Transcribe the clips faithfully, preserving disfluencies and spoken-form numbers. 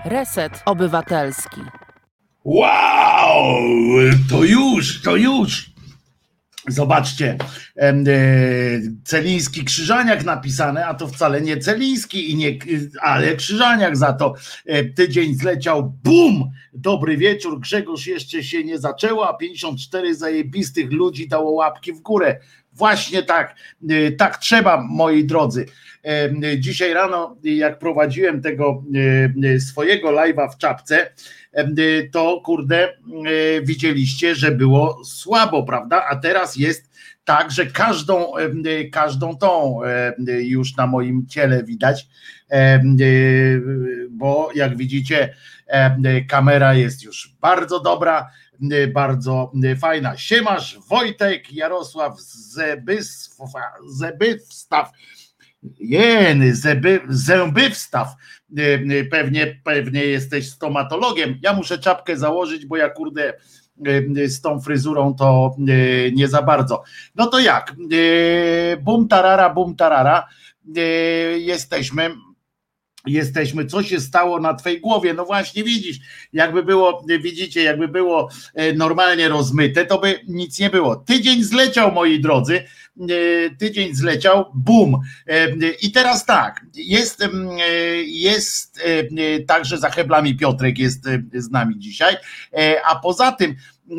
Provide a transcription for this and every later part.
Reset Obywatelski. Wow, to już, to już. Zobaczcie, Celiński Krzyżaniak napisane, a to wcale nie Celiński, i nie, ale Krzyżaniak za to. Tydzień zleciał, bum! Dobry wieczór, Grzegorz, jeszcze się nie zaczęło, a pięćdziesiąt cztery zajebistych ludzi dało łapki w górę. Właśnie tak, tak trzeba, moi drodzy. Dzisiaj rano, jak prowadziłem tego swojego live'a w czapce, to kurde, widzieliście, że było słabo, prawda? A teraz jest tak, że każdą, każdą tą już na moim ciele widać, bo jak widzicie, kamera jest już bardzo dobra, bardzo fajna. Siemasz, Wojtek, Jarosław Zebywstaw, jeny, zeby, Zębywstaw, pewnie, pewnie jesteś stomatologiem. Ja muszę czapkę założyć, bo ja kurde z tą fryzurą to nie za bardzo. No to jak? Bum tarara, bum tarara. Jesteśmy. Jesteśmy, co się stało na twojej głowie? No właśnie widzisz, jakby było, widzicie, jakby było normalnie rozmyte, to by nic nie było. Tydzień zleciał, moi drodzy, tydzień zleciał, bum. I teraz tak, jest, jest także za heblami Piotrek jest z nami dzisiaj, a poza tym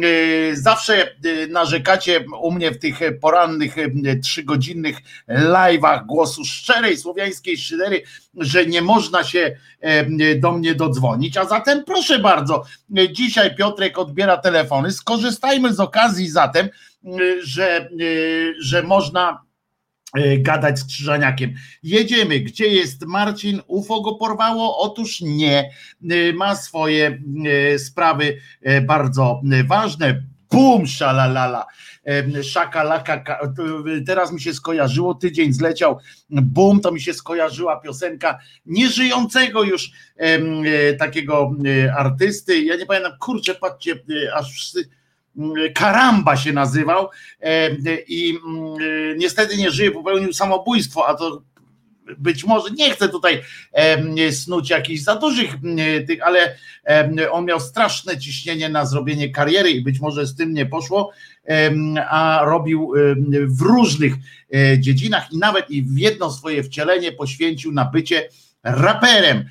zawsze narzekacie u mnie w tych porannych trzygodzinnych live'ach głosu szczerej słowiańskiej szydery, że nie można się do mnie dodzwonić, a zatem proszę bardzo, dzisiaj Piotrek odbiera telefony, skorzystajmy z okazji zatem, że, że można gadać z Krzyżaniakiem. Jedziemy. Gdzie jest Marcin? U F O go porwało? Otóż nie. Ma swoje sprawy bardzo ważne. Bum, szalalala. Szakalaka. Teraz mi się skojarzyło, tydzień zleciał. Bum, to mi się skojarzyła piosenka nieżyjącego już takiego artysty. Ja nie pamiętam, kurczę, patrzcie, aż wszyscy. Karamba się nazywał i niestety nie żyje, popełnił samobójstwo, a to być może, nie chcę tutaj snuć jakichś za dużych tych, ale on miał straszne ciśnienie na zrobienie kariery i być może z tym nie poszło, a robił w różnych dziedzinach i nawet i w jedno swoje wcielenie poświęcił na bycie raperem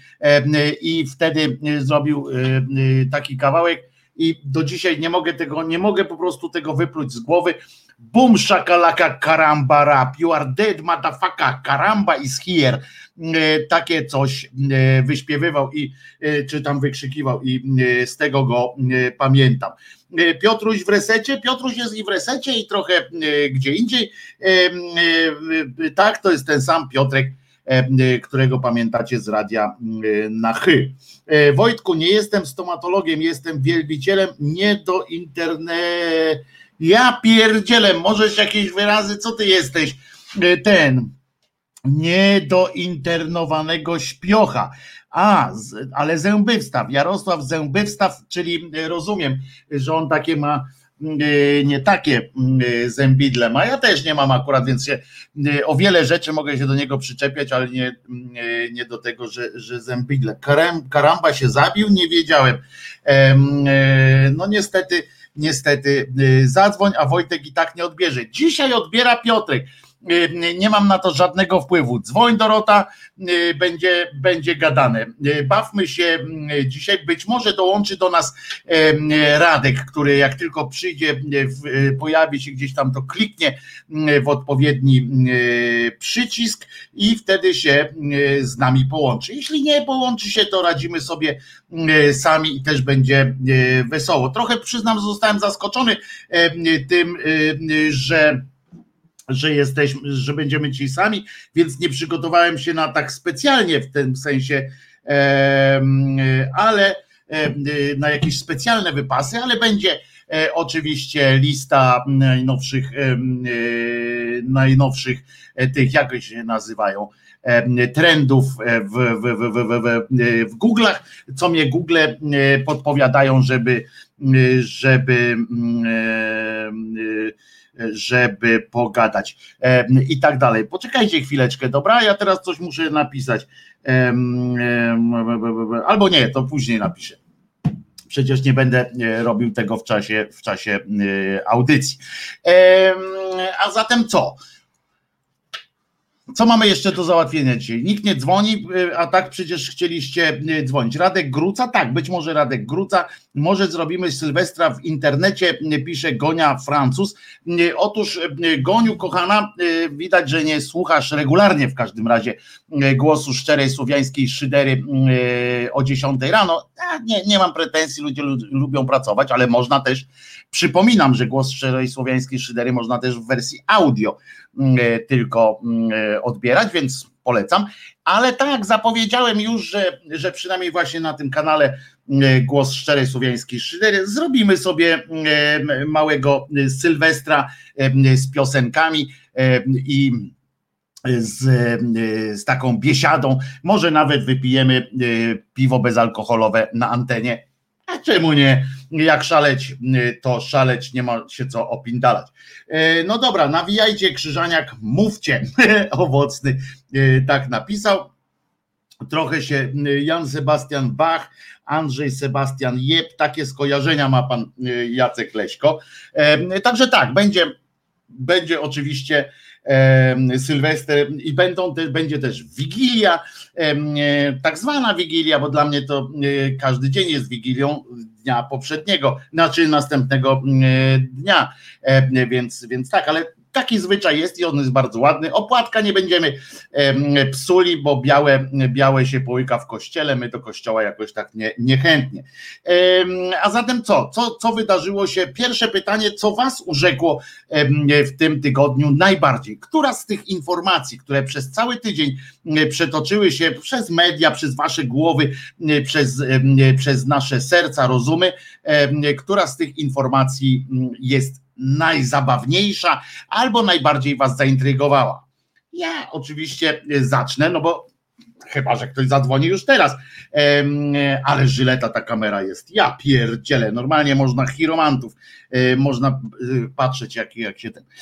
i wtedy zrobił taki kawałek. I do dzisiaj nie mogę tego, nie mogę po prostu tego wypluć z głowy. Boom shakalaka karamba rap, you are dead motherfucker, karamba is here. Takie coś wyśpiewywał i czy tam wykrzykiwał i z tego go pamiętam. Piotruś w resecie, Piotruś jest i w resecie i trochę gdzie indziej. Tak, to jest ten sam Piotrek, którego pamiętacie z radia na chy. Wojtku, nie jestem stomatologiem, jestem wielbicielem nie do internetu. Ja pierdzielę, możesz jakieś wyrazy, co ty jesteś? Ten niedointernowanego śpiocha. A, ale Zębywstaw, Jarosław Zębywstaw, czyli rozumiem, że on takie ma nie takie zębidle ma, ja też nie mam akurat, więc się, o wiele rzeczy mogę się do niego przyczepiać, ale nie, nie do tego, że, że zębidle. Karamba się zabił, nie wiedziałem. No niestety, niestety zadzwoń, a Wojtek i tak nie odbierze. Dzisiaj odbiera Piotrek. Nie mam na to żadnego wpływu. Dzwoń, Dorota, będzie, będzie gadane. Bawmy się dzisiaj. Być może dołączy do nas Radek, który jak tylko przyjdzie, pojawi się gdzieś tam, to kliknie w odpowiedni przycisk i wtedy się z nami połączy. Jeśli nie połączy się, to radzimy sobie sami i też będzie wesoło. Trochę przyznam, że zostałem zaskoczony tym, że że jesteśmy, że będziemy ci sami, więc nie przygotowałem się na tak specjalnie w tym sensie, ale na jakieś specjalne wypasy, ale będzie oczywiście lista najnowszych, najnowszych tych, jak się nazywają, trendów w, w, w, w, w, w Google'ach, co mnie Google podpowiadają, żeby żeby żeby pogadać i tak dalej. Poczekajcie chwileczkę, dobra? Ja teraz coś muszę napisać. Albo nie, to później napiszę. Przecież nie będę robił tego w czasie, w czasie audycji. A zatem co? Co mamy jeszcze do załatwienia dzisiaj? Nikt nie dzwoni, a tak przecież chcieliście dzwonić. Radek Gruca? Tak, być może Radek Gruca. Może zrobimy Sylwestra w internecie, pisze Gonia Francuz. Otóż Goniu, kochana, widać, że nie słuchasz regularnie w każdym razie głosu szczerej słowiańskiej szydery o dziesiątej rano. Nie, nie mam pretensji, ludzie lubią pracować, ale można też, przypominam, że głos szczerej słowiańskiej szydery można też w wersji audio tylko odbierać, więc polecam, ale tak, zapowiedziałem już, że, że przynajmniej właśnie na tym kanale Głos Szczerej Słowiańskiej Szydery zrobimy sobie małego Sylwestra z piosenkami i z, z taką biesiadą, może nawet wypijemy piwo bezalkoholowe na antenie. A czemu nie? Jak szaleć, to szaleć, nie ma się co opindalać. No dobra, nawijajcie Krzyżaniak, mówcie. Owocny tak napisał. Trochę się Jan Sebastian Bach, Andrzej Sebastian Jeb, takie skojarzenia ma pan Jacek Leśko. Także tak, będzie, będzie oczywiście Sylwester i będą te, będzie też Wigilia, tak zwana Wigilia, bo dla mnie to każdy dzień jest Wigilią dnia poprzedniego, znaczy następnego dnia, więc, więc tak, ale taki zwyczaj jest i on jest bardzo ładny. Opłatka nie będziemy psuli, bo białe, białe się połyka w kościele, my do kościoła jakoś tak nie, niechętnie. A zatem co? co? Co wydarzyło się? Pierwsze pytanie, co was urzekło w tym tygodniu najbardziej? Która z tych informacji, które przez cały tydzień przetoczyły się przez media, przez wasze głowy, przez, przez nasze serca, rozumy, która z tych informacji jest najzabawniejsza albo najbardziej was zaintrygowała? Ja oczywiście zacznę, no bo chyba, że ktoś zadzwoni już teraz, ale żyleta ta kamera jest, ja pierdzielę, normalnie można chiromantów, można patrzeć jak, jak się ten...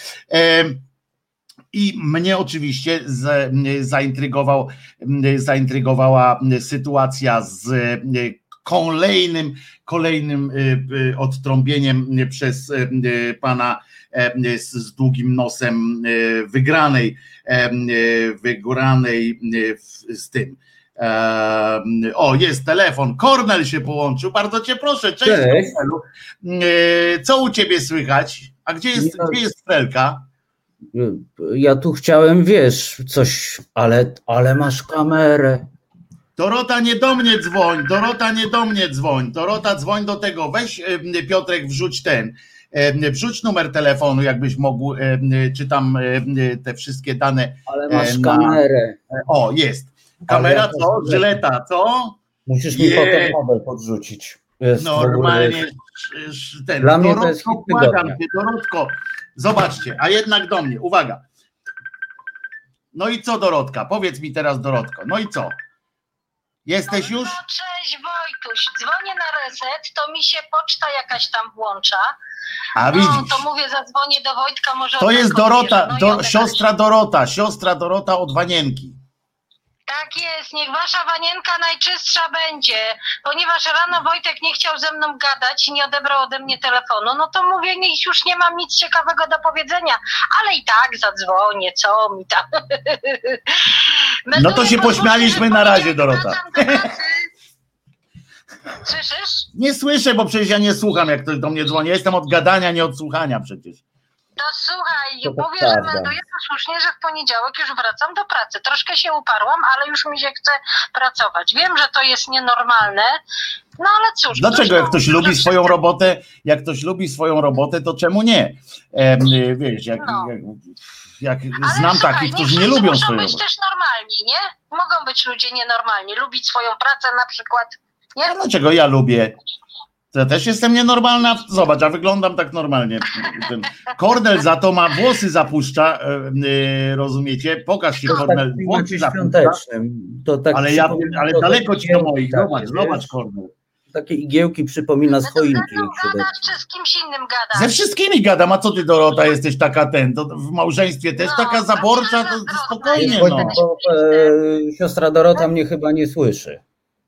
I mnie oczywiście zaintrygował, zaintrygowała sytuacja z kolejnym, kolejnym odtrąbieniem przez pana z długim nosem wygranej, wygranej z tym. O, jest telefon, Kornel się połączył, bardzo cię proszę, cześć, cześć. Kornelu. Co u ciebie słychać? A gdzie jest, ja, gdzie jest Frelka? Ja tu chciałem, wiesz, coś, ale, ale masz kamerę. Dorota, nie do mnie dzwoń, Dorota, nie do mnie dzwoń, Dorota, dzwoń do tego, weź Piotrek, wrzuć ten, wrzuć numer telefonu, jakbyś mógł, czy tam te wszystkie dane. Ale masz na... kamerę. O, jest. Kamera, ja co? Żyleta, co? Musisz mi Je... potem model podrzucić. Jest normalnie ten. Dla mnie to jest hit tygodnia. Dorotko, zobaczcie, a jednak do mnie, uwaga. No i co, Dorotka? Powiedz mi teraz, Dorotko, no i co? Jesteś już? No cześć Wojtuś, dzwonię na reset, to mi się poczta jakaś tam włącza. A widzisz. No to mówię, zadzwonię do Wojtka, może... To jest Dorota, no do, siostra Dorota, siostra Dorota od Wanienki. Tak jest, niech wasza Wanienka najczystsza będzie, ponieważ rano Wojtek nie chciał ze mną gadać i nie odebrał ode mnie telefonu, no to mówię, niech już nie mam nic ciekawego do powiedzenia, ale i tak zadzwonię, co mi tam. No to się pośmialiśmy na razie, Dorota. Słyszysz? Nie słyszę, bo przecież ja nie słucham, jak ktoś do mnie dzwoni, ja jestem od gadania, nie od słuchania przecież. To słuchaj, to mówię, że melduję posłusznie, że w poniedziałek już wracam do pracy. Troszkę się uparłam, ale już mi się chce pracować. Wiem, że to jest nienormalne, no ale cóż. Dlaczego jak ktoś lubi swoją robotę, jak ktoś lubi swoją robotę, to czemu nie? E, wiesz, jak, no. jak, jak znam słuchaj, takich, którzy nie lubią swojej roboty. Muszą być też normalni, nie? Mogą być ludzie nienormalni, lubić swoją pracę na przykład. Nie? A dlaczego ja lubię? Ja też jestem nienormalna. Zobacz, a wyglądam tak normalnie. Ten Kornel za to ma włosy zapuszcza, yy, rozumiecie? Pokaż się, Kornel. Włosy świątecznym. To tak ale ja, ale daleko ci do moich. Zobacz, zobacz, Kornel. takie igiełki przypomina z choinki. No to gadasz, czy z kimś innym gadasz? Ze wszystkimi gadam, a co ty, Dorota, jesteś taka ten, to w małżeństwie też No, taka zaborcza, to Dorota, spokojnie, Wojtek, no. bo e, siostra Dorota mnie chyba nie słyszy.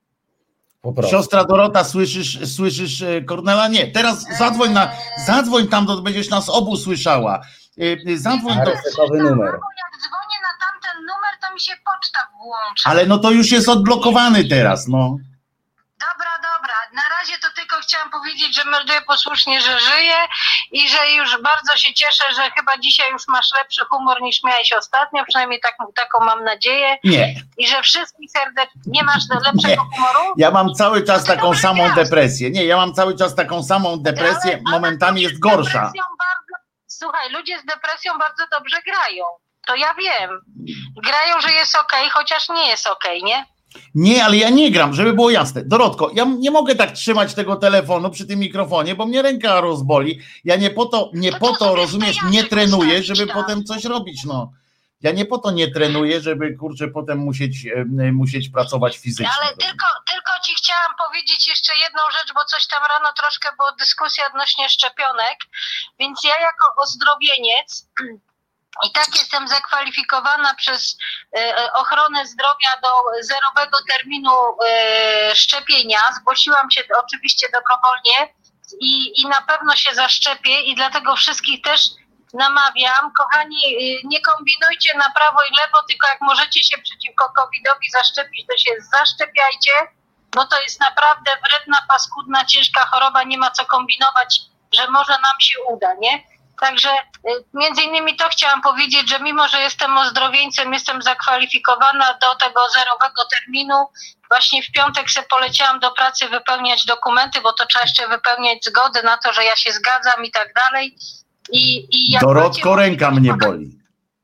Po prostu. Siostra Dorota, słyszysz, słyszysz e, Kornela? Nie, teraz zadzwoń na, zadzwoń tam, to będziesz nas obu słyszała. E, Zadzwoń Na do... resetowy numer. Bo jak dzwonię na tamten numer, to mi się poczta włącza. Ale no to już jest odblokowany teraz, no. Dobra, dobra. Na razie to tylko chciałam powiedzieć, że melduję posłusznie, że żyję i że już bardzo się cieszę, że chyba dzisiaj już masz lepszy humor niż miałeś ostatnio, przynajmniej tak, taką mam nadzieję. Nie. I że wszystkich serdecznie... Nie masz lepszego Nie. humoru? Ja mam cały czas No to taką dobry samą gwiazd. depresję. Nie, ja mam cały czas taką samą depresję, Ale- ale momentami ludzie jest z gorsza. depresją Bardzo, słuchaj, ludzie z depresją bardzo dobrze grają. To ja wiem. Grają, że jest okej, chociaż nie jest okej, nie? Nie, ale ja nie gram, żeby było jasne. Dorotko, ja nie mogę tak trzymać tego telefonu przy tym mikrofonie, bo mnie ręka rozboli. Ja nie po to, nie No po to to, sobie rozumiesz, stojaczek nie trenuję, ustawić żeby tam. potem coś robić, no. Ja nie po to nie trenuję, żeby, kurczę, potem musieć, e, musieć pracować fizycznie. Ale tylko, tylko ci chciałam powiedzieć jeszcze jedną rzecz, bo coś tam rano troszkę było dyskusja odnośnie szczepionek, więc ja jako ozdrowieniec i tak jestem zakwalifikowana przez e, ochronę zdrowia do zerowego terminu e, szczepienia. Zgłosiłam się oczywiście dobrowolnie i, i na pewno się zaszczepię i dlatego wszystkich też namawiam, kochani, y, nie kombinujcie na prawo i lewo, tylko jak możecie się przeciwko covidowi zaszczepić, to się zaszczepiajcie, bo to jest naprawdę wredna, paskudna, ciężka choroba, nie ma co kombinować, że może nam się uda, nie? Także y, między innymi to chciałam powiedzieć, że mimo, że jestem ozdrowieńcem, jestem zakwalifikowana do tego zerowego terminu. Właśnie w piątek se poleciałam do pracy wypełniać dokumenty, bo to trzeba jeszcze wypełniać zgodę na to, że ja się zgadzam i tak dalej. I, i jak Dorotko, macie ręka mnie boli.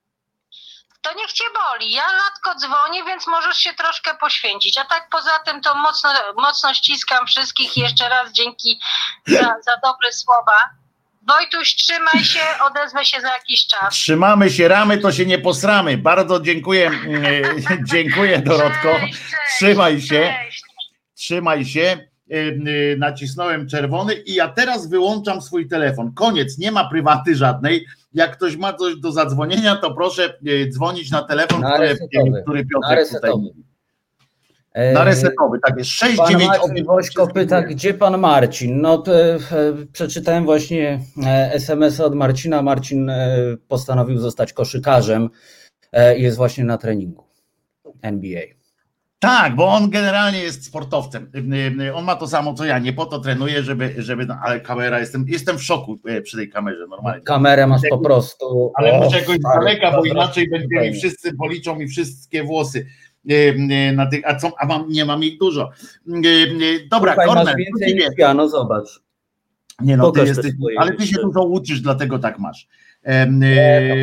To niech cię boli. Ja latko dzwonię, więc możesz się troszkę poświęcić. A tak poza tym to mocno, mocno ściskam wszystkich i jeszcze raz dzięki za, za dobre słowa. Wojtuś, trzymaj się, odezwę się za jakiś czas. Trzymamy się ramy, to się nie posramy. Bardzo dziękuję, e, dziękuję Dorotko. Cześć, cześć, Trzymaj się, cześć. trzymaj się. Nacisnąłem czerwony i ja teraz wyłączam swój telefon. Koniec, nie ma prywaty żadnej. Jak ktoś ma coś do zadzwonienia, to proszę dzwonić na telefon, Na który, resetowy. który Na Piotrek tutaj resetowy. mówi. Na resetowy, tak jest. sześć Pan dziewięć Marcin Wośko pyta, gdzie pan Marcin? No to e, przeczytałem właśnie e, es em es od Marcina. Marcin e, postanowił zostać koszykarzem e, i jest właśnie na treningu N B A. Tak, bo on generalnie jest sportowcem. On ma to samo co ja. Nie po to trenuję, żeby, żeby no, ale kamera, jestem, jestem w szoku przy tej kamerze normalnie. Kamerę masz po prostu. Ale o, muszę jakoś z stary, daleka, bo zazdroszczę inaczej będziemy zupełnie. mi wszyscy policzą mi wszystkie włosy. Na tych, a co, a mam, nie mam ich dużo. Dobra, Słuchaj, Kornel, masz więcej niż ja, no zobacz. nie no, ty Pokaż te jesteś, swoje ale ty się rzeczy. dużo uczysz, dlatego tak masz. Em, Nie,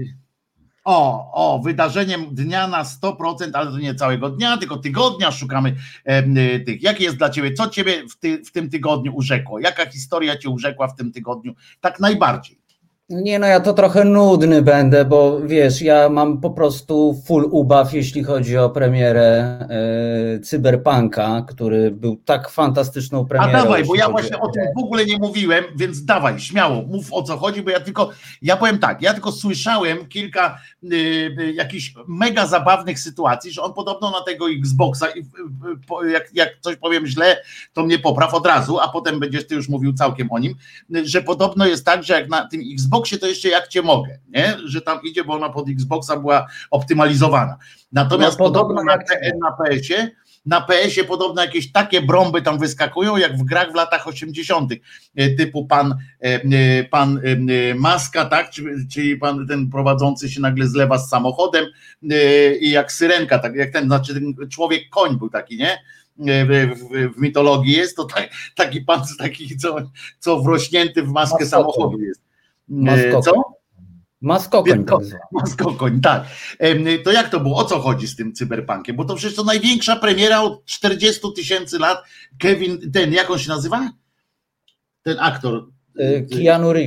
O, o, wydarzeniem dnia na sto procent, ale to nie całego dnia, tylko tygodnia szukamy em, tych. Jakie jest dla ciebie, co ciebie w, ty, w tym tygodniu urzekło? Jaka historia cię urzekła w tym tygodniu? Tak najbardziej. Nie no, ja to trochę nudny będę, bo wiesz, ja mam po prostu full ubaw, jeśli chodzi o premierę e, Cyberpunka, który był tak fantastyczną A premierą. dawaj, bo jeśli ja chodzi właśnie o tym grę. w ogóle nie mówiłem, więc dawaj, śmiało, mów o co chodzi, bo ja tylko, ja powiem tak, ja tylko słyszałem kilka y, y, jakichś mega zabawnych sytuacji, że on podobno na tego Xboxa, i, y, y, jak, jak coś powiem źle, to mnie popraw od razu, a potem będziesz ty już mówił całkiem o nim, y, że podobno jest tak, że jak na tym Xboxie to jeszcze jak cię mogę, nie? Że tam idzie, bo ona pod Xboxa była optymalizowana. Natomiast No, podobno podobno na, jak cię. na P S ie Na P S ie podobno jakieś takie brąby tam wyskakują, jak w grach w latach osiemdziesiątych, typu pan, pan Maska, tak? Czyli pan ten prowadzący się nagle zlewa z samochodem i jak syrenka, tak jak ten, znaczy ten człowiek koń był taki, nie? W, w, w mitologii jest to tak, taki pan, taki co, co wrośnięty w maskę Maskokoń. samochodu jest. Maskokoń. Co? Maskokoń tak zwany. Maskokoń, tak. To jak to było? O co chodzi z tym Cyberpunkiem? Bo to przecież to największa premiera od czterdziestu tysięcy lat. Kevin, ten, jak on się nazywa? Ten aktor. Keanu Reeves.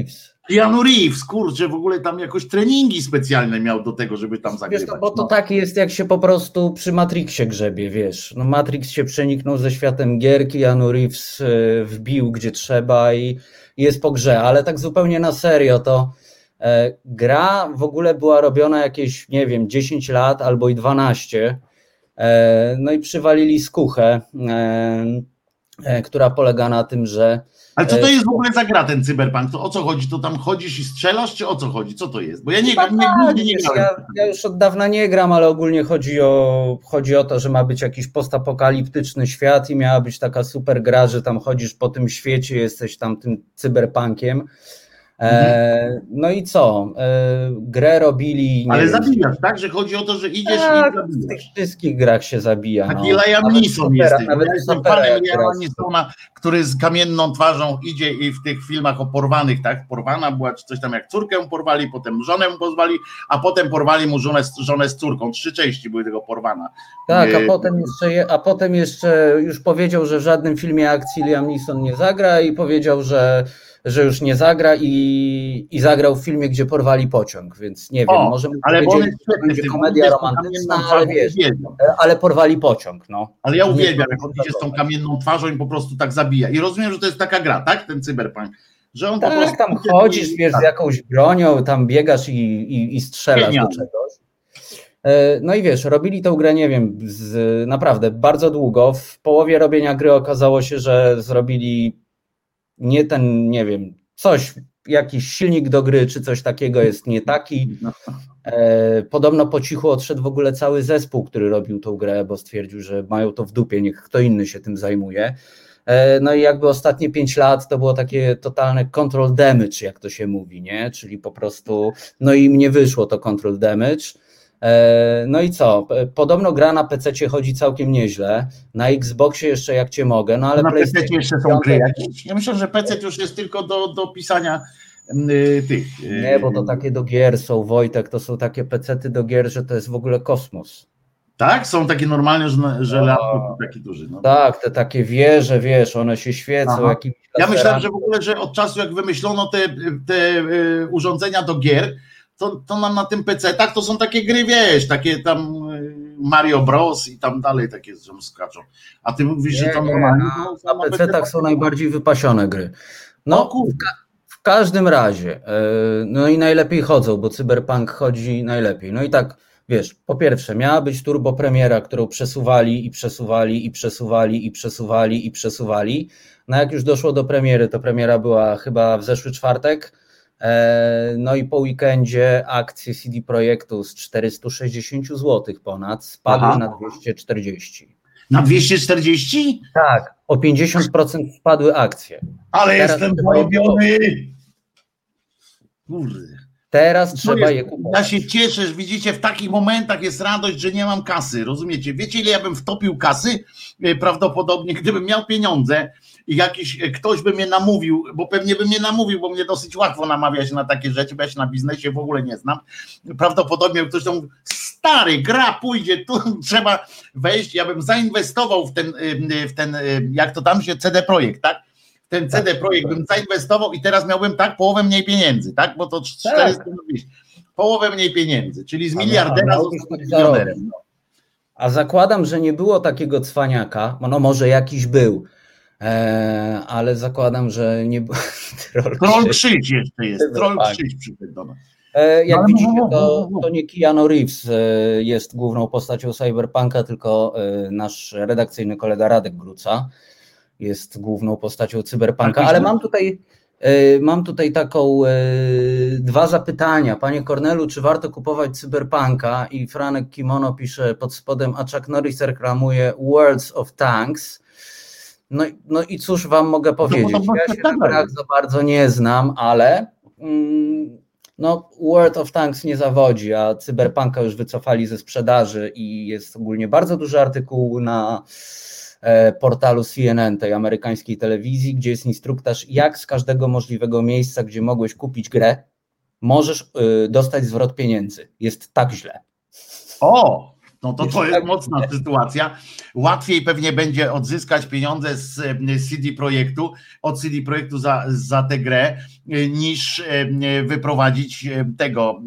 Keanu Reeves, kurczę, w ogóle tam jakoś treningi specjalne miał do tego, żeby tam Wiesz, zagrywać. no, bo to no. tak jest, jak się po prostu przy Matrixie grzebie, wiesz. No Matrix się przeniknął ze światem gier, Keanu Reeves y, wbił gdzie trzeba i jest po grze, ale tak zupełnie na serio to e, gra w ogóle była robiona jakieś, nie wiem, dziesięć lat albo i dwanaście, e, no i przywalili skuchę, e, e, która polega na tym, że Ale co to jest w ogóle za gra ten cyberpunk? To o co chodzi? To tam chodzisz i strzelasz, czy o co chodzi? Co to jest? Bo ja nie gram, nie, Tak, nie, nie, wiesz, grałem. ja, ja już od dawna nie gram, ale ogólnie chodzi o, chodzi o to, że ma być jakiś postapokaliptyczny świat i miała być taka super gra, że tam chodzisz po tym świecie, jesteś tam tym cyberpunkiem. E, no i co? E, grę robili... Nie Ale wiem, zabijasz, tak? Że chodzi o to, że idziesz tak, i w tych zabijasz. wszystkich grach się zabija. Taki no. Liam Nawet Neeson supera, jesteś. nawet Ja jestem supera fanem jak Liama teraz. Neesona, który z kamienną twarzą idzie i w tych filmach o porwanych, tak? Porwana była, czy coś tam jak córkę porwali, potem żonę mu pozwali, a potem porwali mu żonę, żonę z córką. Trzy części były tego porwana. Tak, a Nie- potem, jeszcze, je- a potem jeszcze już powiedział, że w żadnym filmie akcji Liam Neeson nie zagra i powiedział, że, że już nie zagra i, i zagrał w filmie, gdzie porwali pociąg, więc nie wiem, O, może mu ale bo on powiedzieli, jest że to świetny, będzie ty komedia idziesz z tą romantyczna, kamienną ale twarzą, wiesz, uwielbiam. ale porwali pociąg, no. Ale ja Nie uwielbiam, jak powiem on idzie z tą tego. kamienną twarzą i po prostu tak zabija. I rozumiem, że to jest taka gra, tak? Ten cyberpunk. Że on po prostu... Tak, tam chodzisz, wiesz, z jakąś bronią, tam biegasz i, i, i strzelasz Genialne. do czegoś. E, No i wiesz, robili tą grę, nie wiem, z, naprawdę bardzo długo. W połowie robienia gry okazało się, że zrobili nie ten, nie wiem, coś, jakiś silnik do gry, czy coś takiego jest nie taki. E, Podobno po cichu odszedł w ogóle cały zespół, który robił tą grę, bo stwierdził, że mają to w dupie, niech kto inny się tym zajmuje. E, No i jakby ostatnie pięć lat to było takie totalne control damage, jak to się mówi, nie? Czyli po prostu, no i im nie wyszło to control damage. E, No i co? P- Podobno gra na pececie chodzi całkiem nieźle, na Xboxie jeszcze jak cię mogę, no ale Na P C PlayStation jeszcze są gry jakieś. Ja myślę, że P C już jest tylko do, do pisania y, tych. y, Nie, bo to takie do gier są, Wojtek, to są takie pecety do gier, że to jest w ogóle kosmos. Tak? Są takie normalnie, że, że No. laptop taki duży. No. Tak, te takie wieże, wiesz, one się świecą Aha. jakimiś Ja laserami. myślałem, że w ogóle, że od czasu jak wymyślono te, te y, urządzenia do gier, to, to nam na tym pecetach to są takie gry, wiesz, takie tam y, Mario Bros i tam dalej takie że skaczą. A ty mówisz, że to Nie, nie, normalnie. na, to są na na pecetach są najbardziej wypasione gry. No No, kurde. w każdym razie, yy, no i najlepiej chodzą, bo Cyberpunk chodzi najlepiej. No i tak, wiesz, po pierwsze, miała być turbo premiera, którą przesuwali i przesuwali i przesuwali i przesuwali i przesuwali. No jak już doszło do premiery, to premiera była chyba w zeszły czwartek. E, No i po weekendzie akcje C D Projektu z czterysta sześćdziesiąt złotych ponad spadły Aha. na dwieście czterdzieści. Na dwieście czterdzieści? Tak, o pięćdziesiąt procent spadły akcje. Ale Teraz jestem trzeba je zarobiony. Kurde. Teraz To trzeba jest, je ja kupować. się cieszę, że widzicie, w takich momentach jest radość, że nie mam kasy, rozumiecie? Wiecie, ile ja bym wtopił kasy? E, Prawdopodobnie, gdybym miał pieniądze i jakiś e, ktoś by mnie namówił, bo pewnie by mnie namówił, bo mnie dosyć łatwo namawia się na takie rzeczy, bo ja się na biznesie w ogóle nie znam. Prawdopodobnie ktoś tam mówi, stary, gra pójdzie, tu trzeba wejść, ja bym zainwestował w ten, e, w ten e, jak to tam się, C D Projekt, tak? Ten C D Projekt bym zainwestował i teraz miałbym tak połowę mniej pieniędzy, tak? Bo to czterysta, połowę mniej pieniędzy, czyli z A miliardera miał- został miałbyś milionerem. A zakładam, że nie było takiego cwaniaka, no może jakiś był, e, ale zakładam, że nie było. Troll Troll Krzyś. Krzyś jeszcze jest, Troll Tak. Krzyś przyszedł do nas. E, Jak No, ale widzicie, mów, to, mów, mów. to nie Keanu Reeves e, jest główną postacią Cyberpunka, tylko e, nasz redakcyjny kolega Radek Gruca jest główną postacią Cyberpunka, Tak, ale myślę. mam tutaj e, mam tutaj taką e, dwa zapytania. Panie Kornelu, czy warto kupować Cyberpunka? I Franek Kimono pisze pod spodem, a Chuck Norris reklamuje Worlds of Tanks. No, i- no i cóż wam mogę powiedzieć? podobno Ja się na spektakularne. grach za bardzo nie znam, ale mm, no, World of Tanks nie zawodzi, a Cyberpunka już wycofali ze sprzedaży i jest ogólnie bardzo duży artykuł na e, portalu C N N, tej amerykańskiej telewizji, gdzie jest instruktaż, jak z każdego możliwego miejsca, gdzie mogłeś kupić grę, możesz y, dostać zwrot pieniędzy. Jest tak źle. O, No to to jest mocna sytuacja. Łatwiej pewnie będzie odzyskać pieniądze z C D Projektu, od C D Projektu za, za tę grę, niż wyprowadzić tego,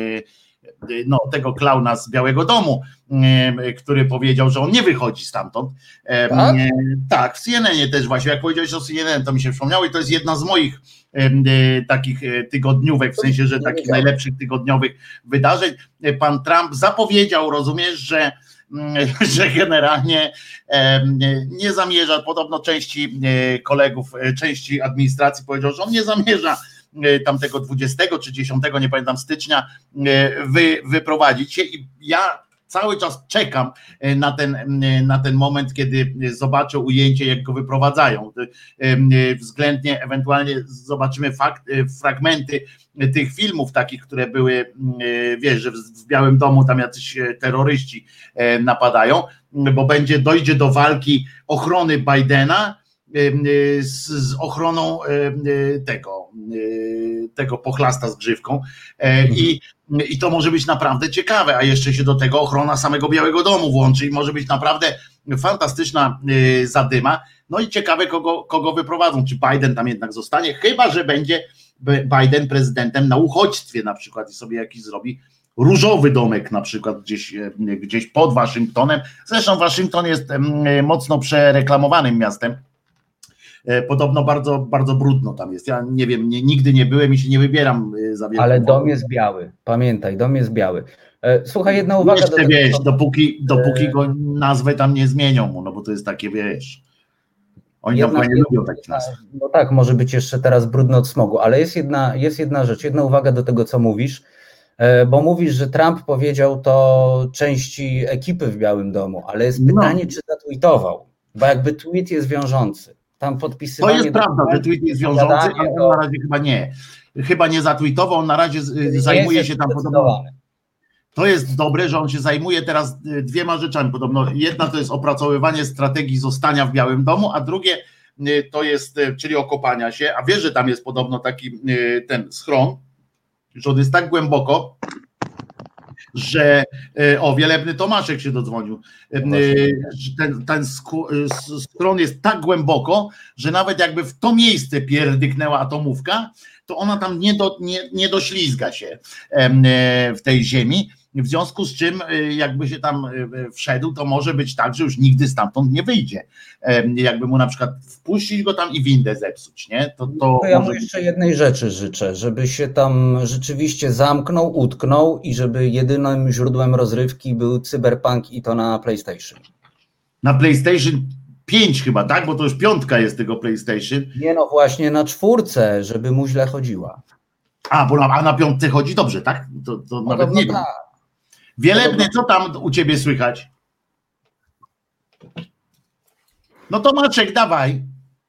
no, tego klauna z Białego Domu, który powiedział, że on nie wychodzi stamtąd. Tak, tak, w C N N ie też właśnie, jak powiedziałeś o C N N, to mi się przypomniało i to jest jedna z moich takich tygodniówek, w sensie, że takich najlepszych tygodniowych wydarzeń. Pan Trump zapowiedział, rozumiesz, że że generalnie nie zamierza, podobno części kolegów, części administracji powiedział, że on nie zamierza tamtego dwudziestego czy dziesiątego, nie pamiętam, stycznia wy, wyprowadzić się i ja cały czas czekam na ten, na ten moment, kiedy zobaczę ujęcie, jak go wyprowadzają. Względnie ewentualnie zobaczymy fakt, fragmenty tych filmów takich, które były, wiesz, że w Białym Domu tam jacyś terroryści napadają, bo będzie, dojdzie do walki ochrony Bidena z, z ochroną tego, tego pochlasta z grzywką i, i to może być naprawdę ciekawe, a jeszcze się do tego ochrona samego Białego Domu włączy i może być naprawdę fantastyczna zadyma. No i ciekawe, kogo, kogo wyprowadzą, czy Biden tam jednak zostanie, chyba że będzie Biden prezydentem na uchodźstwie na przykład i sobie jakiś zrobi różowy domek na przykład gdzieś, gdzieś pod Waszyngtonem. Zresztą Waszyngton jest mocno przereklamowanym miastem. Podobno bardzo, bardzo brudno tam jest. Ja nie wiem, nie, nigdy nie byłem i się nie wybieram za wiele. Ale dom jest biały. Pamiętaj, dom jest biały. Słuchaj, jedna uwaga. Jeszcze do tego, wiesz, to... dopóki, dopóki go nazwę tam nie zmienią mu, no bo to jest takie, wiesz. Oni jedna, tam nie lubią takich nazw. No tak, może być jeszcze teraz brudno od smogu, ale jest jedna, jest jedna rzecz, jedna uwaga do tego, co mówisz, bo mówisz, że Trump powiedział to części ekipy w Białym Domu, ale jest pytanie, no. czy zatweetował, bo jakby tweet jest wiążący. Tam podpisywanie. To jest prawda, że tweet jest wiążący, ale on na razie chyba nie. Chyba nie zatweetował, on na razie zajmuje się tam podobno. To jest dobre, że on się zajmuje teraz dwiema rzeczami. Podobno jedna to jest opracowywanie strategii zostania w Białym Domu, a drugie to jest, czyli okopania się, a wiesz, że tam jest podobno taki ten schron, że on jest tak głęboko, że o, Wielebny Tomaszek się dodzwonił, ten, ten schron jest tak głęboko, że nawet jakby w to miejsce pierdyknęła atomówka, to ona tam nie, do, nie, nie doślizga się w tej ziemi, w związku z czym jakby się tam wszedł, to może być tak, że już nigdy stamtąd nie wyjdzie. Jakby mu na przykład wpuścić go tam i windę zepsuć, nie? To, to no ja może... mu jeszcze jednej rzeczy życzę, żeby się tam rzeczywiście zamknął, utknął i żeby jedynym źródłem rozrywki był Cyberpunk i to na PlayStation. Na PlayStation pięć chyba, tak? Bo to już piątka jest tego PlayStation. Nie no, właśnie na czwórce, żeby mu źle chodziła. A, bo na, a na piątce chodzi dobrze, tak? To, to no nawet no nie wiem. Tak. Wielebny, co tam u ciebie słychać? No to Maciek, dawaj.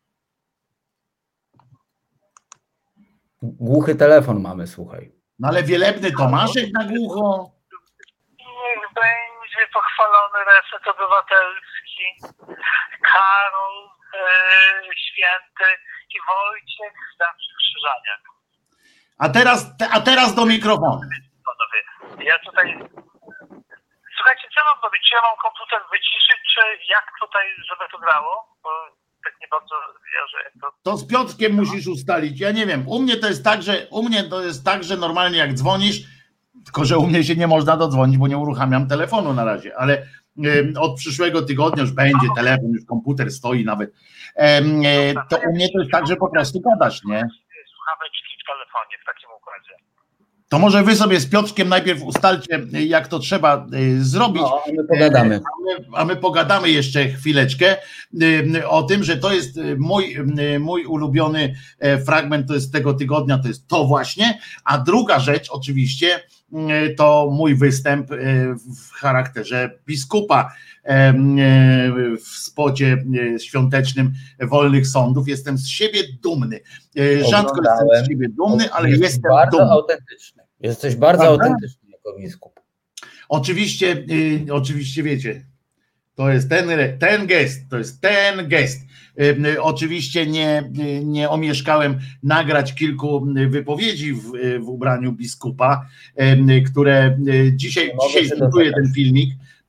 Głuchy telefon mamy, słuchaj. No ale Wielebny Tomaszek na głucho. Niech będzie pochwalony Reset Obywatelski, Karol yy, Święty i Wojciech zawsze Krzyżaniak. A teraz, a teraz do mikrofonu. Panowie, ja tutaj... Słuchajcie, co mam robić? Czy ja mam komputer wyciszyć, czy jak tutaj, żeby to grało? Bo tak nie bardzo wierzę. Jak to... to z Piotrkiem musisz ustalić. Ja nie wiem, u mnie to jest tak, że u mnie to jest tak, że normalnie jak dzwonisz, tylko że u mnie się nie można dodzwonić, bo nie uruchamiam telefonu na razie, ale y, od przyszłego tygodnia już będzie telefon, już komputer stoi nawet. Y, to u mnie to jest tak, że po prostu gadasz, nie? Słuchaweczki w telefonie w takim układzie. To może wy sobie z Piotrkiem najpierw ustalcie, jak to trzeba zrobić. No, a my pogadamy. A my, a my pogadamy jeszcze chwileczkę o tym, że to jest mój, mój ulubiony fragment, to jest tego tygodnia, to jest to właśnie. A druga rzecz oczywiście to mój występ w charakterze biskupa w spocie świątecznym Wolnych Sądów. Jestem z siebie dumny. Rzadko Oglądałem. jestem z siebie dumny, ale Jesteś jestem bardzo dumny. autentyczny. Jesteś bardzo Prawda? autentyczny jako biskup. Oczywiście, y, oczywiście wiecie, to jest ten, ten gest, to jest ten gest. Y, y, oczywiście nie, y, nie omieszkałem nagrać kilku wypowiedzi w, w ubraniu biskupa, y, które y, dzisiaj, dzisiaj zmontuję ten filmik,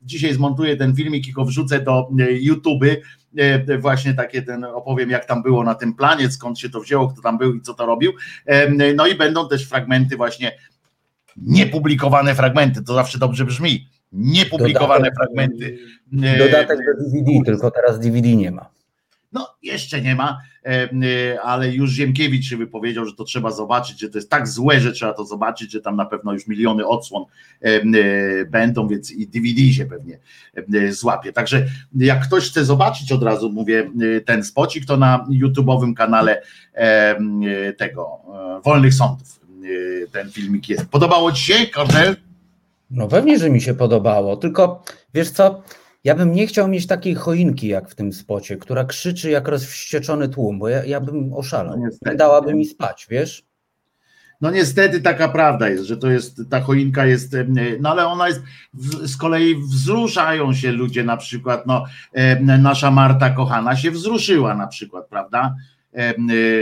dzisiaj zmontuję ten filmik i go wrzucę do YouTube. Właśnie takie ten opowiem, jak tam było na tym planie, skąd się to wzięło, kto tam był i co to robił. No i będą też fragmenty właśnie, niepublikowane fragmenty, to zawsze dobrze brzmi. Niepublikowane dodatek, fragmenty. Dodatek do D V D, tylko teraz D V D nie ma. No, jeszcze nie ma, ale już Ziemkiewicz się wypowiedział, że to trzeba zobaczyć, że to jest tak złe, że trzeba to zobaczyć, że tam na pewno już miliony odsłon będą, więc i D V D się pewnie złapie. Także jak ktoś chce zobaczyć, od razu mówię, ten spocik, to na YouTube'owym kanale tego Wolnych Sądów ten filmik jest. Podobało ci się, Kornel? No pewnie, że mi się podobało, tylko wiesz co, ja bym nie chciał mieć takiej choinki jak w tym spocie, która krzyczy jak rozwścieczony tłum, bo ja, ja bym oszalał, no nie dałaby mi spać, wiesz? No niestety taka prawda jest, że to jest, ta choinka jest, no ale ona jest, z kolei wzruszają się ludzie na przykład, no nasza Marta kochana się wzruszyła na przykład, prawda? E,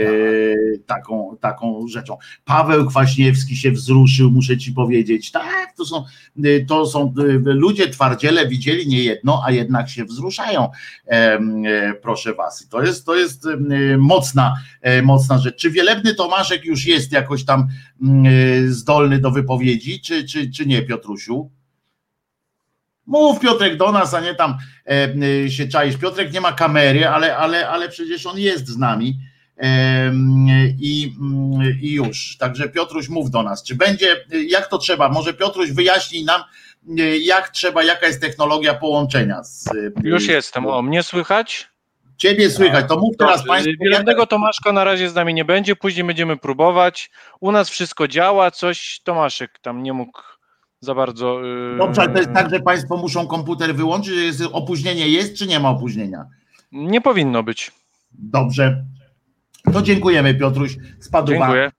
taką, taką rzeczą. Paweł Kwaśniewski się wzruszył, muszę ci powiedzieć. Tak, to są, to są ludzie twardziele, widzieli nie jedno, a jednak się wzruszają. E, proszę was. To jest, to jest mocna, mocna rzecz. Czy Wielebny Tomaszek już jest jakoś tam zdolny do wypowiedzi, czy, czy, czy nie, Piotrusiu? Mów, Piotrek, do nas, a nie tam e, się czaisz. Piotrek nie ma kamery, ale, ale, ale przecież on jest z nami e, i, i już. Także Piotruś, mów do nas. Czy będzie, jak to trzeba? Może Piotruś wyjaśni nam, jak trzeba, jaka jest technologia połączenia. Z, już jestem. O, mnie słychać? Ciebie słychać, to mów teraz Państwu. Wielebnego Tomaszka na razie z nami nie będzie, później będziemy próbować. U nas wszystko działa, coś Tomaszek tam nie mógł za bardzo. Yy... Dobrze, ale to jest tak, że Państwo muszą komputer wyłączyć, że jest, opóźnienie jest, czy nie ma opóźnienia? Nie powinno być. Dobrze. To dziękujemy, Piotruś. Spaduwa. Dziękuję.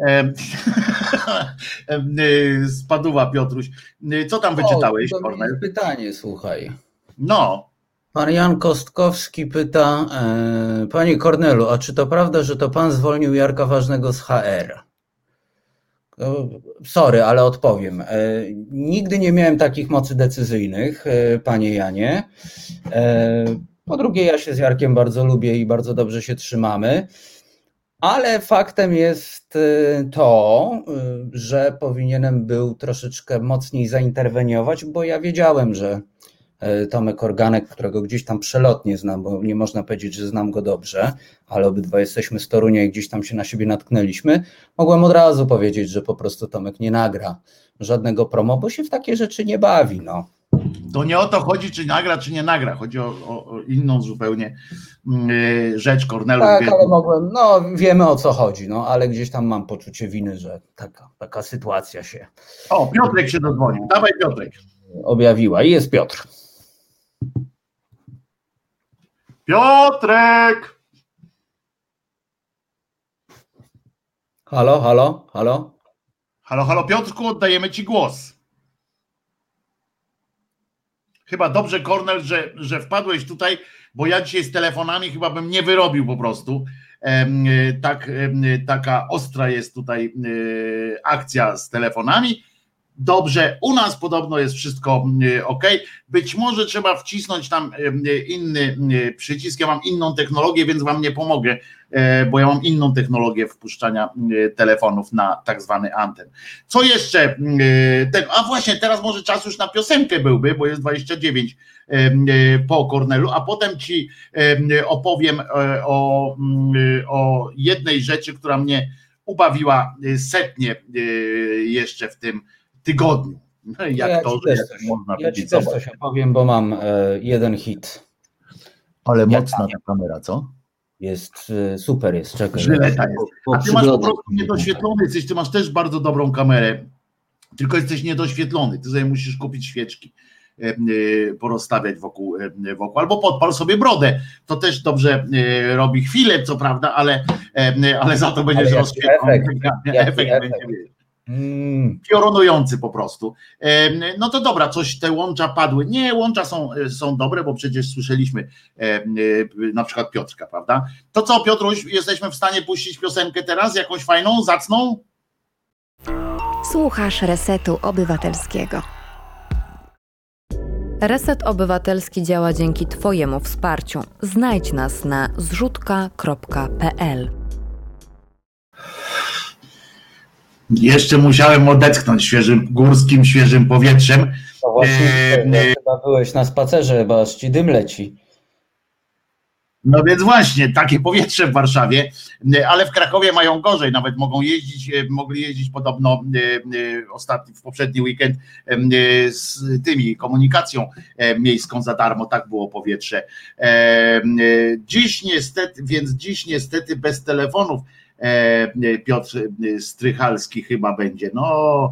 Spaduwa, Piotruś. Co tam wyczytałeś, o, Kornel? Pytanie, słuchaj. No. Pan Jan Kostkowski pyta, e, panie Kornelu, a czy to prawda, że to pan zwolnił Jarka Ważnego z H R? Sorry, ale odpowiem. E, nigdy nie miałem takich mocy decyzyjnych, e, panie Janie. E, po drugie, ja się z Jarkiem bardzo lubię i bardzo dobrze się trzymamy, ale faktem jest to, że powinienem był troszeczkę mocniej zainterweniować, bo ja wiedziałem, że Tomek Organek, którego gdzieś tam przelotnie znam, bo nie można powiedzieć, że znam go dobrze, ale obydwa jesteśmy z Torunia i gdzieś tam się na siebie natknęliśmy, mogłem od razu powiedzieć, że po prostu Tomek nie nagra żadnego promo, bo się w takie rzeczy nie bawi. No. To nie o to chodzi, czy nagra, czy nie nagra. Chodzi o, o, o inną zupełnie yy, rzecz, Kornelu. Tak, wie... ale mogłem, no wiemy o co chodzi, no ale gdzieś tam mam poczucie winy, że taka, taka sytuacja się... O, Piotrek się dodzwonił. Dawaj, Piotrek. Objawiła i jest Piotr. Piotrek! Halo, halo, halo? Halo, halo, Piotrku, oddajemy ci głos. Chyba dobrze, Kornel, że, że wpadłeś tutaj, bo ja dzisiaj z telefonami chyba bym nie wyrobił po prostu. Ehm, tak, em, taka ostra jest tutaj e, akcja z telefonami. Dobrze, u nas podobno jest wszystko ok. Być może trzeba wcisnąć tam inny przycisk. Ja mam inną technologię, więc wam nie pomogę, bo ja mam inną technologię wpuszczania telefonów na tak zwany anten. Co jeszcze? A właśnie, teraz może czas już na piosenkę byłby, bo jest dwadzieścia dziewięć po Kornelu, a potem ci opowiem o, o jednej rzeczy, która mnie ubawiła setnie jeszcze w tym tygodniu. Jak ja to, ci też, jak coś, można ja ci też coś opowiem, bo mam e, jeden hit. Ale jak mocna ta kamera, co? Jest e, super, jest, czekaj. Żyleta jest. A ty masz po prostu niedoświetlony jesteś, ty masz też bardzo dobrą kamerę, tylko jesteś niedoświetlony, ty sobie musisz kupić świeczki, e, e, porozstawiać wokół, e, wokół, albo podpal sobie brodę, to też dobrze e, robi chwilę, co prawda, ale, e, ale za to będziesz rozświetlony. Efekt, efekt, efekt będzie, wiesz. Mm. Piorunujący po prostu. No to dobra, coś te łącza padły. Nie, łącza są, są dobre, bo przecież słyszeliśmy na przykład Piotrka, prawda? To co, Piotruś, jesteśmy w stanie puścić piosenkę teraz? Jakąś fajną, zacną? Słuchasz Resetu Obywatelskiego. Reset Obywatelski działa dzięki Twojemu wsparciu. Znajdź nas na zrzutka kropka p l. Jeszcze musiałem odetchnąć świeżym, górskim, świeżym powietrzem. No właśnie, e, chyba byłeś na spacerze, chyba aż ci dym leci. No więc właśnie, takie powietrze w Warszawie, ale w Krakowie mają gorzej, nawet mogą jeździć, mogli jeździć podobno ostatni, w poprzedni weekend z tymi komunikacją miejską za darmo, tak było powietrze. Dziś niestety, więc dziś niestety bez telefonów Piotr Strychalski chyba będzie, no,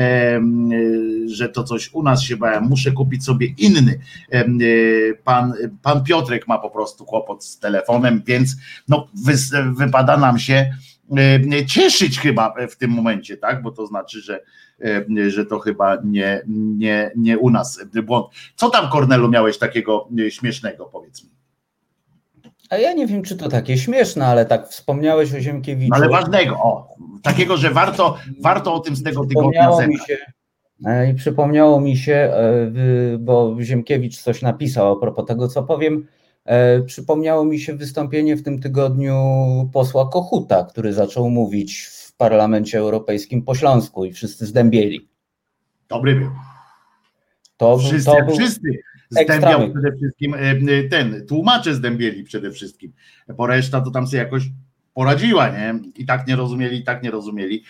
że to coś u nas się bałem, muszę kupić sobie inny. Pan, pan Piotrek ma po prostu kłopot z telefonem, więc no, wy, wypada nam się cieszyć chyba w tym momencie, tak? Bo to znaczy, że, że to chyba nie, nie, nie u nas błąd. Co tam, Kornelu, miałeś takiego śmiesznego, powiedz mi? A ja nie wiem, czy to takie śmieszne, ale tak wspomniałeś o Ziemkiewiczu. Ale ważnego, o, takiego, że warto, warto o tym z tego tygodnia zebrać. I przypomniało mi się, bo Ziemkiewicz coś napisał a propos tego, co powiem, przypomniało mi się wystąpienie w tym tygodniu posła Kochuta, który zaczął mówić w Parlamencie Europejskim po śląsku i wszyscy zdębieli. Dobry był. To, wszyscy, to był wszyscy zdębiał przede wszystkim, ten, tłumacze zdębieli przede wszystkim, bo reszta to tam sobie jakoś poradziła, nie? I tak nie rozumieli, i tak nie rozumieli.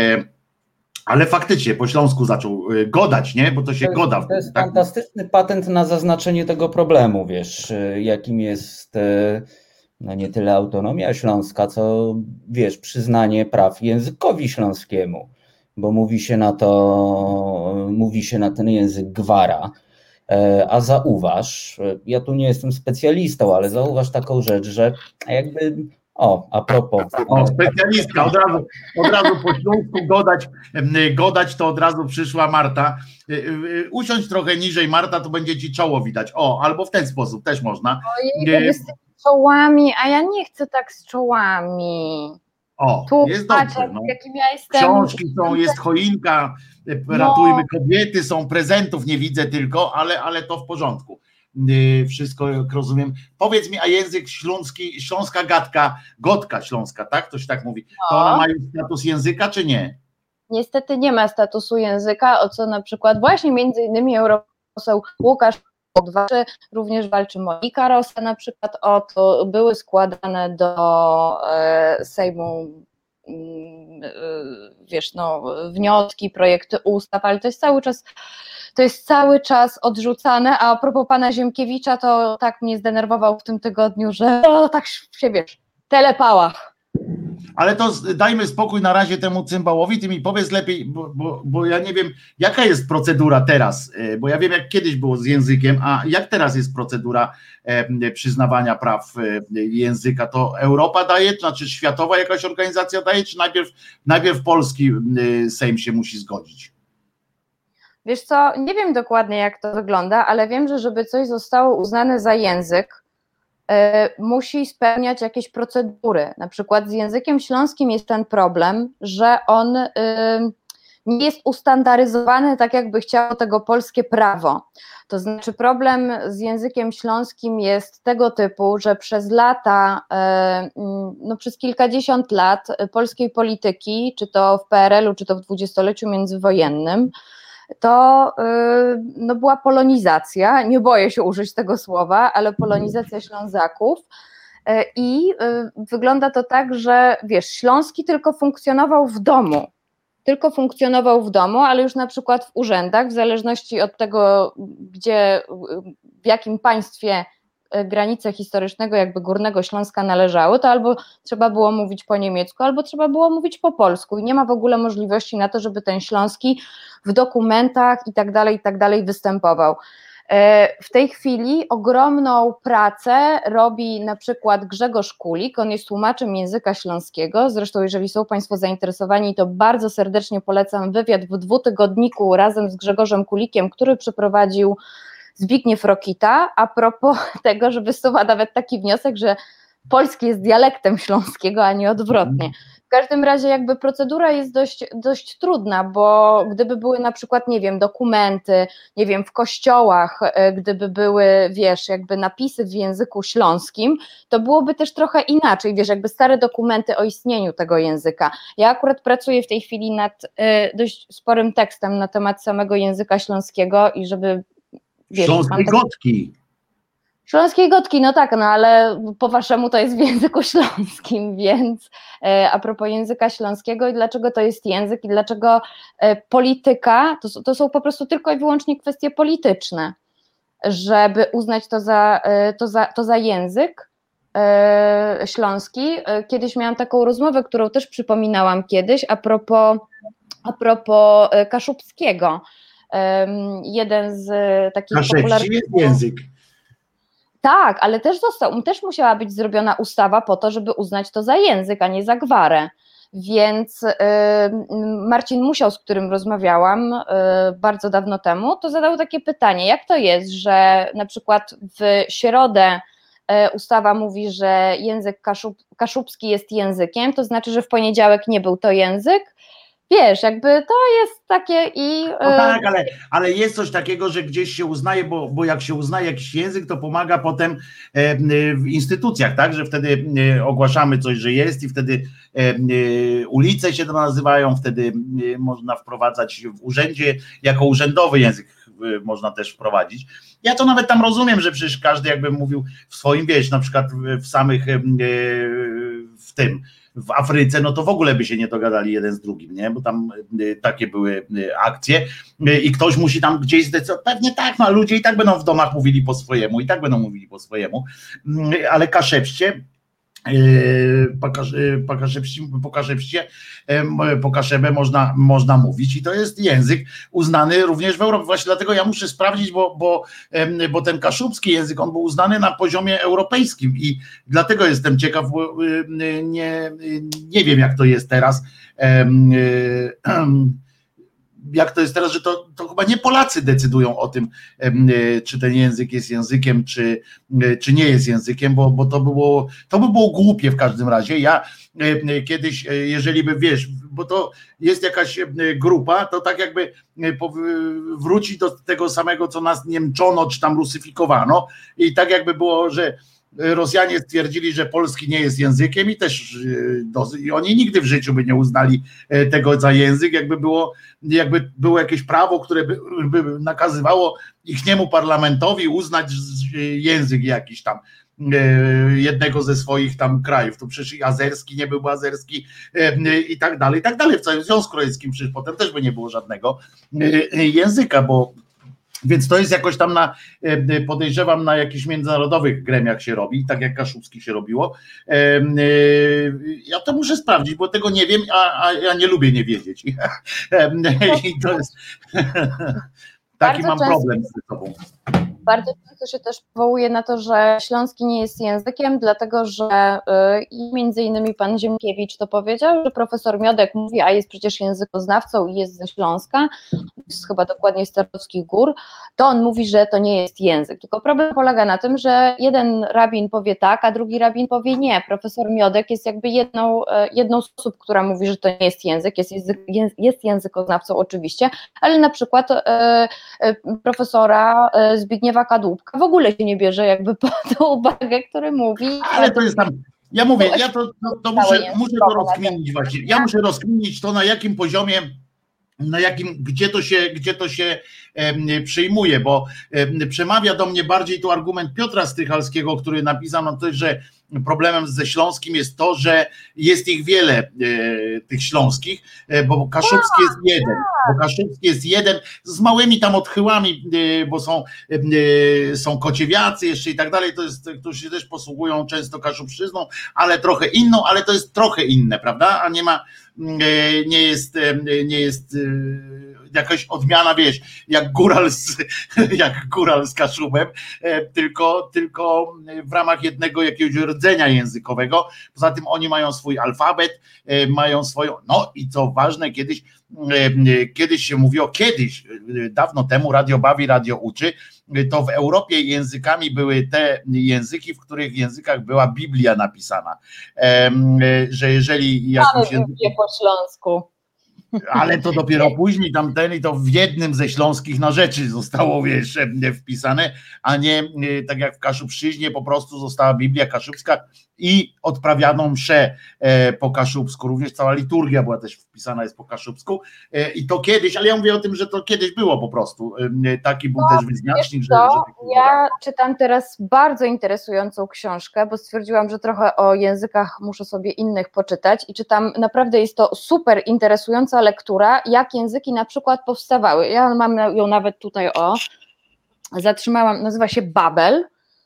Ale faktycznie po śląsku zaczął godać, nie? Bo to się to goda. Jest, to jest tak? fantastyczny patent na zaznaczenie tego problemu, wiesz, jakim jest no nie tyle autonomia śląska, co wiesz, przyznanie praw językowi śląskiemu, bo mówi się na to, mówi się na ten język gwara. A zauważ, ja tu nie jestem specjalistą, ale zauważ taką rzecz, że jakby, o, a propos. O, specjalistka, od razu, od razu po śląsku godać, godać to od razu przyszła Marta. Usiądź trochę niżej, Marta, to będzie ci czoło widać. O, albo w ten sposób też można. Ojej, z tymi czołami, a ja nie chcę tak z czołami. O, tu jest patrz, dobrze. No. jakim ja jestem. Książki są, jest choinka, ratujmy kobiety, są prezentów, nie widzę tylko, ale, ale to w porządku. Wszystko, jak rozumiem. Powiedz mi, a język śląski, śląska gadka, gotka śląska, tak? To się tak mówi. To ona ma już status języka, czy nie? Niestety nie ma statusu języka, o co na przykład właśnie między innymi europoseł Łukasz walczy, również walczy Monika Rosa na przykład o to, były składane do e, Sejmu e, wiesz, no, wnioski, projekty ustaw, ale to jest cały czas to jest cały czas odrzucane, a a propos pana Ziemkiewicza, to tak mnie zdenerwował w tym tygodniu, że no, tak się wiesz, telepałach. Ale to dajmy spokój na razie temu cymbałowi, ty mi powiedz lepiej, bo, bo, bo ja nie wiem, jaka jest procedura teraz, bo ja wiem, jak kiedyś było z językiem, a jak teraz jest procedura e, przyznawania praw e, języka, to Europa daje, to znaczy światowa jakaś organizacja daje, czy najpierw, najpierw polski e, Sejm się musi zgodzić? Wiesz co, nie wiem dokładnie, jak to wygląda, ale wiem, że żeby coś zostało uznane za język, musi spełniać jakieś procedury. Na przykład z językiem śląskim jest ten problem, że on nie jest ustandaryzowany tak, jakby chciało tego polskie prawo. To znaczy problem z językiem śląskim jest tego typu, że przez lata, no przez kilkadziesiąt lat polskiej polityki, czy to w P R L u, czy to w dwudziestoleciu międzywojennym, to no, była polonizacja, nie boję się użyć tego słowa, ale polonizacja Ślązaków i wygląda to tak, że wiesz, Śląski tylko funkcjonował w domu, tylko funkcjonował w domu, ale już na przykład w urzędach, w zależności od tego, gdzie, w jakim państwie granice historycznego jakby Górnego Śląska należały, to albo trzeba było mówić po niemiecku, albo trzeba było mówić po polsku i nie ma w ogóle możliwości na to, żeby ten śląski w dokumentach i tak dalej, i tak dalej występował. W tej chwili ogromną pracę robi na przykład Grzegorz Kulik, on jest tłumaczem języka śląskiego, zresztą jeżeli są Państwo zainteresowani, to bardzo serdecznie polecam wywiad w dwutygodniku razem z Grzegorzem Kulikiem, który przeprowadził Zbigniew Rokita, a propos tego, że wysuwa nawet taki wniosek, że polski jest dialektem śląskiego, a nie odwrotnie. W każdym razie jakby procedura jest dość, dość trudna, bo gdyby były na przykład, nie wiem, dokumenty, nie wiem, w kościołach, gdyby były, wiesz, jakby napisy w języku śląskim, to byłoby też trochę inaczej, wiesz, jakby stare dokumenty o istnieniu tego języka. Ja akurat pracuję w tej chwili nad y, dość sporym tekstem na temat samego języka śląskiego i żeby, wiesz... Śląskiej tak... gotki. Śląskiej gotki, no tak, no ale po waszemu to jest w języku śląskim, więc e, a propos języka śląskiego i dlaczego to jest język i dlaczego e, polityka, to, to są po prostu tylko i wyłącznie kwestie polityczne, żeby uznać to za, e, to za, to za język e, śląski. E, kiedyś miałam taką rozmowę, którą też przypominałam kiedyś, a propos, a propos e, Kaszubskiego. E, jeden z takich popularnych... jest język. Tak, ale też został, też musiała być zrobiona ustawa po to, żeby uznać to za język, a nie za gwarę. Więc y, Marcin Musiał, z którym rozmawiałam y, bardzo dawno temu, to zadał takie pytanie, jak to jest, że na przykład w środę y, ustawa mówi, że język kaszub, kaszubski jest językiem, to znaczy, że w poniedziałek nie był to język. Wiesz, jakby to jest takie i... No tak, ale, ale jest coś takiego, że gdzieś się uznaje, bo, bo jak się uznaje jakiś język, to pomaga potem w instytucjach, tak, że wtedy ogłaszamy coś, że jest i wtedy ulice się to nazywają, wtedy można wprowadzać w urzędzie, jako urzędowy język można też wprowadzić. Ja to nawet tam rozumiem, że przecież każdy jakby mówił w swoim, wiesz, na przykład w samych, w tym, w Afryce, no to w ogóle by się nie dogadali jeden z drugim, nie? Bo tam y, takie były y, akcje y, i ktoś musi tam gdzieś zdecydować, pewnie tak, no a ludzie i tak będą w domach mówili po swojemu, i tak będą mówili po swojemu, y, ale kaszepście, y, po kaszepście, po kaszepście, po kaszebę można, można mówić i to jest język uznany również w Europie. Właśnie dlatego ja muszę sprawdzić, bo, bo, bo ten kaszubski język, on był uznany na poziomie europejskim i dlatego jestem ciekaw, bo nie, nie wiem jak to jest teraz, jak to jest teraz, że to, to chyba nie Polacy decydują o tym, czy ten język jest językiem, czy, czy nie jest językiem, bo, bo to, było, to by było głupie w każdym razie. Ja kiedyś, jeżeli by, wiesz, bo to jest jakaś grupa, to tak jakby wrócić do tego samego, co nas niemczono, czy tam rusyfikowano i tak jakby było, że Rosjanie stwierdzili, że polski nie jest językiem i też i oni nigdy w życiu by nie uznali tego za język, jakby było, jakby było jakieś prawo, które by, by nakazywało ichniemu parlamentowi uznać język jakiś tam jednego ze swoich tam krajów. To przecież i azerski nie był azerski i tak dalej, i tak dalej. W całym Związku Radzieckim przecież potem też by nie było żadnego języka, bo więc to jest jakoś tam na, podejrzewam, na jakichś międzynarodowych gremiach się robi, tak jak Kaszubski się robiło. Ja to muszę sprawdzić, bo tego nie wiem, a, a ja nie lubię nie wiedzieć. I to jest taki mam problem z sobą. Bardzo często się też powołuje na to, że śląski nie jest językiem, dlatego że i między innymi pan Ziemkiewicz to powiedział, że profesor Miodek mówi, a jest przecież językoznawcą i jest ze Śląska, jest chyba dokładnie z Tarnowskich Gór, to on mówi, że to nie jest język. Tylko problem polega na tym, że jeden rabin powie tak, a drugi rabin powie nie. Profesor Miodek jest jakby jedną, jedną z osób, która mówi, że to nie jest język, jest, język, jest językoznawcą oczywiście, ale na przykład e, e, profesora Zbigniewa Kadłubka w ogóle się nie bierze jakby pod uwagę, który mówi... Ale to jest tam, ja mówię, ja to, to, to muszę, muszę to rozkminić właśnie, ja muszę rozkminić to na jakim poziomie, na jakim, gdzie to się, gdzie to się e, przyjmuje, bo e, przemawia do mnie bardziej tu argument Piotra Strychalskiego, który napisał no to, że problemem ze śląskim jest to, że jest ich wiele, e, tych śląskich, e, bo kaszubski jest jeden, bo kaszubski jest jeden z małymi tam odchyłami, e, bo są, e, są kociewiacy jeszcze i tak dalej, to jest, którzy się też posługują często kaszubszczyzną, ale trochę inną, ale to jest trochę inne, prawda, a nie ma, e, nie jest, e, nie jest, e, jakaś odmiana, wiesz, jak góral z, jak góral z Kaszubem, tylko, tylko w ramach jednego jakiegoś rdzenia językowego. Poza tym oni mają swój alfabet, mają swoją, no i co ważne, kiedyś kiedyś się mówiło, kiedyś, dawno temu, radio bawi, radio uczy, to w Europie językami były te języki, w których językach była Biblia napisana, że jeżeli jakimś językiem po śląsku. Ale to dopiero później tamten i to w jednym ze śląskich narzeczy zostało, wiesz, wpisane, a nie tak jak w Kaszubszczyźnie po prostu została Biblia kaszubska i odprawiano mszę po kaszubsku, również cała liturgia była też wpisana, jest po kaszubsku i to kiedyś, ale ja mówię o tym, że to kiedyś było po prostu, taki był no, też wyznacznik, że, to, że ja czytam teraz bardzo interesującą książkę, bo stwierdziłam, że trochę o językach muszę sobie innych poczytać i czytam, naprawdę jest to super interesująca lektura, jak języki na przykład powstawały. Ja mam ją nawet tutaj, o, zatrzymałam, nazywa się Babel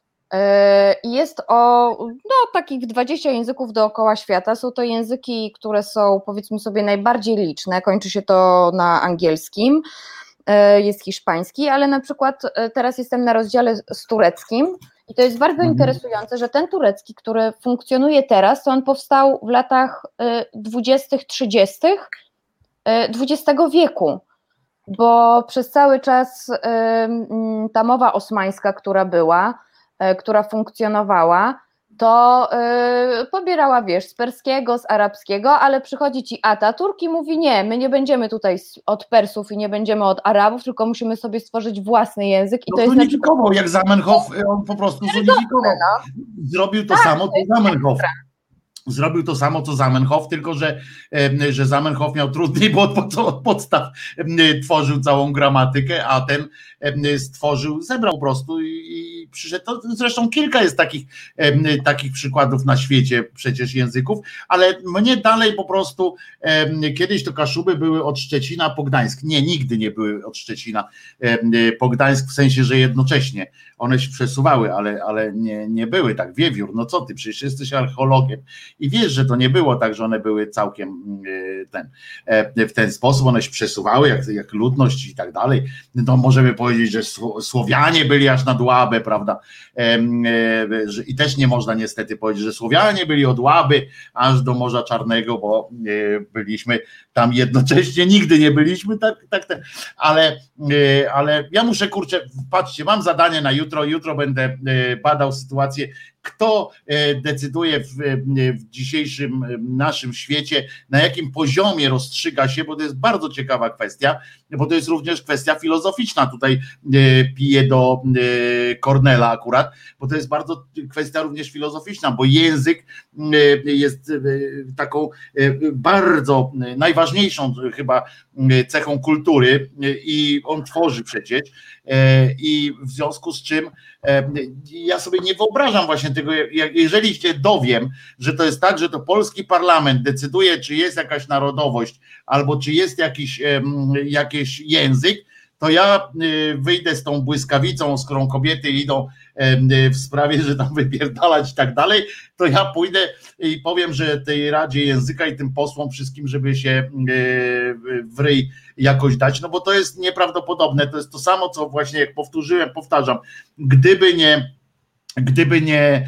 i jest o no, takich dwadzieścia języków dookoła świata. Są to języki, które są, powiedzmy sobie, najbardziej liczne, kończy się to na angielskim, jest hiszpański, ale na przykład teraz jestem na rozdziale z tureckim i to jest bardzo mhm. interesujące, że ten turecki, który funkcjonuje teraz, to on powstał w latach dwudziestych, trzydziestych dwudziestego wieku, bo przez cały czas ta mowa osmańska, która była, która funkcjonowała, to pobierała, wiesz, z perskiego, z arabskiego, ale przychodzi ci Ataturk i mówi, nie, my nie będziemy tutaj od Persów i nie będziemy od Arabów, tylko musimy sobie stworzyć własny język. I no to jest zunifikował, jak Zamenhof, on po prostu zunifikował. No. Zrobił to tak, samo, co Zamenhof. Zrobił to samo, co Zamenhof, tylko że, że Zamenhof miał trudniej, bo od, od podstaw tworzył całą gramatykę, a ten stworzył, zebrał po prostu i, i przyszedł. To zresztą kilka jest takich, takich przykładów na świecie przecież języków, ale mnie dalej po prostu, kiedyś to Kaszuby były od Szczecina po Gdańsk. Nie, nigdy nie były od Szczecina po Gdańsk, w sensie, że jednocześnie one się przesuwały, ale, ale nie, nie były tak. Wiewiór, no co ty, przecież jesteś archeologiem i wiesz, że to nie było tak, że one były całkiem ten, w ten sposób, one się przesuwały jak, jak ludność i tak dalej. No możemy powiedzieć, że Słowianie byli aż nad Łabę, prawda? I też nie można niestety powiedzieć, że Słowianie byli od Łaby aż do Morza Czarnego, bo byliśmy tam jednocześnie, nigdy nie byliśmy, tak, tak, tak. Ale, ale ja muszę, kurczę, patrzcie, mam zadanie na jutro, jutro będę badał sytuację, kto decyduje w, w dzisiejszym naszym świecie, na jakim poziomie rozstrzyga się, bo to jest bardzo ciekawa kwestia, bo to jest również kwestia filozoficzna, tutaj piję do Kornela akurat, bo to jest bardzo kwestia również filozoficzna, bo język jest taką bardzo najważniejszą chyba cechą kultury i on tworzy przecież i w związku z czym ja sobie nie wyobrażam właśnie tego, jeżeli się dowiem, że to jest tak, że to polski parlament decyduje, czy jest jakaś narodowość, albo czy jest jakiś, jakiś język, to ja wyjdę z tą błyskawicą, z którą kobiety idą w sprawie, że tam wypierdalać i tak dalej, to ja pójdę i powiem, że tej Radzie Języka i tym posłom wszystkim, żeby się w ryj jakoś dać, no bo to jest nieprawdopodobne, to jest to samo, co właśnie jak powtórzyłem, powtarzam, gdyby nie Gdyby nie,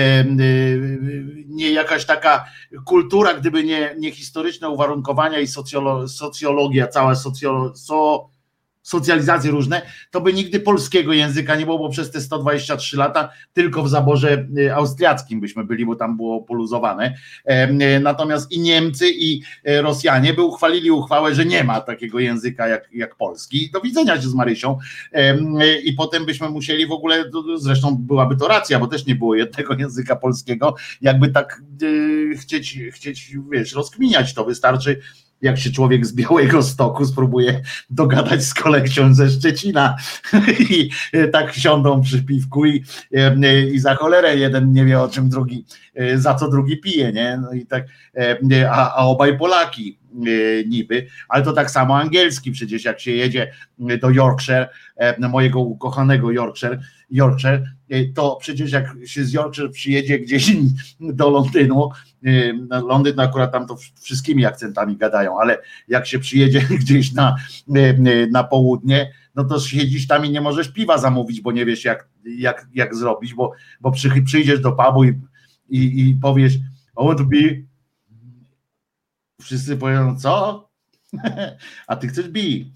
nie jakaś taka kultura, gdyby nie, nie historyczne uwarunkowania i socjolo, socjologia, cała socjolo, so, socjalizacje różne, to by nigdy polskiego języka nie było, bo przez te sto dwadzieścia trzy lata tylko w zaborze austriackim byśmy byli, bo tam było poluzowane. Natomiast i Niemcy, i Rosjanie by uchwalili uchwałę, że nie ma takiego języka jak, jak polski. Do widzenia się z Marysią. I potem byśmy musieli w ogóle, zresztą byłaby to racja, bo też nie było jednego języka polskiego, jakby tak chcieć, chcieć wiesz, rozkminiać, to wystarczy, jak się człowiek z Białego Stoku spróbuje dogadać z kolekcją ze Szczecina i tak siądą przy piwku i, i za cholerę jeden nie wie o czym drugi, za co drugi pije, nie? No i tak, a, a obaj Polaki, niby, ale to tak samo angielski, przecież jak się jedzie do Yorkshire, mojego ukochanego Yorkshire, Yorkshire, to przecież jak się z Yorkshire przyjedzie gdzieś do Londynu, Londyn akurat tam to wszystkimi akcentami gadają, ale jak się przyjedzie gdzieś na, na południe, no to siedzisz tam i nie możesz piwa zamówić, bo nie wiesz jak, jak, jak zrobić, bo, bo przy, przyjdziesz do pubu i, i, i powiesz I want to be, wszyscy powiedzą co? A ty chcesz bi.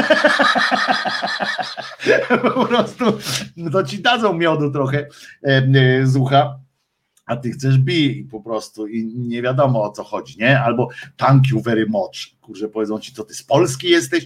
Po prostu no to ci dadzą miodu trochę z ucha, a ty chcesz bi po prostu i nie wiadomo o co chodzi, nie? Albo thank you very much. Kurczę, powiedzą ci, co ty z Polski jesteś,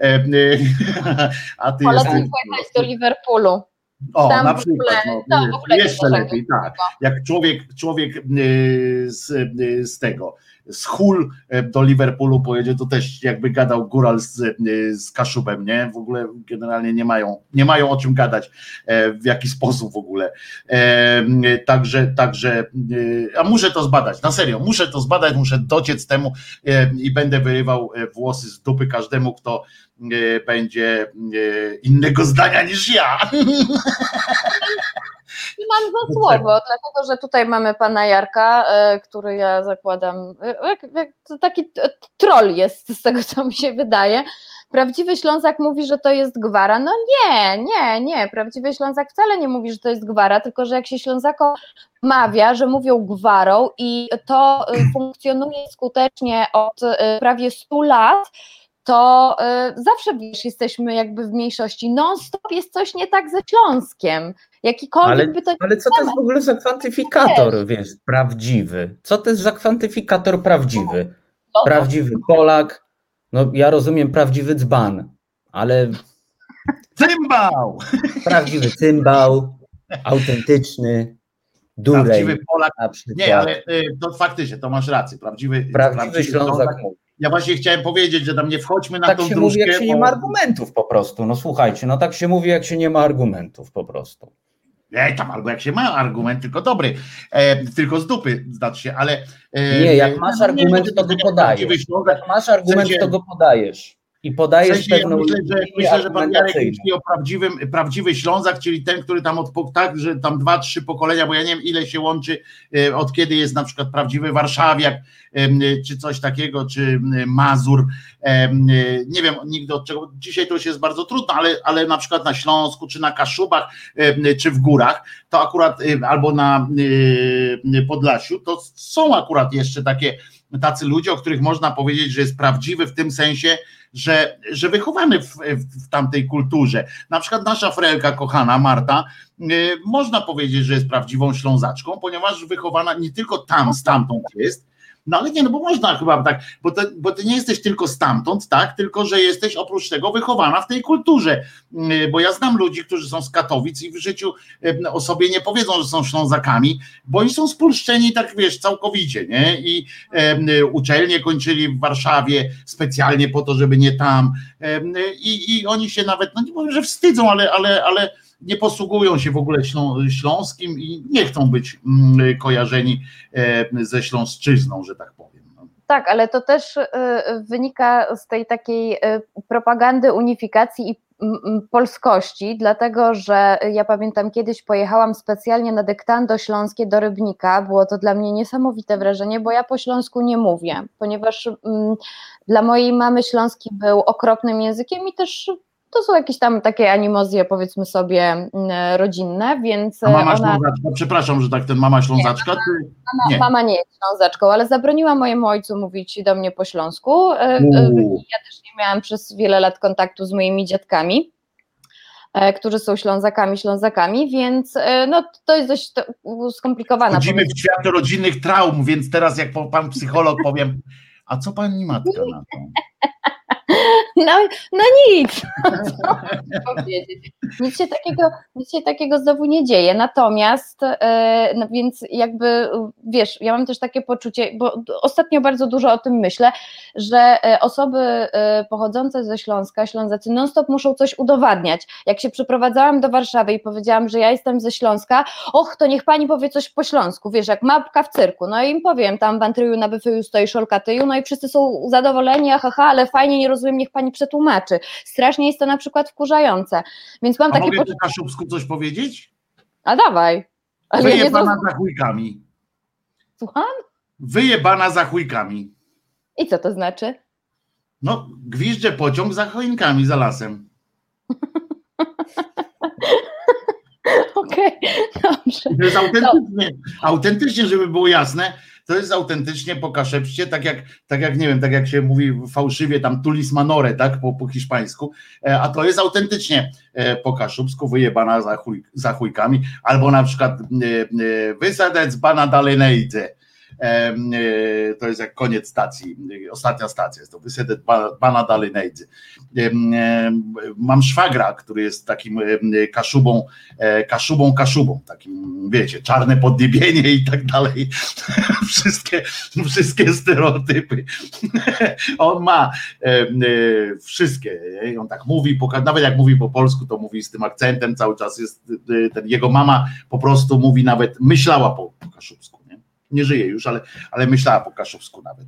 a ty Polecam jesteś... pojechać do Liverpoolu. O, Tam na w przykład, ogóle- no, tam w ogóle jeszcze nie ma lepiej, żadnego tak. Jak człowiek, człowiek y, z, y, z tego, z Hull y, do Liverpoolu pojedzie, to też jakby gadał góral z, y, z Kaszubem, nie? W ogóle generalnie nie mają, nie mają o czym gadać, e, w jaki sposób w ogóle. E, y, także, także, y, a muszę to zbadać, na serio, muszę to zbadać, muszę dociec temu y, i będę wyrywał y, włosy z dupy każdemu, kto y, będzie y, innego zdania niż ja. I mam za słowo, dlatego że tutaj mamy pana Jarka, e, który ja zakładam, e, jak, jak, to taki t- troll jest z tego, co mi się wydaje. Prawdziwy Ślązak mówi, że to jest gwara. No nie, nie, nie. Prawdziwy Ślązak wcale nie mówi, że to jest gwara, tylko że jak się Ślązakom mawia, że mówią gwarą i to e, funkcjonuje skutecznie od e, prawie stu lat, to y, zawsze, wiesz, jesteśmy jakby w mniejszości. Non-stop jest coś nie tak ze Śląskiem. Jakikolwiek Ale, by to ale co to jest w ogóle za kwantyfikator, wiesz, prawdziwy? Co to jest za kwantyfikator prawdziwy? Prawdziwy Polak, no ja rozumiem prawdziwy dzban, ale Cymbał! prawdziwy cymbał, autentyczny, durej Prawdziwy Polak. na przykład. Nie, ale y, to faktycznie, to masz rację. Prawdziwy, Prawdziwy Ślązak mówi. Ja właśnie chciałem powiedzieć, że tam nie wchodźmy na Tak tą się dróżkę. mówi, jak się nie bo- ma argumentów po prostu. No słuchajcie, no tak się mówi, jak się nie ma argumentów po prostu. Ej, tam albo jak się ma argument, tylko dobry, e, tylko z dupy, znaczy się, ale... E, Nie, jak masz no, argument, nie, to go prawdziwy podajesz. Ślązak. Jak masz argument, W sensie- to go podajesz. I podajesz W sensie, ja pewną myślę, że, linię myślę, że pan Jarek argumentacyjną. myśli o prawdziwym, prawdziwy Ślązak, czyli ten, który tam od, tak, że tam dwa, trzy pokolenia, bo ja nie wiem ile się łączy, e, od kiedy jest na przykład prawdziwy warszawiak, e, czy coś takiego, czy e, Mazur, e, nie wiem nigdy od czego, dzisiaj to już jest bardzo trudno, ale, ale na przykład na Śląsku, czy na Kaszubach, e, czy w górach, to akurat, e, albo na e, Podlasiu, to są akurat jeszcze takie, tacy ludzie, o których można powiedzieć, że jest prawdziwy w tym sensie, że, że wychowany w, w, w tamtej kulturze. Na przykład nasza frelka kochana Marta, y, można powiedzieć, że jest prawdziwą Ślązaczką, ponieważ wychowana nie tylko tam, stamtąd jest, no ale nie, no bo można chyba tak, bo, to, bo ty nie jesteś tylko stamtąd, tak, tylko że jesteś oprócz tego wychowana w tej kulturze, y, bo ja znam ludzi, którzy są z Katowic i w życiu y, o sobie nie powiedzą, że są Ślązakami, bo oni są spolszczeni tak, wiesz, całkowicie, nie, i y, uczelnie kończyli w Warszawie specjalnie po to, żeby nie tam, y, i, i oni się nawet, no nie powiem, że wstydzą, ale, ale, ale nie posługują się w ogóle ślą, śląskim i nie chcą być mm, kojarzeni e, ze śląszczyzną, że tak powiem. No. Tak, ale to też y, wynika z tej takiej y, propagandy unifikacji i mm, polskości, dlatego że ja pamiętam kiedyś pojechałam specjalnie na dyktando śląskie do Rybnika, było to dla mnie niesamowite wrażenie, bo ja po śląsku nie mówię, ponieważ mm, dla mojej mamy śląski był okropnym językiem i też to są jakieś tam takie animozje, powiedzmy sobie, mm, rodzinne, więc A mama ona... Ślązaczka, przepraszam, że tak ten mama Ślązaczka, czy... Mama Nie. nie. mama nie jest Ślązaczką, ale zabroniła mojemu ojcu mówić do mnie po śląsku. E, e, Uuu. Ja też nie miałam przez wiele lat kontaktu z moimi dziadkami, e, którzy są Ślązakami, Ślązakami, więc e, no, to jest dość to, skomplikowana. Wchodzimy w świat rodzinnych traum, więc teraz jak po- pan psycholog powiem, a co pani matka na to? No, no nic, co powiedzieć. Nic się, takiego, nic się takiego znowu nie dzieje, natomiast e, no więc jakby, wiesz, ja mam też takie poczucie, bo ostatnio bardzo dużo o tym myślę, że osoby e, pochodzące ze Śląska, Ślązacy non stop muszą coś udowadniać. Jak się przeprowadzałam do Warszawy i powiedziałam, że ja jestem ze Śląska, och, to niech pani powie coś po śląsku, wiesz, jak mapka w cyrku, no i im powiem, tam w Antryju na Byfyju stoi szolka tyju, no i wszyscy są zadowoleni, ahaha, ale fajnie, nie rozumiem, niech pani przetłumaczy. Strasznie jest to na przykład wkurzające. Więc mam A takie mogę poczucie... po kaszubsku coś powiedzieć? A dawaj. Ale ja nie Wyjebana zrozum... za chujkami. Słucham? Wyjebana za chujkami. I co to znaczy? No, gwizdże pociąg za choinkami, za lasem. Okej, okay, dobrze. To jest autentycznie, to... autentycznie, żeby było jasne, to jest autentycznie po kaszepście, tak jak, tak jak nie wiem, tak jak się mówi fałszywie tam tulis manore, tak, po, po hiszpańsku, a to jest autentycznie po kaszubsku wyjebana za, chuj, za chujkami, albo na przykład wysadec bana dalenejdze. To jest jak koniec stacji, ostatnia stacja jest to, wysadec bana dalenejdze. Mam szwagra, który jest takim kaszubą, kaszubą, kaszubą, takim, wiecie, czarne podniebienie i tak dalej. Wszystkie, wszystkie stereotypy. On ma wszystkie. On tak mówi, nawet jak mówi po polsku, to mówi z tym akcentem, cały czas jest, ten, jego mama po prostu mówi, nawet myślała po, po kaszubsku. Nie? Nie żyje już, ale, ale myślała po kaszubsku nawet.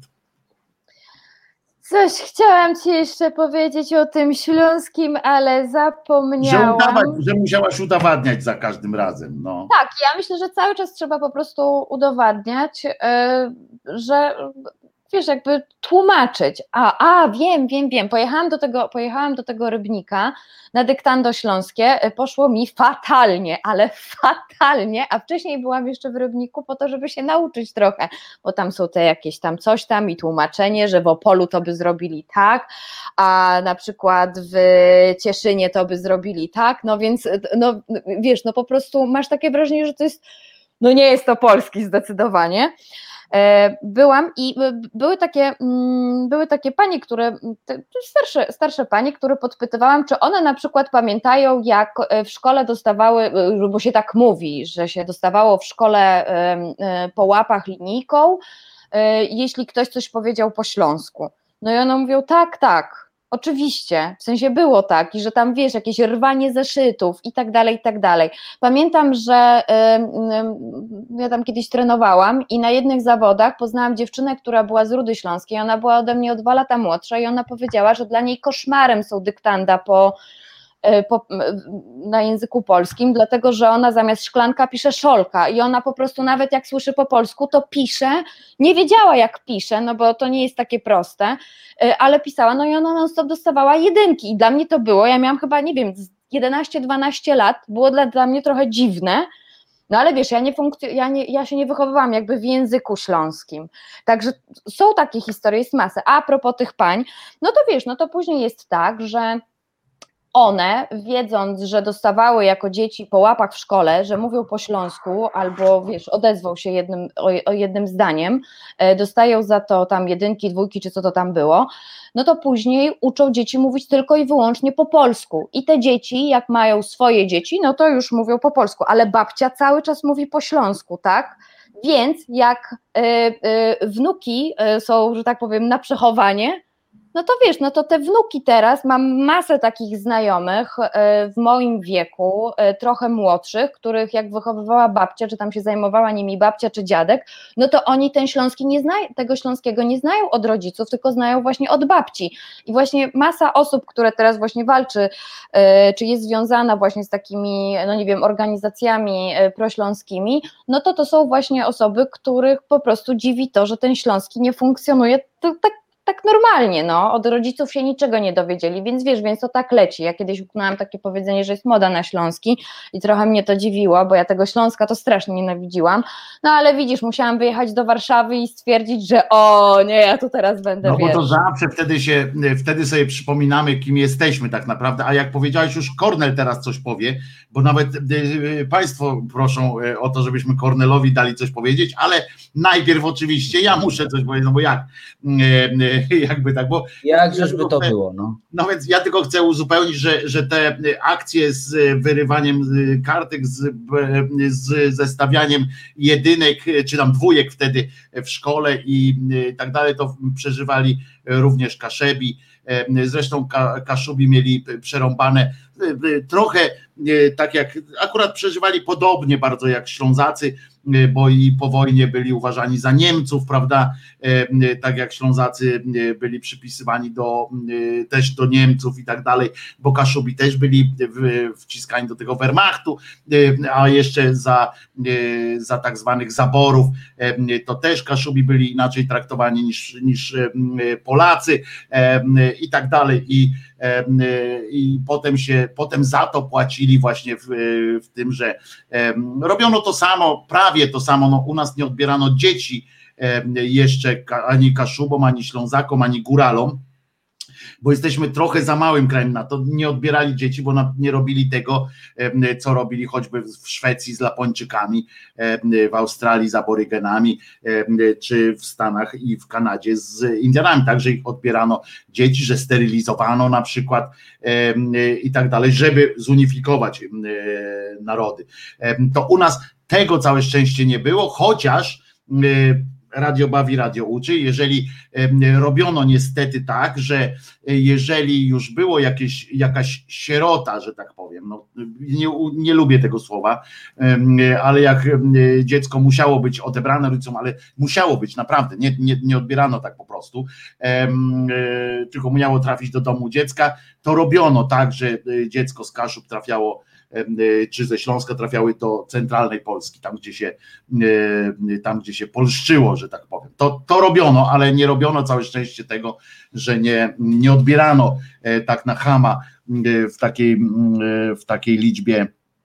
Coś chciałam ci jeszcze powiedzieć o tym śląskim, ale zapomniałam. Że, udawać, że musiałaś udowadniać za każdym razem. No. Tak, ja myślę, że cały czas trzeba po prostu udowadniać, yy, że wiesz, jakby tłumaczyć. A, a wiem, wiem, wiem. Pojechałam do tego, pojechałam do tego Rybnika na dyktando śląskie, poszło mi fatalnie, ale fatalnie, a wcześniej byłam jeszcze w Rybniku po to, żeby się nauczyć trochę, bo tam są te jakieś tam coś tam i tłumaczenie, że w Opolu to by zrobili tak, a na przykład w Cieszynie to by zrobili tak, no więc, no wiesz, no po prostu masz takie wrażenie, że to jest, no nie jest to polski zdecydowanie. Byłam i były takie, były takie panie, które, starsze, starsze panie, które podpytywałam, czy one na przykład pamiętają, jak w szkole dostawały, bo się tak mówi, że się dostawało w szkole po łapach linijką, jeśli ktoś coś powiedział po śląsku. No i one mówią, tak, tak, oczywiście, w sensie było tak i że tam wiesz, jakieś rwanie zeszytów i tak dalej, i tak dalej. Pamiętam, że y, y, ja tam kiedyś trenowałam i na jednych zawodach poznałam dziewczynę, która była z Rudy Śląskiej, ona była ode mnie o dwa lata młodsza i ona powiedziała, że dla niej koszmarem są dyktanda po, y, po, y, na języku polskim, dlatego, że ona zamiast szklanka pisze szolka i ona po prostu nawet jak słyszy po polsku, to pisze, nie wiedziała jak pisze, no bo to nie jest takie proste, ale pisała, no i ona non stop dostawała jedynki i dla mnie to było, ja miałam chyba, nie wiem, jedenaście dwanaście lat, było dla, dla mnie trochę dziwne, no ale wiesz, ja, nie funkc- ja, nie, ja się nie wychowywałam jakby w języku śląskim, także są takie historie, jest masę, a propos tych pań, no to wiesz, no to później jest tak, że one, wiedząc, że dostawały jako dzieci po łapach w szkole, że mówią po śląsku albo wiesz, odezwał się jednym, o, o jednym zdaniem, e, dostają za to tam jedynki, dwójki czy co to tam było, no to później uczą dzieci mówić tylko i wyłącznie po polsku i te dzieci, jak mają swoje dzieci, no to już mówią po polsku, ale babcia cały czas mówi po śląsku, tak? Więc jak y, y, wnuki y, są, że tak powiem, na przechowanie, no to wiesz, no to te wnuki teraz, mam masę takich znajomych w moim wieku, trochę młodszych, których jak wychowywała babcia, czy tam się zajmowała nimi babcia, czy dziadek, no to oni ten śląski nie znają, tego śląskiego nie znają od rodziców, tylko znają właśnie od babci. I właśnie masa osób, które teraz właśnie walczy, czy jest związana właśnie z takimi, no nie wiem, organizacjami prośląskimi, no to to są właśnie osoby, których po prostu dziwi to, że ten śląski nie funkcjonuje to tak tak normalnie, no, od rodziców się niczego nie dowiedzieli, więc wiesz, więc to tak leci. Ja kiedyś utknąłem takie powiedzenie, że jest moda na śląski i trochę mnie to dziwiło, bo ja tego Śląska to strasznie nienawidziłam, no ale widzisz, musiałam wyjechać do Warszawy i stwierdzić, że o nie, ja tu teraz będę, no bo wiesz. to zawsze wtedy się, wtedy sobie przypominamy, kim jesteśmy tak naprawdę, a jak powiedziałeś, już Kornel teraz coś powie, bo nawet y, państwo proszą o to, żebyśmy Kornelowi dali coś powiedzieć, ale najpierw oczywiście ja muszę coś powiedzieć, no bo jak y, y, jakby tak, bo... Jakżeż by to było, no. No więc ja tylko chcę uzupełnić, że, że te akcje z wyrywaniem kartek, z, z zestawianiem jedynek, czy tam dwójek wtedy w szkole i tak dalej, to przeżywali również Kaszebi. Zresztą Kaszubi mieli przerąbane trochę tak jak, akurat przeżywali podobnie bardzo jak Ślązacy, bo i po wojnie byli uważani za Niemców, prawda, tak jak Ślązacy byli przypisywani do, też do Niemców i tak dalej, bo Kaszubi też byli wciskani do tego Wehrmachtu, a jeszcze za, za tak zwanych zaborów to też Kaszubi byli inaczej traktowani niż, niż Polacy i tak dalej i, i potem się, potem za to płacili właśnie w, w tym, że robiono to samo, prawie to samo, no u nas nie odbierano dzieci jeszcze ani Kaszubom, ani Ślązakom, ani Góralom, bo jesteśmy trochę za małym krajem na to, nie odbierali dzieci, bo nie robili tego, co robili choćby w Szwecji z Lapończykami, w Australii z aborygenami, czy w Stanach i w Kanadzie z Indianami, także ich odbierano dzieci, że sterylizowano na przykład i tak dalej, żeby zunifikować narody. To u nas tego całe szczęście nie było, chociaż radio bawi, radio uczy, jeżeli robiono niestety tak, że jeżeli już było jakieś, jakaś sierota, że tak powiem, no, nie, nie lubię tego słowa, ale jak dziecko musiało być odebrane rodzicom, ale musiało być naprawdę, nie, nie, nie odbierano tak po prostu, tylko miało trafić do domu dziecka, to robiono tak, że dziecko z Kaszub trafiało czy ze Śląska trafiały do centralnej Polski, tam gdzie się, tam, gdzie się polszczyło, że tak powiem. To, to robiono, ale nie robiono całe szczęście tego, że nie, nie odbierano tak na chama w takiej, w takiej liczbie,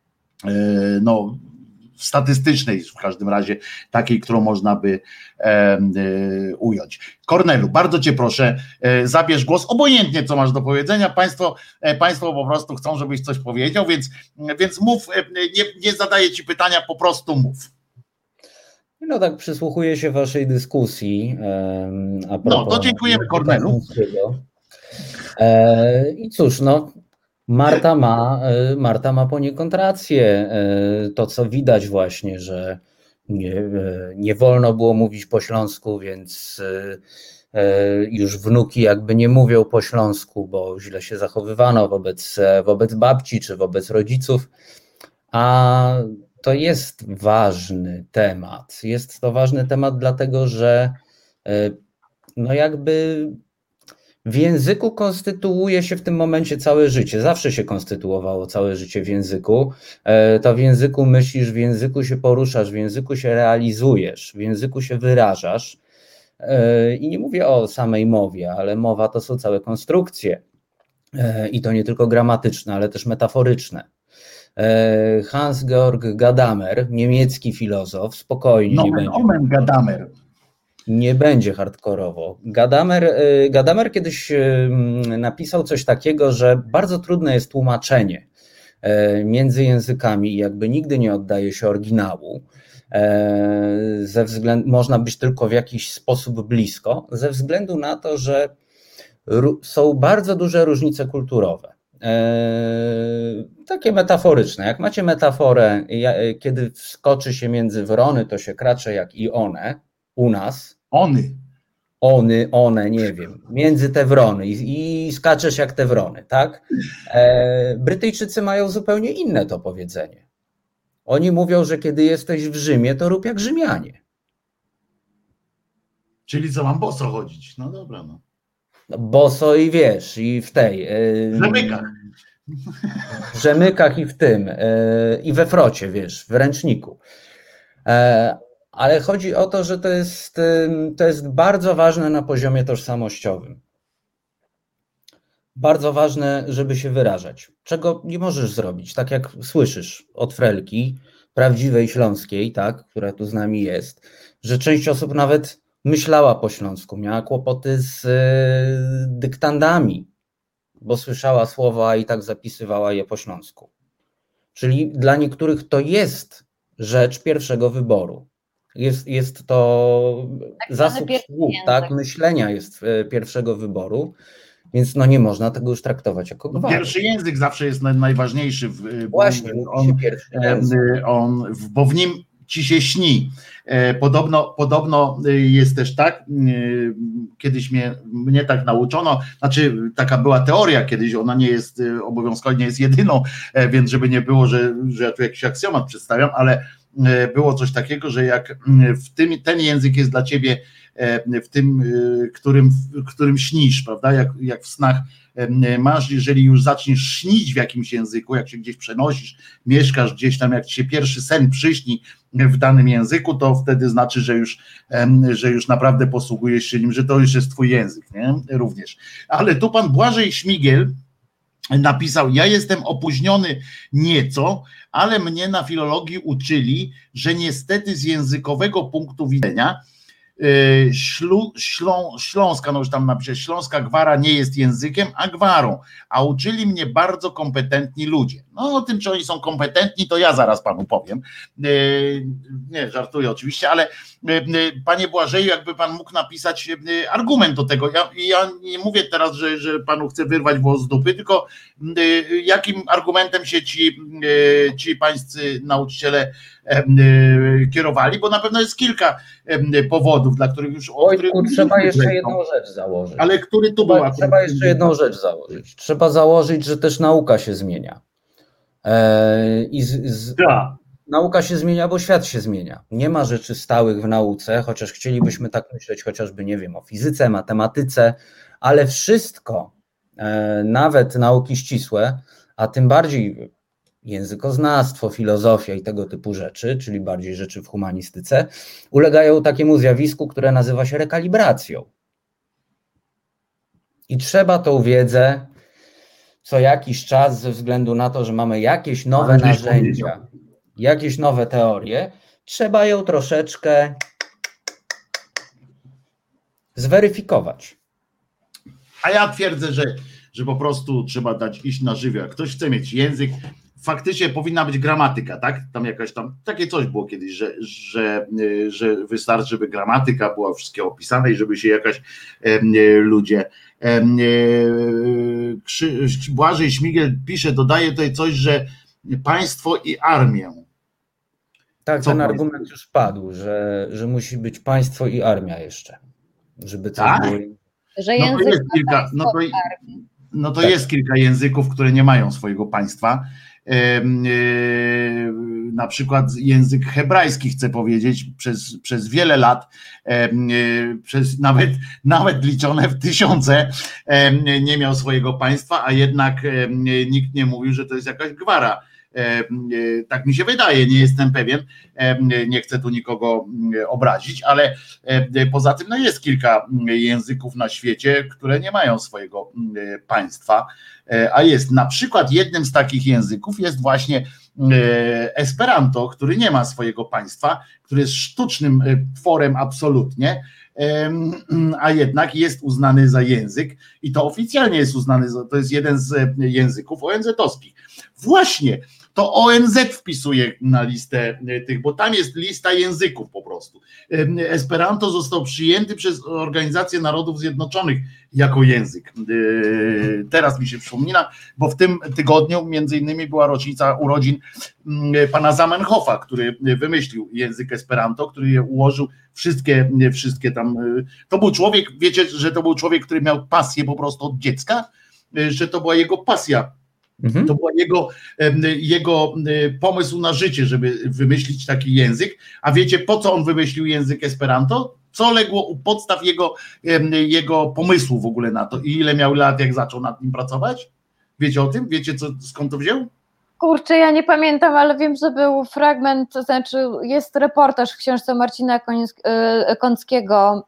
no statystycznej w każdym razie, takiej, którą można by e, e, ująć. Kornelu, bardzo cię proszę, e, zabierz głos, obojętnie co masz do powiedzenia, państwo, e, państwo po prostu chcą, żebyś coś powiedział, więc, więc mów, e, nie, nie zadaję ci pytania, po prostu mów. No tak, przysłuchuję się waszej dyskusji. E, a propos, no, to dziękujemy Kornelu. E, I cóż, no Marta ma, Marta ma poniekąd rację. To, co widać właśnie, że nie, nie wolno było mówić po śląsku, więc już wnuki jakby nie mówią po śląsku, bo źle się zachowywano wobec, wobec babci czy wobec rodziców. A to jest ważny temat. Jest to ważny temat dlatego, że no jakby w języku konstytuuje się w tym momencie całe życie, zawsze się konstytuowało całe życie w języku, to w języku myślisz, w języku się poruszasz, w języku się realizujesz, w języku się wyrażasz i nie mówię o samej mowie, ale mowa to są całe konstrukcje i to nie tylko gramatyczne, ale też metaforyczne. Hans-Georg Gadamer, niemiecki filozof, spokojnie, nie będzie. Omen Gadamer. Nie będzie hardkorowo. Gadamer, Gadamer kiedyś napisał coś takiego, że bardzo trudne jest tłumaczenie między językami i jakby nigdy nie oddaje się oryginału. Ze względu, można być tylko w jakiś sposób blisko, ze względu na to, że są bardzo duże różnice kulturowe. Takie metaforyczne. Jak macie metaforę, kiedy wskoczy się między wrony, to się kracze jak i one, u nas. Ony. Ony, one, nie wiem. Między te wrony i, i skaczesz jak te wrony, tak? E, Brytyjczycy mają zupełnie inne to powiedzenie. Oni mówią, że kiedy jesteś w Rzymie, to rób jak Rzymianie. Czyli co, mam boso chodzić? No dobra, no. No boso i wiesz, i w tej... E, w rzemykach. W rzemykach i w tym. E, I we frocie, wiesz, w ręczniku. E, Ale chodzi o to, że to jest, to jest bardzo ważne na poziomie tożsamościowym. Bardzo ważne, żeby się wyrażać. Czego nie możesz zrobić, tak jak słyszysz od Frelki, prawdziwej śląskiej, tak, która tu z nami jest, że część osób nawet myślała po śląsku, miała kłopoty z dyktandami, bo słyszała słowa i tak zapisywała je po śląsku. Czyli dla niektórych to jest rzecz pierwszego wyboru. Jest, jest to Tak zasób pierwszy słów, język. tak? Myślenia jest e, pierwszego wyboru, więc no nie można tego już traktować jako gwałt. Pierwszy język zawsze jest naj- najważniejszy. w- bo Właśnie, on, mówi się pierwszy język. on, bo w nim ci się śni. E, Podobno, podobno jest też tak, e, kiedyś mnie, mnie tak nauczono, znaczy taka była teoria kiedyś, ona nie jest e, obowiązkowa, nie jest jedyną, e, więc żeby nie było, że, że ja tu jakiś aksjomat przedstawiam, ale e, było coś takiego, że jak w tym, ten język jest dla ciebie e, w tym, e, którym, w którym śnisz, prawda, jak, jak w snach e, masz, jeżeli już zaczniesz śnić w jakimś języku, jak się gdzieś przenosisz, mieszkasz gdzieś tam, jak ci się pierwszy sen przyśni w danym języku, to wtedy znaczy, że już, że już naprawdę posługujesz się nim, że to już jest twój język, nie? Również. Ale tu pan Błażej Śmigiel napisał: ja jestem opóźniony nieco, ale mnie na filologii uczyli, że niestety z językowego punktu widzenia Ślu, ślą, Śląska, no już tam napiszę, Śląska gwara nie jest językiem, a gwarą, a uczyli mnie bardzo kompetentni ludzie. No o tym, czy oni są kompetentni, to ja zaraz panu powiem. Nie, żartuję oczywiście, ale panie Błażeju, jakby pan mógł napisać argument do tego. Ja, ja nie mówię teraz, że, że panu chcę wyrwać włos z dupy, tylko jakim argumentem się ci, ci pańscy nauczyciele kierowali, bo na pewno jest kilka powodów, dla których już... Wojtku, trzeba jeszcze jedną rzecz założyć. Ale który tu był? Trzeba jeszcze jedną rzecz założyć. Trzeba założyć, że też nauka się zmienia. I z, z, ja. Nauka się zmienia, bo świat się zmienia. Nie ma rzeczy stałych w nauce, chociaż chcielibyśmy tak myśleć, chociażby, nie wiem, o fizyce, matematyce, ale wszystko, nawet nauki ścisłe, a tym bardziej językoznawstwo, filozofia i tego typu rzeczy, czyli bardziej rzeczy w humanistyce, ulegają takiemu zjawisku, które nazywa się rekalibracją. I trzeba tą wiedzę co jakiś czas, ze względu na to, że mamy jakieś nowe Ale narzędzia, jakieś nowe teorie, trzeba ją troszeczkę zweryfikować. A ja twierdzę, że, że po prostu trzeba dać iść na żywioł. Jak ktoś chce mieć język, faktycznie powinna być gramatyka, tak? Tam jakaś tam, takie coś było kiedyś, że, że, że wystarczy, żeby gramatyka była wszystkie opisane i żeby się jakaś e, ludzie... E, e, Krzy, Błażej Śmigiel pisze, dodaje tutaj coś, że państwo i armię. Tak, Co ten państwo? argument już padł, że, że musi być państwo i armia jeszcze, żeby coś Tak? było... Że No to język jest kilka, no to, no to jest kilka języków, które nie mają swojego państwa. Na przykład język hebrajski, chcę powiedzieć, przez, przez wiele lat, przez nawet, nawet liczone w tysiące, nie miał swojego państwa, a jednak nikt nie mówił, że to jest jakaś gwara. Tak mi się wydaje, nie jestem pewien, nie chcę tu nikogo obrazić, ale poza tym no jest kilka języków na świecie, które nie mają swojego państwa, a jest na przykład jednym z takich języków jest właśnie Esperanto, który nie ma swojego państwa, który jest sztucznym tworem absolutnie, a jednak jest uznany za język i to oficjalnie jest uznany, za, to jest jeden z języków O N Z-owskich. Właśnie, to O N Z wpisuje na listę tych, bo tam jest lista języków po prostu. Esperanto został przyjęty przez Organizację Narodów Zjednoczonych jako język. Teraz mi się przypomina, bo w tym tygodniu między innymi była rocznica urodzin pana Zamenhofa, który wymyślił język Esperanto, który je ułożył wszystkie, wszystkie tam. To był człowiek, wiecie, że to był człowiek, który miał pasję po prostu od dziecka, że to była jego pasja. To był jego, jego pomysł na życie, żeby wymyślić taki język. A wiecie, po co on wymyślił język Esperanto? Co legło u podstaw jego, jego pomysłu w ogóle na to? I ile miał lat, jak zaczął nad nim pracować? Wiecie o tym? Wiecie, co, skąd to wziął? Kurczę, ja nie pamiętam, ale wiem, że był fragment, to znaczy jest reportaż w książce Marcina Kąckiego,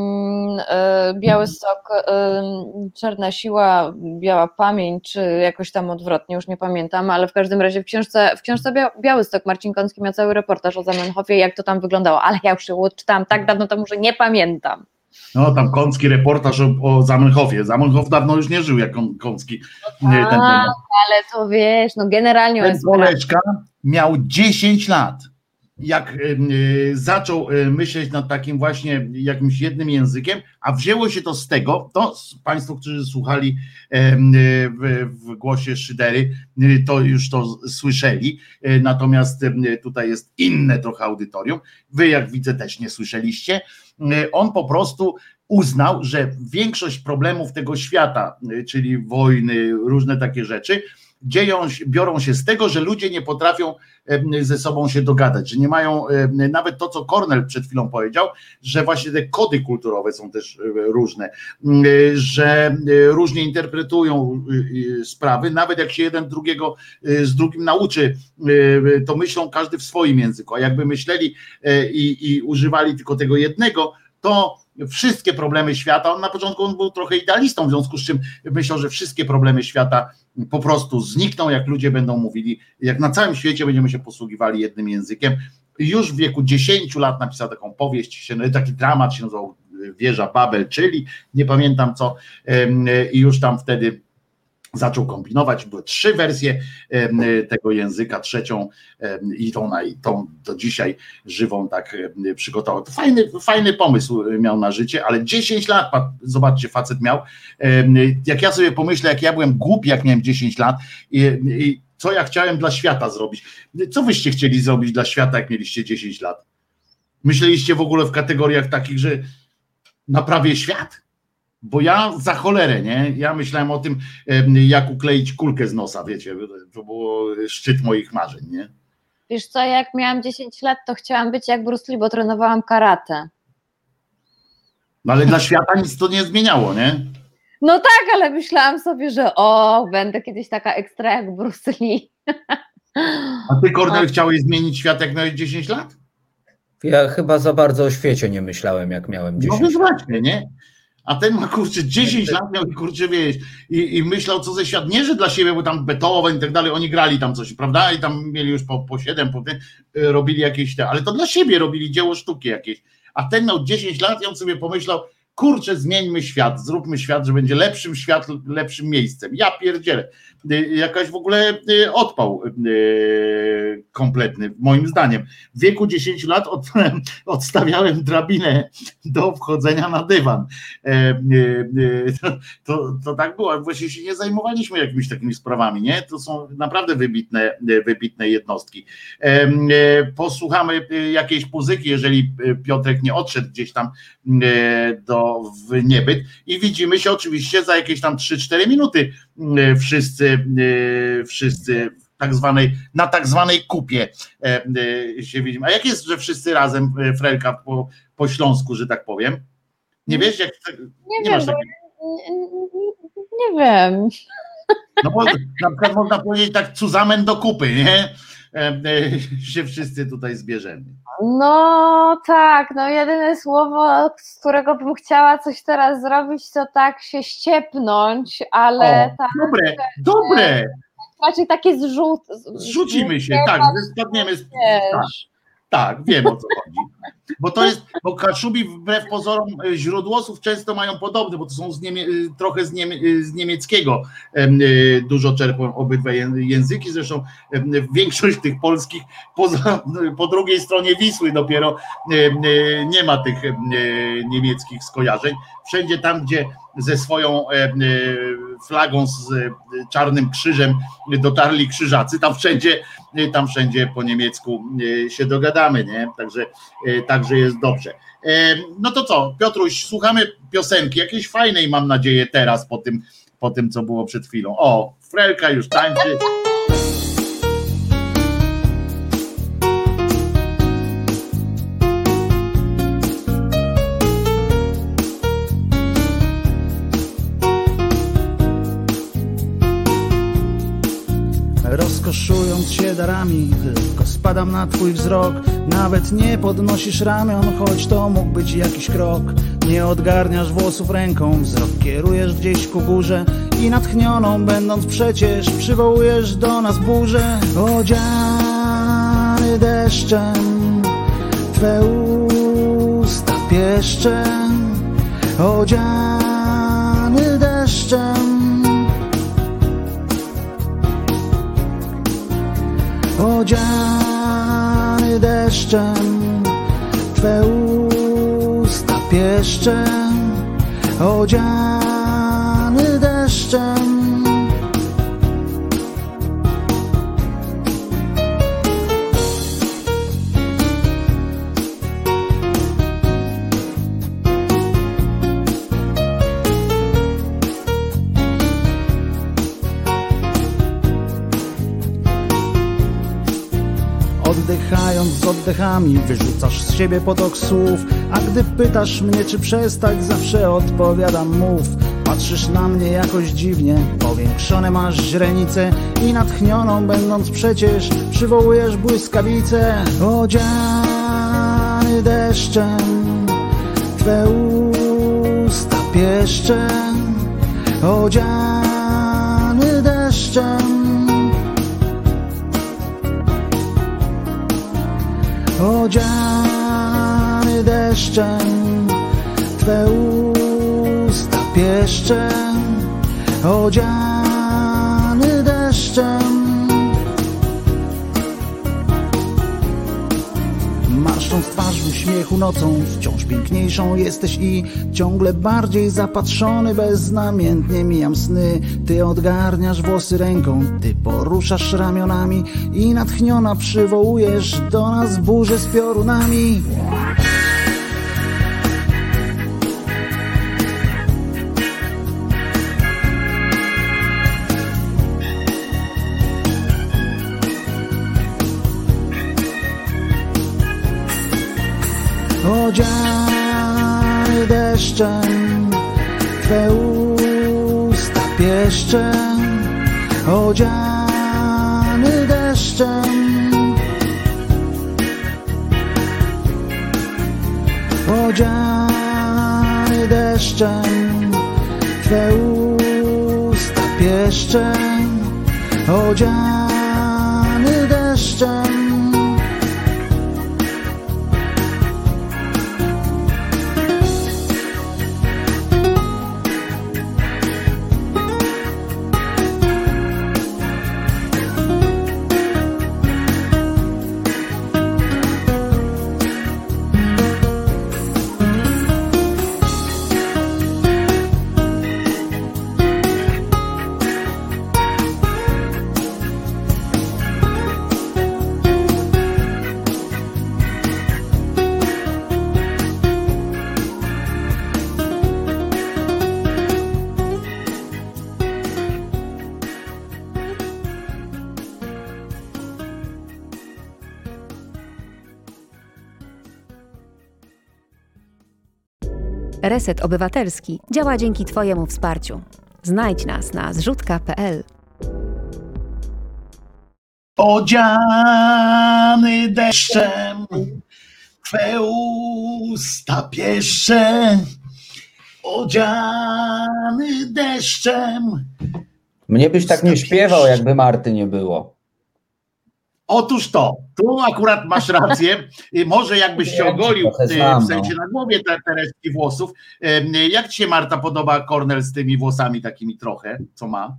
Białystok, Czarna Siła, Biała Pamięć, czy jakoś tam odwrotnie, już nie pamiętam, ale w każdym razie w książce, w książce Białystok Marcin Kącki miał cały reportaż o Zamenhofie, jak to tam wyglądało, ale ja już ją odczytałam tak dawno, to może nie pamiętam. No tam Kącki reportaż o, o Zamenhofie. Zamenhof dawno już nie żył jak Kącki. No tak, ten, ten. Ale to wiesz, no generalnie... Ten Boleczka miał dziesięć lat. jak zaczął myśleć nad takim właśnie jakimś jednym językiem, a wzięło się to z tego, to Państwo, którzy słuchali w, w głosie Szydery, to już to słyszeli, natomiast tutaj jest inne trochę audytorium, wy jak widzę też nie słyszeliście, on po prostu uznał, że większość problemów tego świata, czyli wojny, różne takie rzeczy, dzieją, biorą się z tego, że ludzie nie potrafią ze sobą się dogadać, że nie mają, nawet to co Kornel przed chwilą powiedział, że właśnie te kody kulturowe są też różne, że różnie interpretują sprawy, nawet jak się jeden drugiego z drugim nauczy, to myślą każdy w swoim języku, a jakby myśleli i, i używali tylko tego jednego, to wszystkie problemy świata, on na początku on był trochę idealistą, w związku z czym myślał, że wszystkie problemy świata po prostu znikną, jak ludzie będą mówili, jak na całym świecie będziemy się posługiwali jednym językiem. Już w wieku dziesięciu lat napisał taką powieść, taki dramat się nazywał Wieża Babel, czyli nie pamiętam co, i już tam wtedy zaczął kombinować, były trzy wersje tego języka, trzecią i tą, tą do dzisiaj żywą tak przygotował. To fajny, fajny pomysł miał na życie, ale dziesięć lat, zobaczcie, facet miał. Jak ja sobie pomyślę, jak ja byłem głupi, jak miałem dziesięć lat i, i co ja chciałem dla świata zrobić. Co wyście chcieli zrobić dla świata, jak mieliście dziesięć lat? Myśleliście w ogóle w kategoriach takich, że naprawię świat? Bo ja za cholerę, nie? Ja myślałem o tym, jak ukleić kulkę z nosa, wiecie, to było szczyt moich marzeń, nie? Wiesz co, jak miałam dziesięć lat, to chciałam być jak Bruce Lee, bo trenowałam karate. No ale dla świata nic to nie zmieniało, nie? No tak, ale myślałam sobie, że o, będę kiedyś taka ekstra jak Bruce Lee. A ty, Kornel, chciałeś zmienić świat, jak miałeś dziesięć lat? Ja chyba za bardzo o świecie nie myślałem, jak miałem dziesięć lat. No lat. właśnie, nie? A ten ma, kurczę, dziesięć lat miał i kurczę, wiesz, i, i myślał, co ze świat, nie, że dla siebie, bo tam Beethoven i tak dalej, oni grali tam coś, prawda, i tam mieli już po, po siedem, po tym, robili jakieś te, ale to dla siebie robili dzieło sztuki jakieś, a ten miał dziesięć lat i on sobie pomyślał, kurczę, zmieńmy świat, zróbmy świat, że będzie lepszym świat, lepszym miejscem. Ja pierdzielę. Jakaś w ogóle odpał kompletny, moim zdaniem. W wieku dziesięciu lat od, odstawiałem drabinę do wchodzenia na dywan. To, to, to tak było. Właściwie się nie zajmowaliśmy jakimiś takimi sprawami, nie? To są naprawdę wybitne, wybitne jednostki. Posłuchamy jakiejś muzyki, jeżeli Piotrek nie odszedł gdzieś tam do w niebyt i widzimy się oczywiście za jakieś tam trzy cztery minuty wszyscy, wszyscy tak zwanej, na tak zwanej kupie się widzimy. A jak jest, że wszyscy razem, Frelka, po, po śląsku, że tak powiem? Nie wiesz, jak... Nie, nie wiem, bo, nie, nie wiem. No bo na przykład można powiedzieć tak zusammen do kupy, nie? Się wszyscy tutaj zbierzemy. No tak, no jedyne słowo, z którego bym chciała coś teraz zrobić, to tak się ściepnąć, ale o, tak. Dobre, dobre. Raczej takie zrzut. Zrzucimy się, tak, spadniemy z... Tak, tak, wiem, o co chodzi. Bo to jest, bo Kaszubi wbrew pozorom źródłosłów często mają podobne, bo to są z niemie, trochę z, niemie, z niemieckiego dużo czerpią obydwa języki, zresztą większość tych polskich poza, po drugiej stronie Wisły dopiero nie ma tych niemieckich skojarzeń. Wszędzie tam, gdzie ze swoją flagą z czarnym krzyżem dotarli krzyżacy, tam wszędzie, tam wszędzie po niemiecku się dogadamy, nie? Także, także jest dobrze. No to co, Piotruś, słuchamy piosenki, jakiejś fajnej, mam nadzieję, teraz po tym, po tym, co było przed chwilą. O, Frelka już tańczy. Rozkoszując się darami, tylko spadam na twój wzrok. Nawet nie podnosisz ramion, choć to mógł być jakiś krok. Nie odgarniasz włosów ręką, wzrok kierujesz gdzieś ku górze i natchnioną będąc przecież przywołujesz do nas burzę. Odziany deszczem, twe usta pieszczem. Odziany deszczem, odziany deszczem. deszczem, Twe usta pieszczem, odziany deszczem. Oddychając z oddechami wyrzucasz z siebie potok słów, a gdy pytasz mnie czy przestać, zawsze odpowiadam mów. Patrzysz na mnie jakoś dziwnie, powiększone masz źrenice i natchnioną będąc przecież przywołujesz błyskawice. Odziany deszczem, Twe usta pieszczem, odziany deszczem. Odziany deszczem, Twe usta pieszczem, odziany deszczem. Marszcząc twarz w uśmiechu nocą, wciąż piękniejszą jesteś i ciągle bardziej zapatrzony, beznamiętnie mijam sny. Ty odgarniasz włosy ręką, ty poruszasz ramionami i natchniona przywołujesz do nas burzę z piorunami. Odziany deszczem, Twe usta pieszczem, odziany deszczem. Odziany deszczem, Twe usta pieszczem, odziany deszczem. Reset Obywatelski działa dzięki Twojemu wsparciu. Znajdź nas na zrzutka kropka p l. Odziany deszczem, Twe usta pieszcze, odziany deszczem. Mnie byś tak nie śpiewał, jakby Marty nie było. Otóż to, tu akurat masz rację, może jakbyś się ogolił, w sensie na głowie te, te resztki włosów. Jak ci się, Marta, podoba Kornel z tymi włosami takimi trochę, co ma?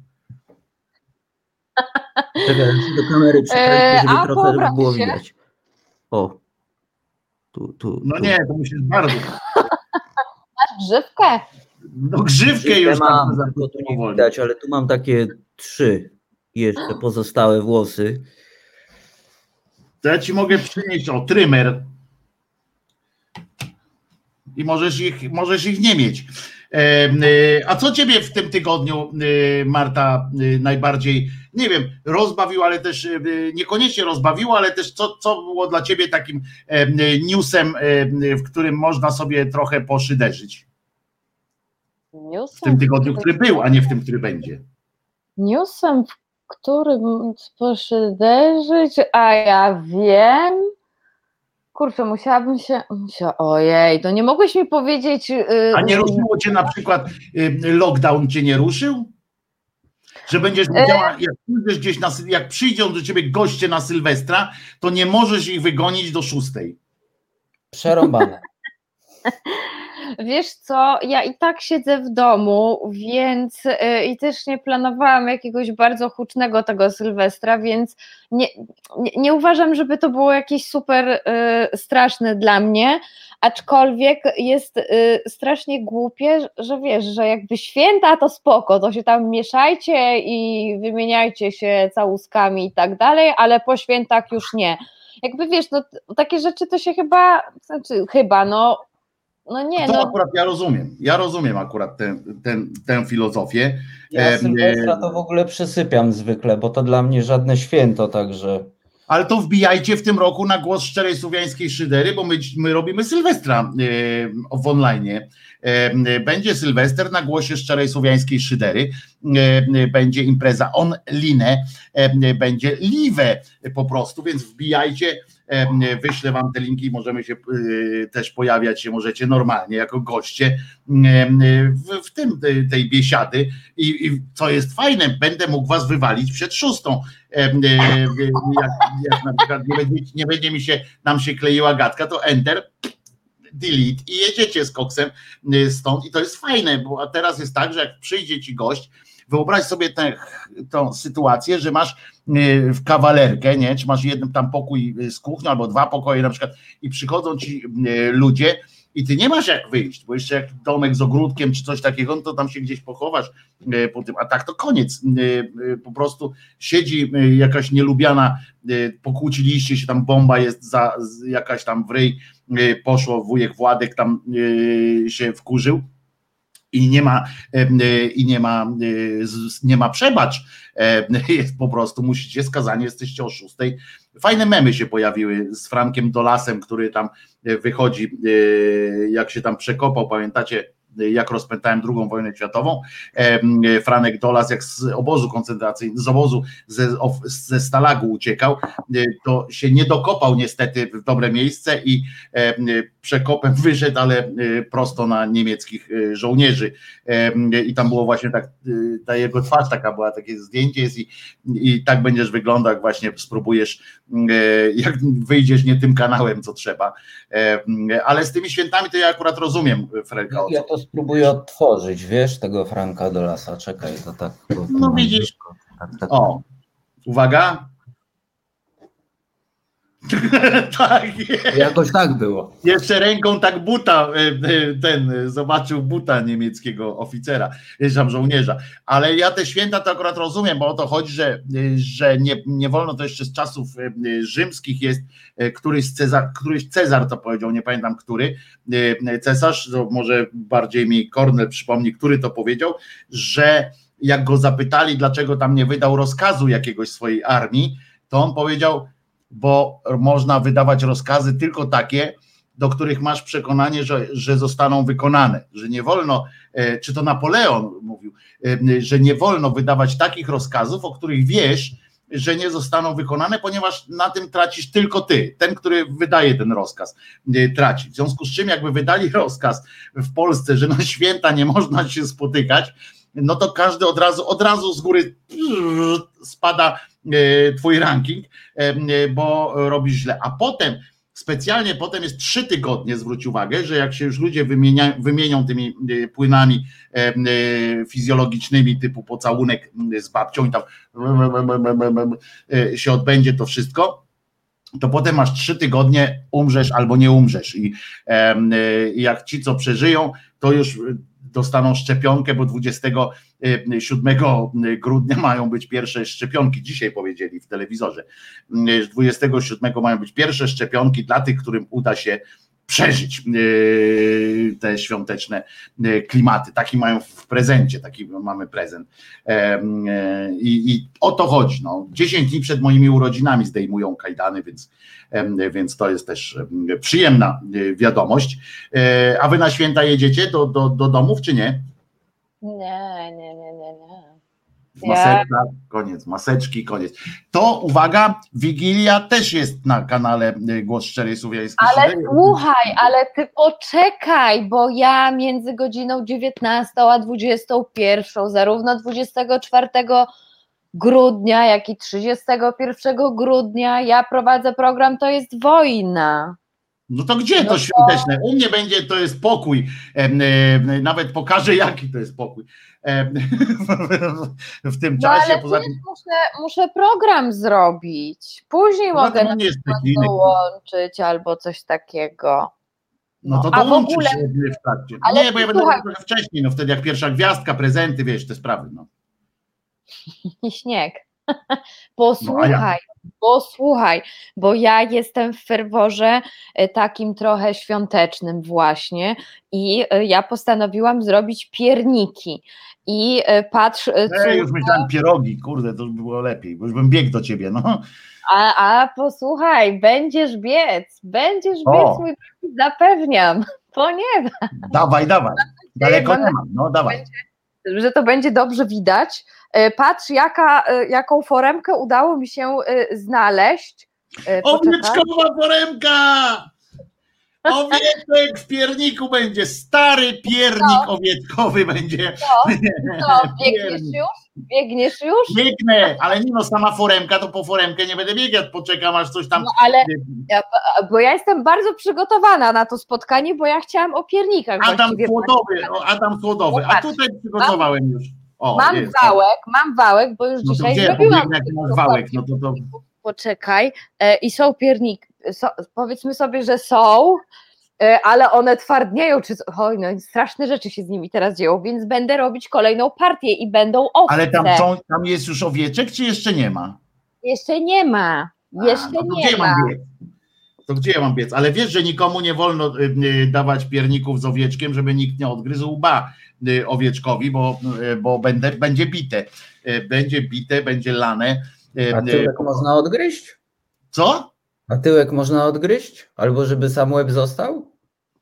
Czekaj, do kamery przekręcę, żeby trochę żeby było widać. O, tu, tu. No tu. nie, to musisz bardzo. Masz grzywkę? No grzywkę, grzywkę już mam, tam tylko tu nie widać, ale tu mam takie trzy jeszcze pozostałe włosy. To ja ci mogę przynieść, o, trymer i możesz ich, możesz ich nie mieć. A co ciebie w tym tygodniu, Marta, najbardziej, nie wiem, rozbawiło, ale też niekoniecznie rozbawiło, ale też co, co było dla ciebie takim newsem, w którym można sobie trochę poszyderzyć? Newsem, w tym tygodniu, który był, a nie w tym, który będzie. Newsem, w którym poszyderzyć, a ja wiem. Kurczę, musiałabym się. Musiała, ojej, to nie mogłeś mi powiedzieć. Yy, a nie ruszyło cię na przykład yy, lockdown cię nie ruszył? Że będziesz wiedziała, jak pójdziesz gdzieś na, jak przyjdą do ciebie goście na Sylwestra, to nie możesz ich wygonić do szóstej. Przerąbane. Wiesz co, ja i tak siedzę w domu, więc yy, i też nie planowałam jakiegoś bardzo hucznego tego Sylwestra, więc nie, nie, nie uważam, żeby to było jakieś super yy, straszne dla mnie, aczkolwiek jest yy, strasznie głupie, że, że wiesz, że jakby święta to spoko, to się tam mieszajcie i wymieniajcie się całuskami i tak dalej, ale po świętach już nie. Jakby wiesz, no takie rzeczy to się chyba, znaczy chyba, no No nie, to no. akurat ja rozumiem. Ja rozumiem akurat tę, tę, tę filozofię. Ja Sylwestra to w ogóle przesypiam zwykle, bo to dla mnie żadne święto, także. Ale to wbijajcie w tym roku na Głos Szczerej Słowiańskiej Szydery, bo my, my robimy Sylwestra w online. Będzie Sylwester na Głosie Szczerej Słowiańskiej Szydery, będzie impreza online, będzie live po prostu, więc wbijajcie, wyślę wam te linki, możemy się też pojawiać się, możecie normalnie jako goście w, w tym tej biesiady i, i co jest fajne, będę mógł was wywalić przed szóstą, jak, jak na przykład nie będzie, nie będzie mi się, nam się kleiła gadka, to enter, delete i jedziecie z koksem stąd i to jest fajne, bo teraz jest tak, że jak przyjdzie ci gość, wyobraź sobie tę, tą sytuację, że masz w kawalerkę, nie? Czy masz jeden tam pokój z kuchnią albo dwa pokoje na przykład i przychodzą ci ludzie i ty nie masz jak wyjść, bo jeszcze jak domek z ogródkiem czy coś takiego, no to tam się gdzieś pochowasz po tym, a tak to koniec, po prostu siedzi jakaś nielubiana, pokłóciliście się, tam bomba jest za, jakaś tam w ryj, poszło, wujek Władek tam się wkurzył i nie ma i nie ma nie ma przebacz, jest po prostu, musicie skazani, jesteście o szóstej. Fajne memy się pojawiły z Frankiem Dolasem, który tam wychodzi, jak się tam przekopał, pamiętacie, jak rozpętałem drugą wojnę światową, Franek Dolas jak z obozu koncentracyjnego, z obozu ze, ze Stalagu uciekał, to się nie dokopał niestety w dobre miejsce i przekopem wyszedł, ale prosto na niemieckich żołnierzy i tam było właśnie tak, ta jego twarz taka była, takie zdjęcie jest i, i tak będziesz wyglądał, jak właśnie spróbujesz, jak wyjdziesz nie tym kanałem, co trzeba, ale z tymi świętami to ja akurat rozumiem, Frelka. Ja to spróbuję odtworzyć, wiesz, tego Franka Dolasa, czekaj, to tak. To, no widzisz, tak, tak. O, uwaga. Tak jest. Jakoś tak było. Jeszcze ręką tak buta, ten zobaczył buta niemieckiego oficera, tam żołnierza. Ale ja te święta to akurat rozumiem, bo o to chodzi, że, że nie, nie wolno, to jeszcze z czasów rzymskich jest, któryś Cezar, któryś Cezar to powiedział, nie pamiętam który, cesarz, to może bardziej mi Kornel przypomni, który to powiedział, że jak go zapytali, dlaczego tam nie wydał rozkazu jakiegoś swojej armii, to on powiedział, bo można wydawać rozkazy tylko takie, do których masz przekonanie, że, że zostaną wykonane, że nie wolno, czy to Napoleon mówił, że nie wolno wydawać takich rozkazów, o których wiesz, że nie zostaną wykonane, ponieważ na tym tracisz tylko ty, ten, który wydaje ten rozkaz, traci. W związku z czym jakby wydali rozkaz w Polsce, że na święta nie można się spotykać, no to każdy od razu, od razu z góry spada twój ranking, bo robisz źle. A potem, specjalnie potem jest trzy tygodnie, zwróć uwagę, że jak się już ludzie wymienia, wymienią tymi płynami fizjologicznymi typu pocałunek z babcią i tam się odbędzie to wszystko, to potem masz trzy tygodnie, umrzesz albo nie umrzesz. I jak ci, co przeżyją, to już dostaną szczepionkę, bo dwudziestego siódmego grudnia mają być pierwsze szczepionki, dzisiaj powiedzieli w telewizorze, dwudziestego siódmego mają być pierwsze szczepionki dla tych, którym uda się przeżyć te świąteczne klimaty. Taki mają w prezencie, taki mamy prezent. I, i o to chodzi. No. dziesięć dni przed moimi urodzinami zdejmują kajdany, więc, więc to jest też przyjemna wiadomość. A wy na święta jedziecie do, do, do domów, czy nie? Nie, nie, nie, nie, nie. Maseczka, koniec, maseczki, koniec. To uwaga, Wigilia też jest na kanale Głos Szczerej Słowiańskiej. Ale słuchaj, ale ty poczekaj, bo ja między godziną dziewiętnastą a dwudziestą pierwszą, zarówno dwudziestego czwartego grudnia, jak i trzydziestego pierwszego grudnia ja prowadzę program To jest wojna. No to gdzie No to to- świąteczne? U mnie będzie, to jest pokój. Em, e, Nawet pokażę, jaki to jest pokój. Em, W tym No czasie, ale poza wiesz, tym. muszę, muszę program zrobić. Później Poza mogę tym na on nie jest przykład taki inny. dołączyć albo coś takiego. No to a w dołączysz ogóle- w trakcie. ale Nie, bo ja będę słuchaj- robił trochę wcześniej, no wtedy jak pierwsza gwiazdka, prezenty, wiesz, te sprawy. No. I śnieg. No, a Posłuchaj, posłuchaj, bo ja jestem w ferworze e, takim trochę świątecznym właśnie i e, ja postanowiłam zrobić pierniki i e, patrz, e, Ej, cóż, już myślałem pierogi, kurde, to już by było lepiej, bo już bym biegł do ciebie, no. a, a posłuchaj, będziesz biec, będziesz O. biec, mój drogi, zapewniam, ponieważ Dawaj, dawaj. Daleko mam nie mam, no dawaj. że to będzie dobrze widać. E, Patrz, jaka, e, jaką foremkę udało mi się e, znaleźć. E, poczekaj. Owieczkowa foremka! Owieczek w pierniku będzie, stary piernik owieczkowy będzie. No, no, biegniesz Piernik. już? Biegniesz już? Biegnę, ale nie no, sama foremka, to po foremkę nie będę biegać, poczekam aż coś tam. No ale, ja, bo ja jestem bardzo przygotowana na to spotkanie, bo ja chciałam o piernikach Adam właściwie Słodowy, o, Adam Słodowy, a tutaj przygotowałem już. O, Mam jest. wałek, mam wałek, bo już No to dzisiaj gdzie zrobiłam. pobiegnę, jak masz wałek, no to to... Poczekaj. E, I są pierniki, so, powiedzmy sobie, że są, e, ale one twardnieją, czy oj, no straszne rzeczy się z nimi teraz dzieją, więc będę robić kolejną partię i będą owce. Ale tam, są, tam jest już owieczek, czy jeszcze nie ma? Jeszcze nie ma. Jeszcze A, no to nie gdzie ma. mam biec? To gdzie ja mam biec? Ale wiesz, że nikomu nie wolno y, y, dawać pierników z owieczkiem, żeby nikt nie odgryzł łba y, owieczkowi, bo, y, bo będę, będzie bite. Y, będzie bite, będzie lane. Y, A tyłek można odgryźć? Co? A tyłek można odgryźć? Albo żeby sam łeb został?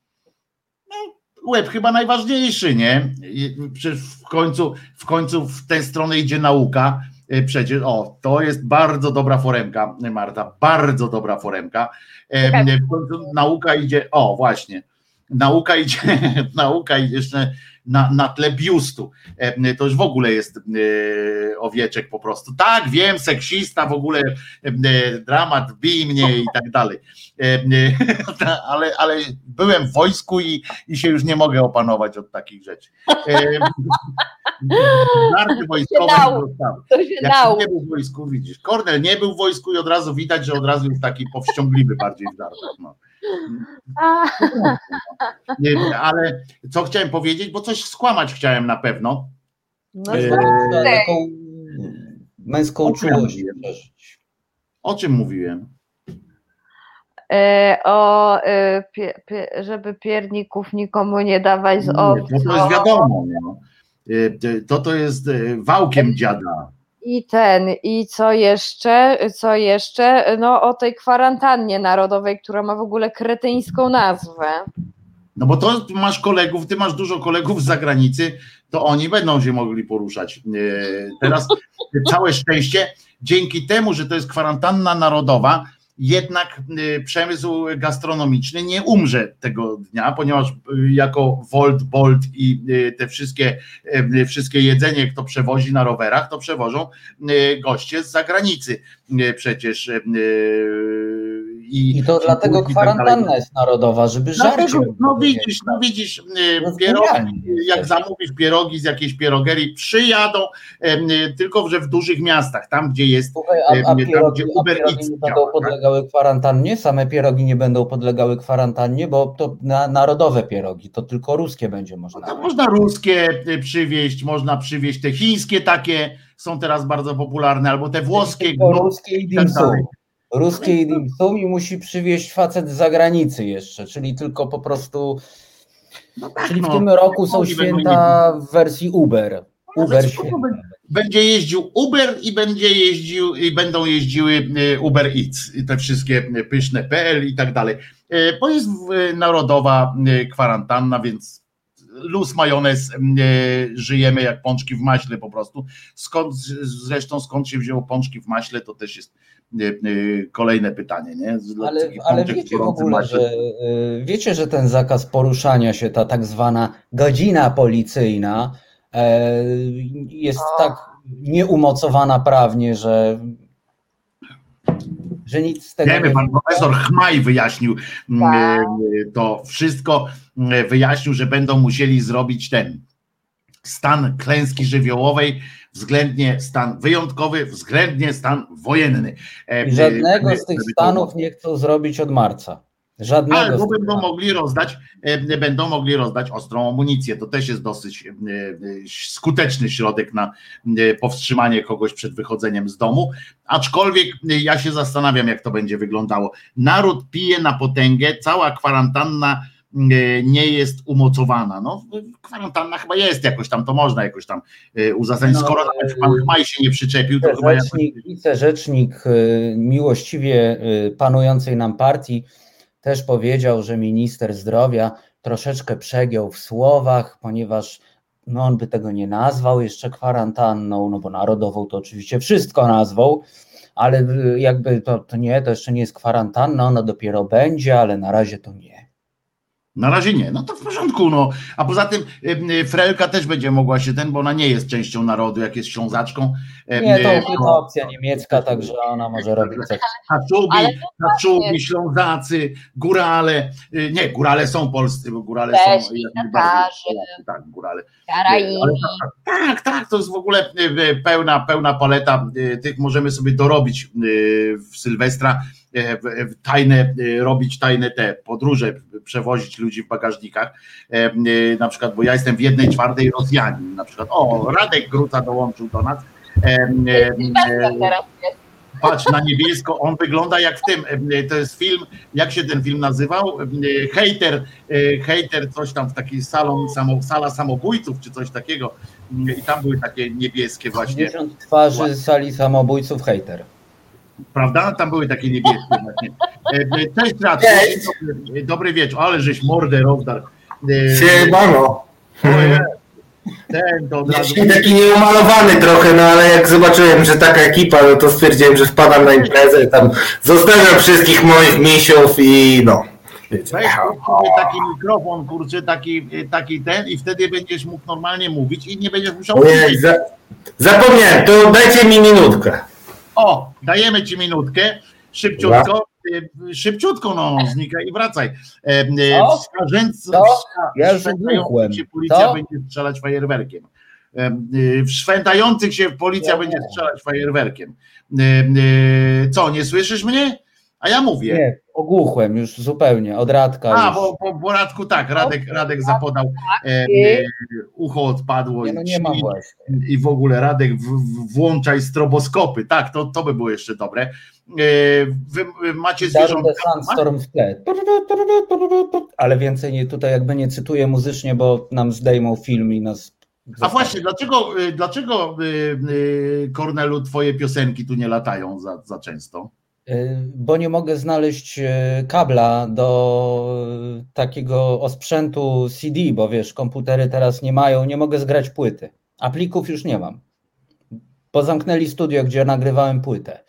Łeb chyba najważniejszy, nie? I przecież w końcu, w końcu w tę stronę idzie nauka. Y, Przecież, o, to jest bardzo dobra foremka, Marta, bardzo dobra foremka. E, W końcu nauka idzie, o właśnie, nauka idzie, nauka idzie jeszcze na, na tle biustu. E, To już w ogóle jest e, owieczek po prostu. Tak, wiem, seksista, w ogóle e, dramat, bij mnie i tak dalej. E, e, ale, ale byłem w wojsku i, i się już nie mogę opanować od takich rzeczy. E, Żarty wojskowe nie dostały. To się Jak dało. nie był w wojsku, widzisz. Kornel nie był w wojsku i od razu widać, że od razu jest taki powściągliwy bardziej w żartach. No. Nie, ale co chciałem powiedzieć, bo coś skłamać chciałem na pewno. No E, Trzeba taką męską O czym ja czułość mówiłem? przeżyć. O czym mówiłem? E, o, e, pie, pie, żeby pierników nikomu nie dawać z Nie, owcą. to, to jest wiadomo. No. E, To to jest e, wałkiem dziada. I ten, i co jeszcze, co jeszcze, no o tej kwarantannie narodowej, która ma w ogóle kretyńską nazwę. No bo to masz kolegów, ty masz dużo kolegów z zagranicy, to oni będą się mogli poruszać. E, Teraz całe szczęście, dzięki temu, że to jest kwarantanna narodowa, jednak y, przemysł gastronomiczny nie umrze tego dnia, ponieważ y, jako Wolt, Bolt i y, te wszystkie, y, wszystkie jedzenie, kto przewozi na rowerach, to przewożą y, goście z zagranicy y, przecież. Y, i, I to dlatego i tak kwarantanna dalej. jest narodowa, żeby No, żarcie. no, no widzisz, no widzisz, y, No pierogi, genialnie jak jesteś. zamówisz pierogi z jakiejś pierogerii, przyjadą, y, tylko że w dużych miastach, tam gdzie jest Słuchaj, y, a, a tam, pierogi, gdzie a Uber pierogi Eats nie będą działa, tak? podlegały kwarantannie? Same pierogi nie będą podlegały kwarantannie, bo to na, narodowe pierogi, to tylko ruskie będzie można. No, można ruskie y, przywieźć, można przywieźć te chińskie takie, są teraz bardzo popularne, albo te włoskie. Tylko no, ruskie i i tak dim sum. dalej. Ruskie i dim sum i musi przywieźć facet z zagranicy jeszcze, czyli tylko po prostu, No tak, czyli w no. tym roku są Oni będą święta w wersji Uber. Uber Ale święta. Będzie jeździł Uber i będzie jeździł i będą jeździły y, Uber Eats i te wszystkie y, pyszne kropka pe el i tak dalej. Y, Bo jest y, narodowa y, kwarantanna, więc luz majonez, y, żyjemy jak pączki w maśle po prostu. Skąd, zresztą skąd się wzięło pączki w maśle, to też jest y, y, kolejne pytanie, nie? Z- Ale, taki ale pączek wiecie w gorącym ogóle, maśle. że y, wiecie, że ten zakaz poruszania się, ta tak zwana godzina policyjna e, jest tak nieumocowana prawnie, że że nic z tego Wiemy, nie pan profesor Chmaj wyjaśnił Tak. to wszystko, wyjaśnił, że będą musieli zrobić ten stan klęski żywiołowej, względnie stan wyjątkowy, względnie stan wojenny. I żadnego z tych stanów nie chcą zrobić od marca. Żadnego. Albo będą mogli rozdać, będą mogli rozdać ostrą amunicję. To też jest dosyć skuteczny środek na powstrzymanie kogoś przed wychodzeniem z domu. Aczkolwiek ja się zastanawiam, jak to będzie wyglądało. Naród pije na potęgę, cała kwarantanna nie jest umocowana. No, kwarantanna chyba jest jakoś tam, to można jakoś tam uzasadnić. Skoro no, nawet pan Chmaj się nie przyczepił, to chyba rzecznik, jakoś... Wicerzecznik miłościwie panującej nam partii też powiedział, że minister zdrowia troszeczkę przegiął w słowach, ponieważ no on by tego nie nazwał jeszcze kwarantanną, no bo narodową to oczywiście wszystko nazwał, ale jakby to, to nie, to jeszcze nie jest kwarantanna, ona dopiero będzie, ale na razie to nie. Na razie nie, no to w porządku, no. A poza tym Frelka też będzie mogła się ten, bo ona nie jest częścią narodu, jak jest Ślązaczką. Nie, to jest to opcja niemiecka, także ona może robić coś. Kaczubi, Kaczubi, Ślązacy, Górale, nie, Górale są polscy, bo Górale Leśni, są jak najbardziej, tak, Górale. Ale tak, tak, tak, to jest w ogóle pełna, pełna paleta tych, możemy sobie dorobić w Sylwestra, tajne, robić tajne te podróże, przewozić ludzi w bagażnikach, na przykład, bo ja jestem w jednej czwartej Rosjanin, na przykład, o, Radek Gruca dołączył do nas, patrz na niebiesko, on wygląda jak w tym, to jest film, jak się ten film nazywał, hejter, hejter coś tam w taki salon, samo, sala samobójców, czy coś takiego i tam były takie niebieskie właśnie. pięćdziesiąt twarzy z sali samobójców, hejter. Prawda? Tam były takie niebieskie właśnie. Cześć, Radku. Dobry, dobry wieczór, ale żeś mordę rozdarł. Siemano. Ten to od razu... Taki nieumalowany trochę, no ale jak zobaczyłem, że taka ekipa, no to stwierdziłem, że wpadam na imprezę, tam zostawiam wszystkich moich misiów i no. Weź taki mikrofon, kurczę, taki, taki ten i wtedy będziesz mógł normalnie mówić i nie będziesz musiał... Ojej, za, zapomniałem, to dajcie mi minutkę. O, dajemy ci minutkę, szybciutko, ja. szybciutko, no, znikaj i wracaj. W Skarzęcu ja się policja to? będzie strzelać fajerwerkiem. W Szwędających się policja no, będzie strzelać fajerwerkiem. Co, nie słyszysz mnie? A ja mówię. Nie, ogłuchłem już zupełnie, od Radka. A, już. bo, bo, bo Radku tak, Radek, Radek zapodał, e, ucho odpadło nie, no nie ma właśnie. I w ogóle Radek w, w, włączaj stroboskopy, tak, to, to by było jeszcze dobre. E, wy macie zwierzątka? Sandstorm w tle. Ale więcej nie, tutaj jakby nie cytuję muzycznie, bo nam zdejmą film i nas... A właśnie, dlaczego, dlaczego Kornelu, twoje piosenki tu nie latają za, za często? Bo nie mogę znaleźć kabla do takiego osprzętu C D, bo wiesz, komputery teraz nie mają, nie mogę zgrać płyty. A plików już nie mam. Bo zamknęli studio, gdzie nagrywałem płytę.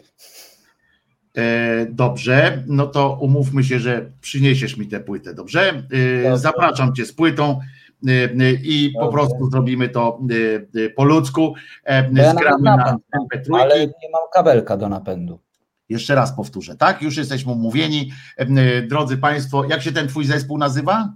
E, dobrze, no to umówmy się, że przyniesiesz mi tę płytę, dobrze? E, dobrze. Zapraszam cię z płytą e, e, i dobrze. Po prostu zrobimy to e, e, po ludzku. E, ja zgramy na em pe trzy. Ale nie mam kabelka do napędu. Jeszcze raz powtórzę, tak? Już jesteśmy umówieni. Drodzy Państwo, jak się ten twój zespół nazywa?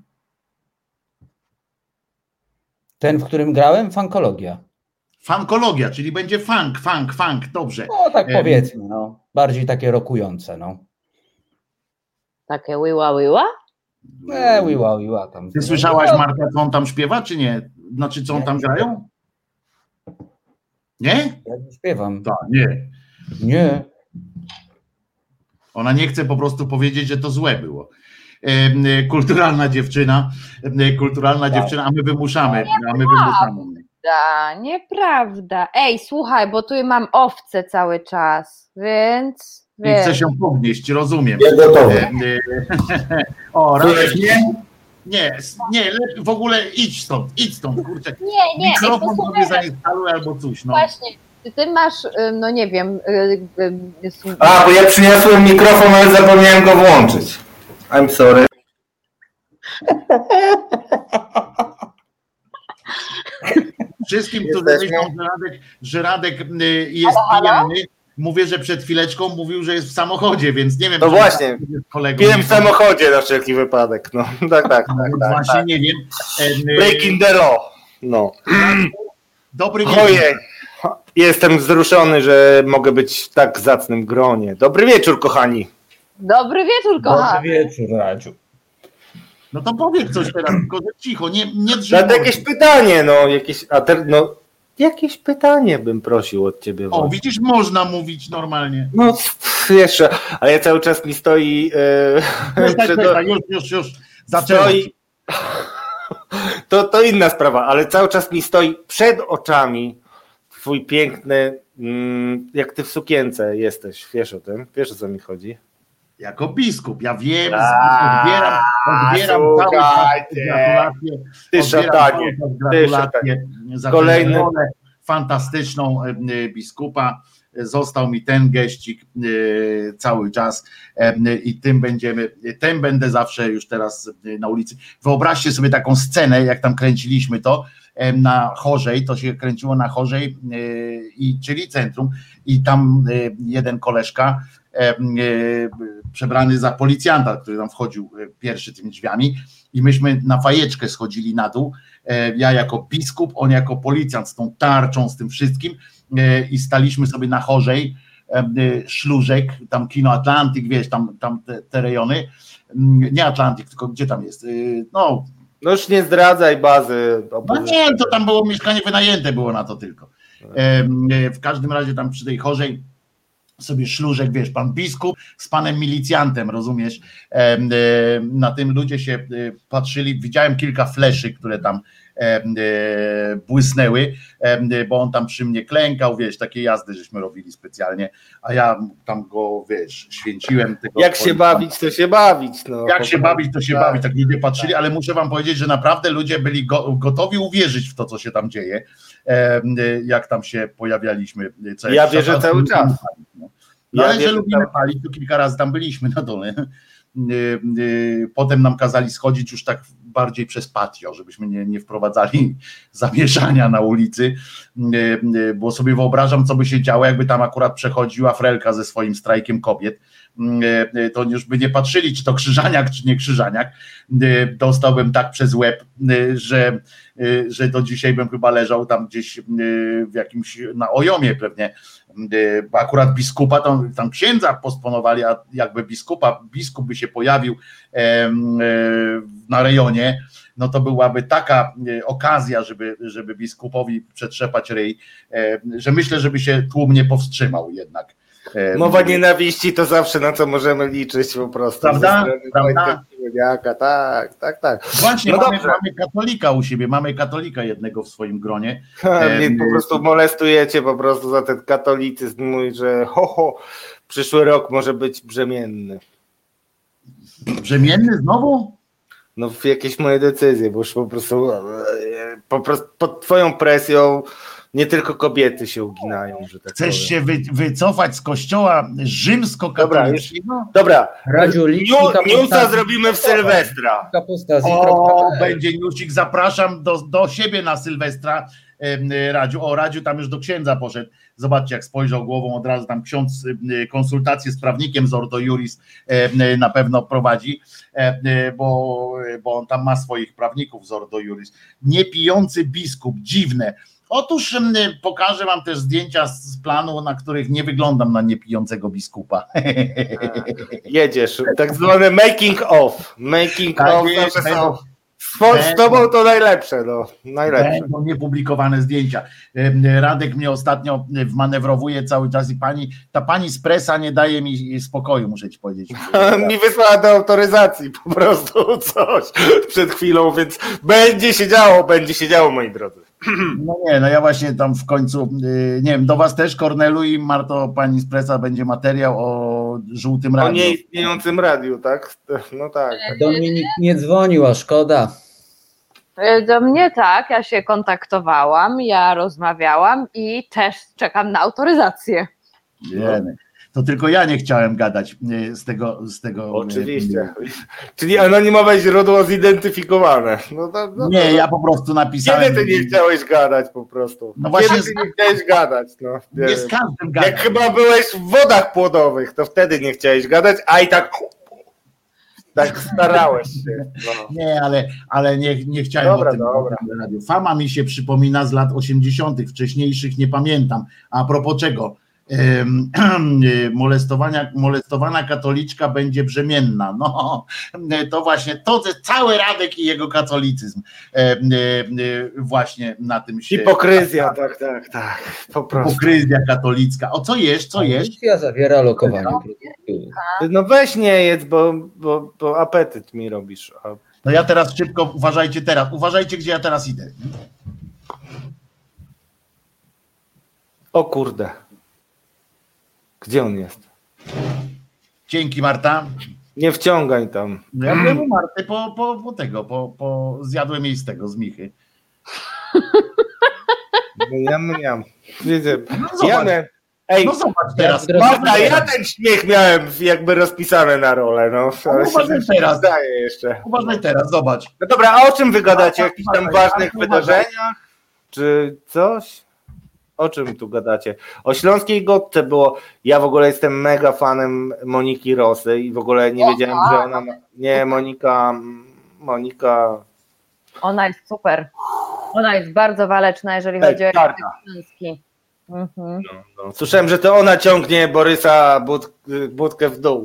Ten, w którym grałem? Funkologia. Funkologia, czyli będzie funk, funk, funk, dobrze. No tak powiedzmy, no. Bardziej takie rokujące, no. Takie łyła, łyła? Nie, łyła, łyła tam. Ty słyszałaś, Marta, co on tam śpiewa, czy nie? Znaczy, co on tam grają? Nie? Ja nie śpiewam. Tak, nie. Nie. Ona nie chce po prostu powiedzieć, że to złe było. Kulturalna dziewczyna, kulturalna tak. dziewczyna, a my wymuszamy, a my wymuszamy. Nieprawda, nieprawda. Ej, słuchaj, bo tu mam owce cały czas, więc... I chcę się podnieść, rozumiem. Ja gotowy. O, Radek, nie? Nie, nie, w ogóle idź stąd, idź stąd, kurczę. Nie, nie. Mikrofon sobie zainstaluj albo coś, no. Właśnie. Czy ty masz, no nie wiem... A, bo ja przyniosłem mikrofon, ale zapomniałem go włączyć. I'm sorry. Wszystkim, którzy myślą, że Radek, że Radek jest pijany, mówię, że przed chwileczką mówił, że jest w samochodzie, więc nie wiem. No właśnie, piłem w samochodzie na wszelki wypadek. No tak, tak, tak. No, tak właśnie tak. nie wiem. Breaking the law. No. Dobry wieczór. Ojej, jestem wzruszony, że mogę być w tak zacnym gronie. Dobry wieczór, kochani. Dobry wieczór, kochany. Dobry wieczór, Radziu. No to powiedz coś teraz, tylko że cicho, nie, nie drzyj. No to jakieś pytanie, no jakieś, a te, no jakieś pytanie bym prosił od ciebie. O, właśnie. widzisz, można mówić normalnie. No jeszcze, ale cały czas mi stoi... Yy, Czekaj, przed... czekaj, już, już, już. Zaczęło. Stoi... To, to inna sprawa, ale cały czas mi stoi przed oczami twój piękny, mm, jak ty w sukience jesteś, wiesz o tym? Wiesz, o co mi chodzi? Jako biskup, ja wiem, A, odbieram, odbieram cały czas gratulacje, Ty odbieram szatanie, cały czas ty gratulacje za Kolejny. tę rolę fantastyczną e, biskupa. Został mi ten geścik e, cały czas e, i tym będziemy, tym będę zawsze już teraz na ulicy. Wyobraźcie sobie taką scenę, jak tam kręciliśmy to e, na Chorzej, to się kręciło na Chorzej, e, i, czyli centrum, i tam e, jeden koleżka e, e, przebrany za policjanta, który tam wchodził pierwszy tymi drzwiami, i myśmy na fajeczkę schodzili na dół, e, ja jako biskup, on jako policjant z tą tarczą, z tym wszystkim, i staliśmy sobie na Chorzej, Szlużek, tam Kino Atlantyk, wiesz, tam, tam te, te rejony, nie Atlantyk, tylko gdzie tam jest, no. No już nie zdradzaj bazy. No nie, to tam było mieszkanie wynajęte, było na to tylko. W każdym razie tam przy tej Chorzej sobie Szlużek, wiesz, pan biskup z panem milicjantem, rozumiesz, na tym ludzie się patrzyli, widziałem kilka fleszy, które tam błysnęły, bo on tam przy mnie klękał, wiesz, takie jazdy żeśmy robili specjalnie, a ja tam go, wiesz, święciłem. Tego Jak się bawić, to się bawić. No. Jak się bawić, to się tak bawić, tak ludzie patrzyli, ale muszę wam powiedzieć, że naprawdę ludzie byli go, gotowi uwierzyć w to, co się tam dzieje, jak tam się pojawialiśmy. Ja wierzę cały czas. No, no ja ale że lubimy tam... palić, to kilka razy tam byliśmy na dole. Potem nam kazali schodzić już tak bardziej przez patio, żebyśmy nie, nie wprowadzali zamieszania na ulicy, bo sobie wyobrażam, co by się działo, jakby tam akurat przechodziła Frelka ze swoim strajkiem kobiet, to już by nie patrzyli, czy to Krzyżaniak, czy nie Krzyżaniak. Dostałbym tak przez łeb, że, że do dzisiaj bym chyba leżał tam gdzieś w jakimś, na Ojomie pewnie, bo akurat biskupa, tam, tam księdza postponowali, a jakby biskupa, biskup by się pojawił na rejonie, no to byłaby taka okazja, żeby, żeby biskupowi przetrzepać ryj, że myślę, żeby się tłum nie powstrzymał jednak. Mowa nienawiści to zawsze na co możemy liczyć po prostu. Prawda? Prawda? Tak, tak, tak. Właśnie, no mamy, dobrze. mamy katolika u siebie, mamy katolika jednego w swoim gronie. Mnie po prostu molestujecie po prostu za ten katolicyzm, mój, że ho, ho, przyszły rok może być brzemienny. Brzemienny znowu? No w jakieś moje decyzje, bo już po prostu, po prostu pod twoją presją nie tylko kobiety się uginają, że tak Chcesz powiem. się wy, wycofać z kościoła rzymskokatolickiego? Dobra, Radziu, Niu- newsa zrobimy w Sylwestra. O, będzie newsik, zapraszam do, do siebie na Sylwestra, Radziu. O, Radziu tam już do księdza poszedł. Zobaczcie, jak spojrzał głową, od razu tam ksiądz konsultację z prawnikiem z Ordo Juris na pewno prowadzi, bo, bo on tam ma swoich prawników z Ordo Juris. Niepijący biskup, dziwne. Otóż pokażę wam też zdjęcia z planu, na których nie wyglądam na niepijącego biskupa. Jedziesz, tak zwane making of. Making Tak of jest, zawsze będą- są. Z, z tobą to najlepsze, no. Najlepsze. Będą niepublikowane zdjęcia. Radek mnie ostatnio wmanewrowuje cały czas i pani, ta pani z presa nie daje mi spokoju, muszę ci powiedzieć. Mi wysłała do autoryzacji po prostu coś przed chwilą, więc będzie się działo, będzie się działo, moi drodzy. No nie, no ja właśnie tam w końcu, nie wiem, do was też, Kornelu i Marto, pani z presa, będzie materiał o żółtym O radiu. nieistniejącym radiu, tak? No tak. Do mnie nikt nie dzwonił, a szkoda. Do mnie tak, ja się kontaktowałam, ja rozmawiałam i też czekam na autoryzację. Wiemy. to tylko ja nie chciałem gadać z tego. Z tego Oczywiście. Czyli anonimowe źródło zidentyfikowane. No, no, no, nie, no. ja po prostu napisałem. Kiedy ty nie chciałeś gadać po prostu? No właśnie Kiedy ty nie chciałeś gadać? No, nie nie wiem. z każdym gadam. Jak chyba byłeś w wodach płodowych, to wtedy nie chciałeś gadać, a i tak tak starałeś się. No. Nie, ale, ale nie, nie chciałem Dobra, o tym dobra. radiu. Fama mi się przypomina z lat osiemdziesiątych, wcześniejszych nie pamiętam. A propos czego? Ym, molestowania, molestowana katoliczka będzie brzemienna. No, to właśnie to jest cały Radek i jego katolicyzm. Ym, ym, właśnie na tym się... Hipokryzja, tak, tak, tak. Po prostu. Hipokryzja katolicka. O co jesz, co jesz? Policja zawiera lokowanie produktu. No weź nie jedz, bo, bo, bo apetyt mi robisz. A... No ja teraz szybko, uważajcie teraz, uważajcie gdzie ja teraz idę. O kurde. Gdzie on jest? Dzięki Marta. Nie wciągaj tam. No ja byłem u Marty po, po, po tego, po, po zjadłem jej z tego, z Michy. Jam, jam. Widzę. No zobacz. Jamy. Ej, No zobacz teraz. Marta, ja ten śmiech miałem jakby rozpisany na rolę, no. Ale uważaj się teraz. zdaje jeszcze. Uważaj teraz, zobacz. No dobra, a o czym wy gadacie? O jakichś tam Uważaj, ważnych uważaj. wydarzeniach? Czy coś? O czym tu gadacie? O Śląskiej Gotce było. Ja w ogóle jestem mega fanem Moniki Rosy i w ogóle nie wiedziałem, że ona ma... Nie, Monika... Monika... Ona jest super. Ona jest bardzo waleczna, jeżeli Ej, chodzi o czarna. język śląski. Mhm. No, no. Słyszałem, że to ona ciągnie Borysa Bud... Budkę w dół.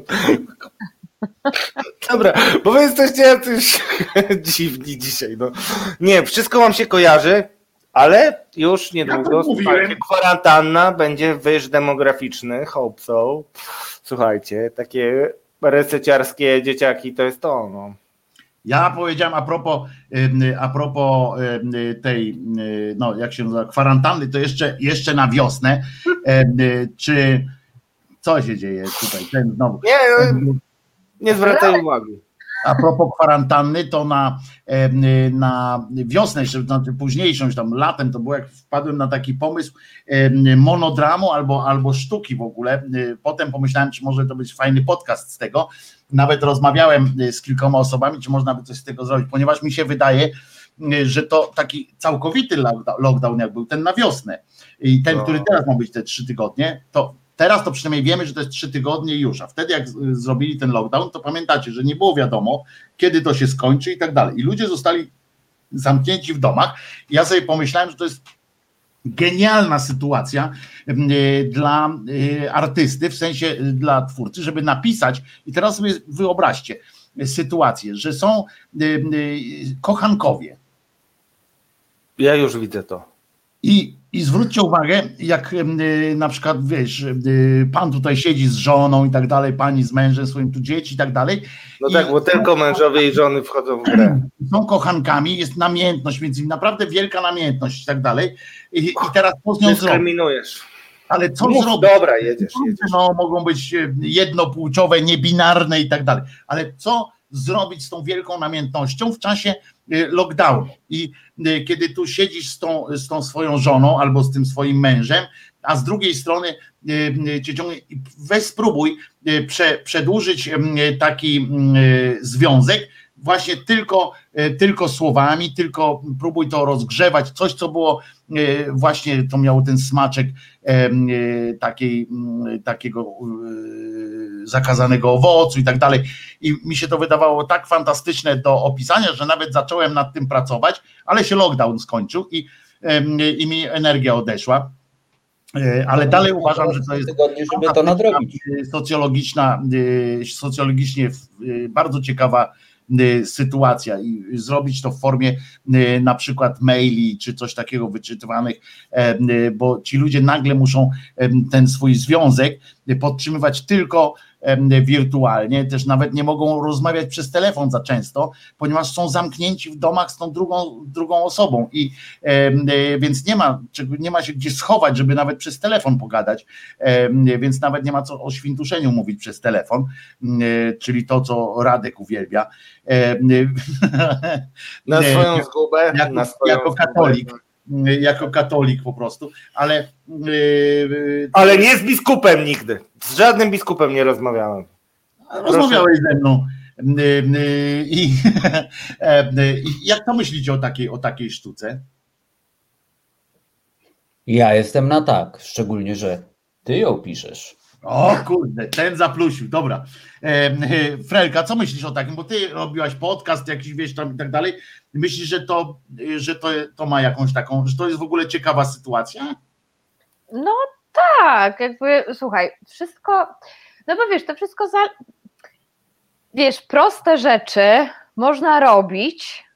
Dobra, bo wy jesteście jacyś dziwni dzisiaj. No. Nie, wszystko wam się kojarzy, ale już niedługo Ja to mówiłem. słuchajcie, kwarantanna, będzie wyż demograficzny, hope so. Słuchajcie, takie reseciarskie dzieciaki to jest to. No. Ja powiedziałem a propos, ym, a propos ym, tej, ym, no jak się nazywa, kwarantanny, to jeszcze, jeszcze na wiosnę. Ym, y, czy co się dzieje tutaj? Ten znowu. Nie, no, nie zwracaj uwagi. A propos kwarantanny, to na, ym, na wiosnę, jeszcze znaczy późniejszą, już tam latem to było, jak wpadłem na taki pomysł ym, monodramu albo, albo sztuki w ogóle. Y, Potem pomyślałem, czy może to być fajny podcast z tego. Nawet rozmawiałem z kilkoma osobami, czy można by coś z tego zrobić, ponieważ mi się wydaje, że to taki całkowity lockdown, jak był ten na wiosnę i ten, No. który teraz ma być te trzy tygodnie, to teraz to przynajmniej wiemy, że to jest trzy tygodnie już, a wtedy jak z- zrobili ten lockdown, to pamiętacie, że nie było wiadomo, kiedy to się skończy i tak dalej. I ludzie zostali zamknięci w domach. I ja sobie pomyślałem, że to jest genialna sytuacja y, dla y, artysty, w sensie y, dla twórcy, żeby napisać, i teraz sobie wyobraźcie y, sytuację, że są y, y, kochankowie Ja już widzę to. i, i zwróćcie uwagę, jak y, na przykład, wiesz, y, pan tutaj siedzi z żoną i tak dalej, pani z mężem swoim, tu dzieci i tak dalej. No I tak, bo tylko mężowie i żony wchodzą w grę. są kochankami, jest namiętność między nimi, naprawdę wielka namiętność i tak dalej. I, i teraz co z nią zrobić? Dyskryminujesz. Ale co Mów, zrobić? dobra, jedziesz, jedziesz. No, mogą być jednopłciowe, niebinarne i tak dalej. Ale co zrobić z tą wielką namiętnością w czasie y, lockdownu? I y, kiedy tu siedzisz z tą, z tą swoją żoną albo z tym swoim mężem, a z drugiej strony y, y, cię ciągnie, i weź spróbuj y, prze, przedłużyć y, taki y, związek właśnie tylko, y, tylko słowami, tylko próbuj to rozgrzewać, coś co było y, właśnie, to miało ten smaczek y, y, takiej, y, takiego y, zakazanego owocu i tak dalej. I mi się to wydawało tak fantastyczne do opisania, że nawet zacząłem nad tym pracować, ale się lockdown skończył i, y, i mi energia odeszła. Y, Ale dalej uważam, że to jest Tygodnie, żeby to nadrobić. socjologiczna, y, socjologicznie y, bardzo ciekawa y, sytuacja i zrobić to w formie y, na przykład maili czy coś takiego wyczytywanych, e, y, bo ci ludzie nagle muszą e, ten swój związek y, podtrzymywać tylko e, wirtualnie, też nawet nie mogą rozmawiać przez telefon za często, ponieważ są zamknięci w domach z tą drugą, drugą osobą i e, e, więc nie ma, czego- nie ma się gdzie schować, żeby nawet przez telefon pogadać, e, więc nawet nie ma co o świntuszeniu mówić przez telefon, e, czyli to, co Radek uwielbia. E, Na Nie, swoją zgubę. jako, na swoją jako zgubę. katolik, jako katolik po prostu, ale... Yy, ale nie z biskupem nigdy, z żadnym biskupem nie rozmawiałem. Rozmawiałeś ze mną. I, I jak to myślicie o takiej, o takiej sztuce? Ja jestem na tak, szczególnie, że ty ją piszesz. O kurde, ten zaplusił, dobra. Frelka, co myślisz o takim, bo ty robiłaś podcast jakiś, wiesz, tam i tak dalej. Myślisz, że to, że to, to ma jakąś taką, że to jest w ogóle ciekawa sytuacja? No tak, jakby, słuchaj, wszystko, no bo wiesz, to wszystko za... Wiesz, proste rzeczy można robić,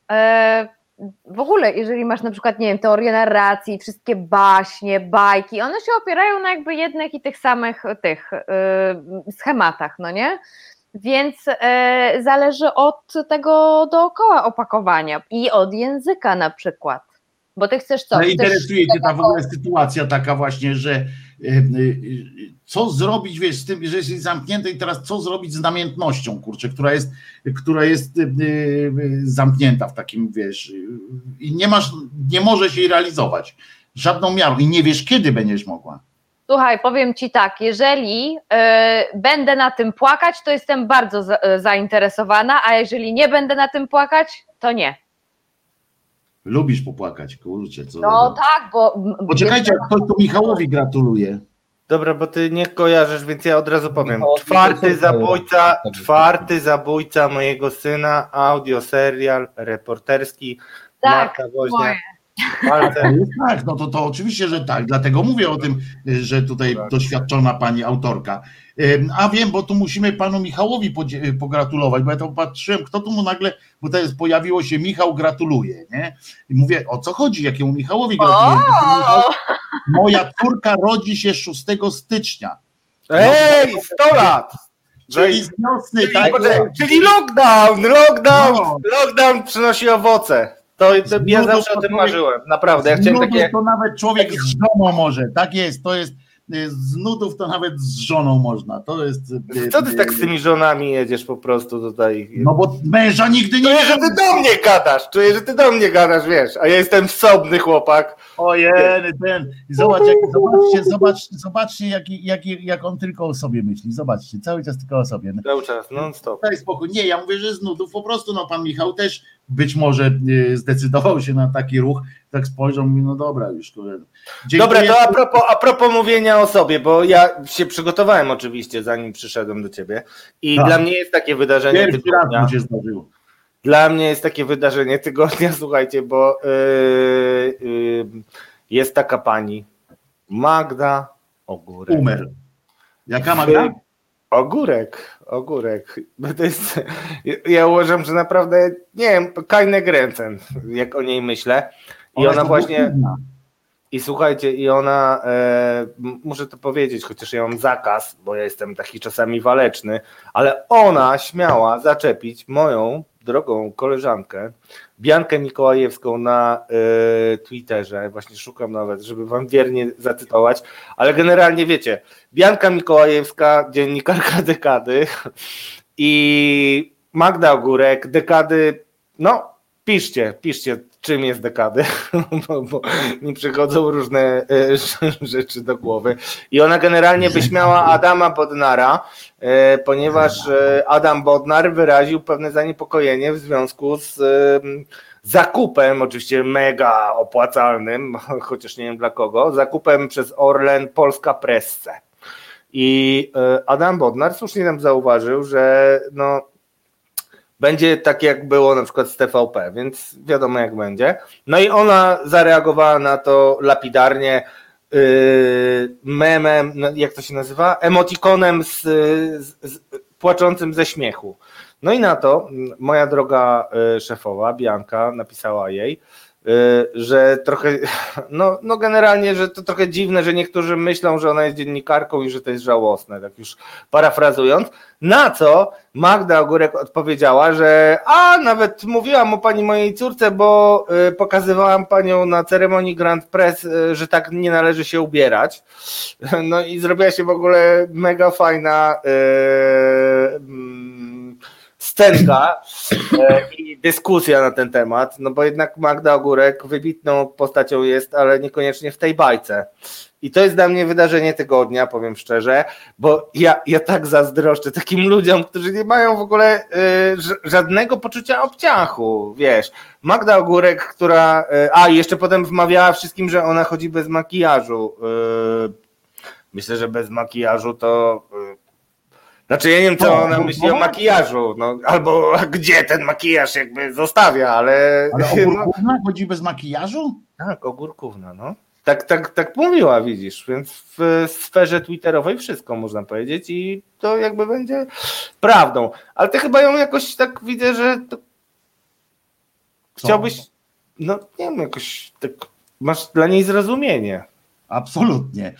w ogóle jeżeli masz na przykład, nie wiem, teorię narracji, wszystkie baśnie, bajki, one się opierają na jakby jednych i tych samych tych schematach, no nie? Więc zależy od tego dookoła opakowania i od języka na przykład, bo ty chcesz co? Ale chcesz interesuje cię ta taką... w ogóle sytuacja taka właśnie, że co zrobić, wiesz, z tym, że jesteś zamknięty i teraz co zrobić z namiętnością, kurczę, która jest, która jest zamknięta w takim, wiesz, i nie masz, nie możesz jej realizować żadną miarą i nie wiesz, kiedy będziesz mogła. Słuchaj, powiem ci tak, jeżeli y, będę na tym płakać, to jestem bardzo za, y, zainteresowana, a jeżeli nie będę na tym płakać, to nie. Lubisz popłakać, kurczę. Co no tak, bo... Poczekajcie, jak ktoś tu Michałowi gratuluje. Dobra, bo ty nie kojarzysz, więc ja od razu powiem. Czwarty zabójca, czwarty zabójca mojego syna, audioserial reporterski, tak, Marta Woźniak. Tak, no to, to oczywiście, że tak, dlatego mówię o tym, że tutaj doświadczona pani autorka. A wiem, bo tu musimy panu Michałowi pogratulować, bo ja to patrzyłem, kto tu mu nagle, bo to jest, pojawiło się Michał gratuluje, nie? I mówię, o co chodzi, jakiemu Michałowi gratuluję? Moja córka rodzi się szóstego stycznia. Ej, sto lat! Czyli z wiosny, czyli, tak? Czyli lockdown, lockdown, no. Lockdown przynosi owoce. To, to ja zawsze o tym marzyłem, naprawdę. Ja z chciałem nudów takie... to nawet człowiek z żoną może, tak jest, to jest, z nudów to nawet z żoną można, to jest... Co ty tak z tymi żonami jedziesz po prostu tutaj? No bo męża nigdy nie... Czuję, że ty do mnie gadasz, czuję, że ty do mnie gadasz, wiesz, a ja jestem wsobny chłopak. Ojej, ten, zobacz, jak, zobaczcie, zobacz, zobaczcie jak, jak, jak on tylko o sobie myśli, zobaczcie, cały czas tylko o sobie. Cały czas, non stop. Daj spokój, nie, ja mówię, że z nudów po prostu, no pan Michał też być może zdecydował się na taki ruch, tak spojrzał mi, no dobra już. Dziękuję. Dobra, to a propos, a propos mówienia o sobie, bo ja się przygotowałem oczywiście, zanim przyszedłem do ciebie i tak. Dla mnie jest takie wydarzenie Pierwszy tygodnia. raz mu się zdarzyło. Dla mnie jest takie wydarzenie tygodnia, słuchajcie, bo yy, yy, jest taka pani Magda Ogórek. Umer. Jaka Magda? Ogórek, ogórek. To jest, ja uważam, że naprawdę, nie wiem, Kajne Grenzen, jak o niej myślę. I ona, ona właśnie... I słuchajcie, i ona, e, muszę to powiedzieć, chociaż ja mam zakaz, bo ja jestem taki czasami waleczny, ale ona śmiała zaczepić moją drogą koleżankę, Biankę Mikołajewską na e, Twitterze, właśnie szukam nawet, żeby wam wiernie zacytować, ale generalnie wiecie, Bianka Mikołajewska, dziennikarka Dekady i Magda Ogórek, Dekady, no piszcie, piszcie, czym jest Dekady, bo, bo mi przychodzą różne e, rzeczy do głowy. I ona generalnie wyśmiała Adama Bodnara, e, ponieważ e, Adam Bodnar wyraził pewne zaniepokojenie w związku z e, zakupem, oczywiście mega opłacalnym, chociaż nie wiem dla kogo, zakupem przez Orlen Polska Presse. I e, Adam Bodnar słusznie nam zauważył, że no będzie tak, jak było na przykład z T V P, więc wiadomo, jak będzie. No i ona zareagowała na to lapidarnie, yy, memem, jak to się nazywa? Emotikonem z, z, z płaczącym ze śmiechu. No i na to moja droga szefowa, Bianka, napisała jej, że trochę, no, no generalnie, że to trochę dziwne, że niektórzy myślą, że ona jest dziennikarką i że to jest żałosne, tak już parafrazując, na co Magda Ogórek odpowiedziała, że a nawet mówiłam o pani mojej córce, bo y, pokazywałam panią na ceremonii Grand Prix, y, że tak nie należy się ubierać, no i zrobiła się w ogóle mega fajna y, y, scenka i dyskusja na ten temat, no bo jednak Magda Ogórek wybitną postacią jest, ale niekoniecznie w tej bajce. I to jest dla mnie wydarzenie tygodnia, powiem szczerze, bo ja, ja tak zazdroszczę takim ludziom, którzy nie mają w ogóle y, żadnego poczucia obciachu, wiesz. Magda Ogórek, która, y, a jeszcze potem wmawiała wszystkim, że ona chodzi bez makijażu. Y, myślę, że bez makijażu to... Y, Znaczy ja nie wiem, co no, ona myśli no, o makijażu, no, albo gdzie ten makijaż jakby zostawia, ale... Ale Ogórkówna no, chodzi bez makijażu? Tak, Ogórkówna, no. Tak, tak, tak mówiła, widzisz, więc w sferze twitterowej wszystko można powiedzieć i to jakby będzie prawdą. Ale ty chyba ją jakoś tak widzę, że to... chciałbyś, no nie wiem, jakoś tak masz dla niej zrozumienie. Absolutnie.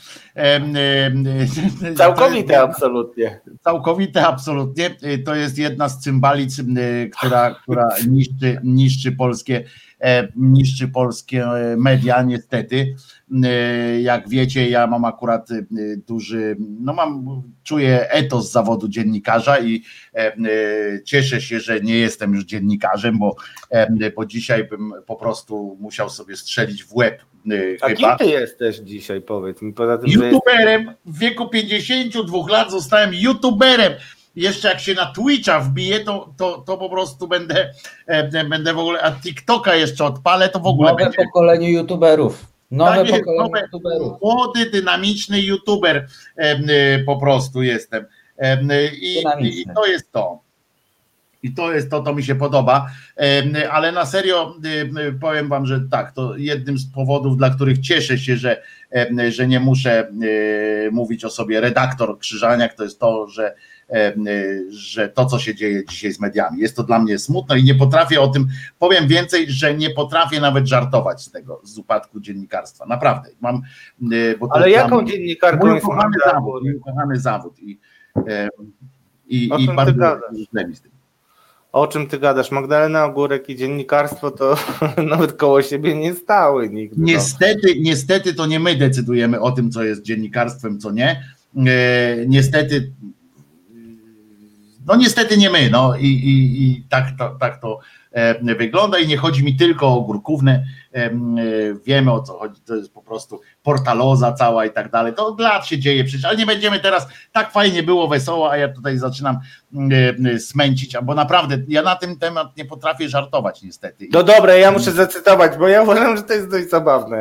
Całkowite absolutnie. Całkowite absolutnie. To jest jedna z cymbalic, która, która niszczy, niszczy polskie, niszczy polskie media, niestety. Jak wiecie, ja mam akurat duży, no mam, czuję etos zawodu dziennikarza i cieszę się, że nie jestem już dziennikarzem, bo, bo dzisiaj bym po prostu musiał sobie strzelić w łeb. A chyba. Kim ty jesteś dzisiaj, powiedz mi? Poza tym, YouTuberem, jest... w wieku pięćdziesięciu dwóch lat zostałem YouTuberem. Jeszcze jak się na Twitcha wbiję, to, to, to po prostu będę, będę w ogóle, a TikToka jeszcze odpalę, to w ogóle Nowe będzie... pokolenie YouTuberów. Nowe tak jest, pokolenie nowe, YouTuberów. Młody, dynamiczny YouTuber po prostu jestem. I, i to jest to. I to jest to, to mi się podoba, ale na serio powiem wam, że tak, to jednym z powodów, dla których cieszę się, że, że nie muszę mówić o sobie redaktor Krzyżaniak, to jest to, że, że to, co się dzieje dzisiaj z mediami, jest to dla mnie smutne i nie potrafię o tym, powiem więcej, że nie potrafię nawet żartować z tego, z upadku dziennikarstwa, naprawdę. Mam, bo ale jaką dziennikarką jest ukochany zawód, ukochany zawód i, i, i bardzo źle mi z tym. O czym ty gadasz? Magdalena Ogórek i dziennikarstwo to nawet koło siebie nie stały nigdy. Niestety, no. niestety to nie my decydujemy o tym, co jest dziennikarstwem, co nie. E, niestety, no niestety nie my, no i, i, i tak, to, tak to e, wygląda i nie chodzi mi tylko o Ogórkównę, e, e, wiemy o co chodzi, to jest po prostu portaloza cała i tak dalej, to od lat się dzieje przecież, ale nie będziemy teraz, tak fajnie było, wesoło, a ja tutaj zaczynam e, smęcić, bo naprawdę ja na ten temat nie potrafię żartować niestety. No dobra, ja muszę zacytować, bo ja uważam, że to jest dość zabawne.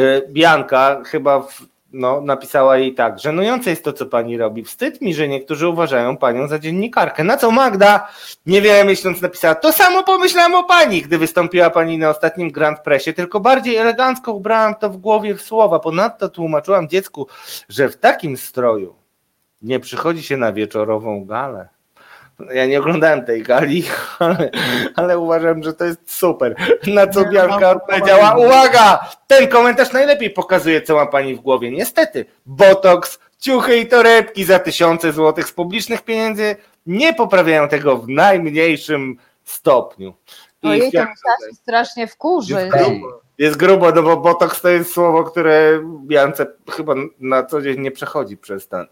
Bianka chyba w No, napisała jej tak: żenujące jest to, co pani robi. Wstyd mi, że niektórzy uważają panią za dziennikarkę. Na co Magda, niewiele myśląc, napisała: to samo pomyślałam o pani, gdy wystąpiła pani na ostatnim Grand Pressie, tylko bardziej elegancko ubrałam to w głowie w słowa. Ponadto tłumaczyłam dziecku, że w takim stroju nie przychodzi się na wieczorową galę. Ja nie oglądałem tej gali, ale, ale uważam, że to jest super. Na co Bianka odpowiedziała: uwaga, ten komentarz najlepiej pokazuje, co ma pani w głowie. Niestety, botoks, ciuchy i torebki za tysiące złotych z publicznych pieniędzy nie poprawiają tego w najmniejszym stopniu. I Ojej, to musiała się strasznie wkurzyć. Jest grubo, jest grubo, no bo botoks to jest słowo, które Biance chyba na co dzień nie przechodzi przez ten...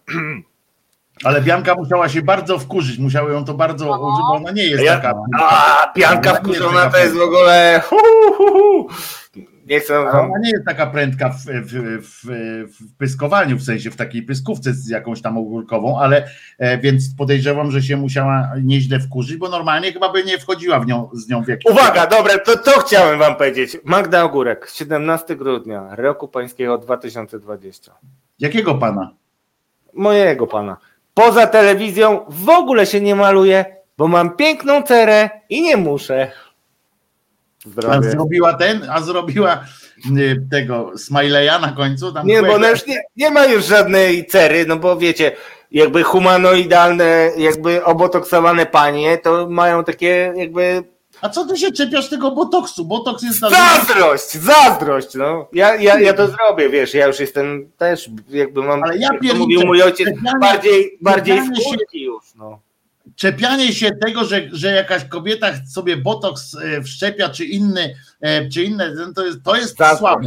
Ale Bianka musiała się bardzo wkurzyć, musiały ją to bardzo, no. bo ona nie jest ja, taka... A, Bianka wkurzona to jest w ogóle... Hu, hu, hu. Nie chcę wam... Ona nie jest taka prędka w, w, w, w pyskowaniu, w sensie w takiej pyskówce z jakąś tam ogórkową, ale e, więc podejrzewam, że się musiała nieźle wkurzyć, bo normalnie chyba by nie wchodziła w nią, z nią w jakiś... Uwaga, dobra, to, to chciałem wam powiedzieć. Magda Ogórek, siedemnastego grudnia roku pańskiego dwa tysiące dwudziestego. Jakiego pana? Mojego pana. Poza telewizją w ogóle się nie maluję, bo mam piękną cerę i nie muszę. Zdrowie. A zrobiła ten, a zrobiła y, tego Smileya na końcu? Tam nie, bo ona już nie, nie ma już żadnej cery, no bo wiecie, jakby humanoidalne, jakby obotoksowane panie, to mają takie jakby... A co ty się czepiasz tego botoksu? Botoks jest... Zazdrość! Zazdrość! No. Ja, ja, ja to zrobię, wiesz, ja już jestem też jakby mam... Ale ja jak mówił mój ojciec, bardziej, bardziej skórki już, no. Czepianie się tego, że, że jakaś kobieta sobie botoks wszczepia, czy inny, czy inne, to jest, to jest słabe.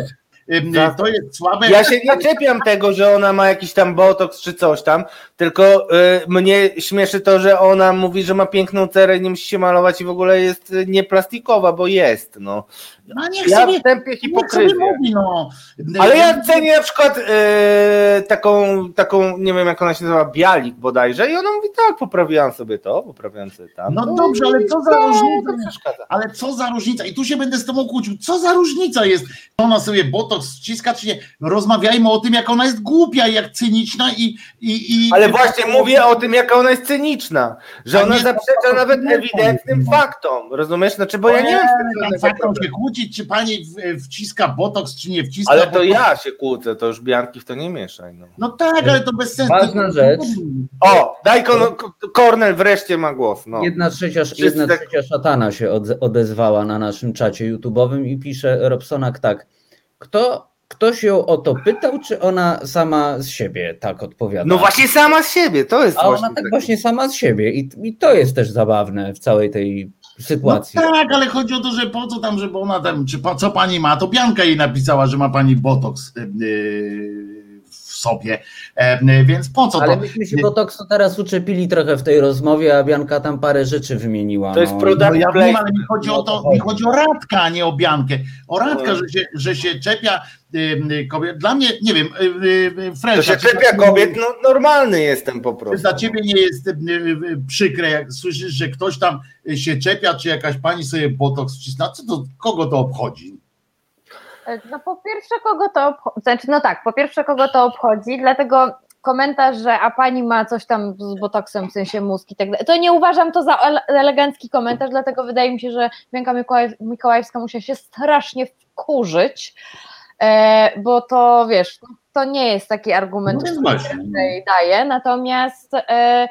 to jest słabe. Ja się nie czepiam tego, że ona ma jakiś tam botoks czy coś tam, tylko y, mnie śmieszy to, że ona mówi, że ma piękną cerę, nie musi się malować i w ogóle jest nieplastikowa, bo jest, no. No niech ja sobie, wstępnie hipokryzję. mówi, no. Ale ja cenię na przykład y, taką, taką, nie wiem jak ona się nazywa, Bialik bodajże i ona mówi tak, poprawiłam sobie to, poprawiłam sobie tam. No dobrze, ale co za różnica? Ale co za różnica? I tu się będę z tobą kłócił. Co za różnica jest? Ona sobie botoks wciska, czy nie? Rozmawiajmy o tym, jak ona jest głupia i jak cyniczna i... i, i ale właśnie mówię o tym, jaka ona jest cyniczna, że ona zaprzecza nawet ewidentnym faktom, rozumiesz? Znaczy, bo ja nie wiem... Faktom się kłócić, czy pani wciska botoks, czy nie wciska. Ale to ja się kłócę, to już Bianki w to nie mieszaj. No, no tak, ale to bez sensu. Ważna rzecz. O, daj Kornel wreszcie ma głos. No. Jedna trzecia, jedna tak... trzecia szatana się odezwała na naszym czacie YouTube'owym i pisze Robsonak tak. Kto, ktoś ją o to pytał, czy ona sama z siebie tak odpowiada? No właśnie sama z siebie, to jest A właśnie ona tak właśnie sama z siebie i, i to jest też zabawne w całej tej sytuacji. No tak, ale chodzi o to, że po co tam, żeby ona tam, czy po co pani ma, to Bianka jej napisała, że ma pani botoks yy, w sobie, yy, więc po co ale to? Ale myśmy się botoksu teraz uczepili trochę w tej rozmowie, a Bianka tam parę rzeczy wymieniła. To jest no. product no ja play. wiem, ale mi chodzi o to, mi chodzi o Radka, a nie o Biankę. O Radka, że się, że się czepia yy, kobiet. Dla mnie, nie wiem, yy, Fred, to się czepia kobiet, no normalny jestem po prostu. Dla ciebie nie jest yy, przykre, jak słyszysz, że ktoś tam się czepia, czy jakaś pani sobie botoks wcisna, co to, kogo to obchodzi? No po pierwsze, kogo to obchodzi, znaczy no tak, po pierwsze, kogo to obchodzi, dlatego komentarz, że a pani ma coś tam z botoksem, w sensie mózg i tak dalej, to nie uważam to za elegancki komentarz, dlatego wydaje mi się, że Bianka Mikołaj, Mikołajewska musiała się strasznie wkurzyć, e, bo to wiesz, to nie jest taki argument, no który daje, natomiast e,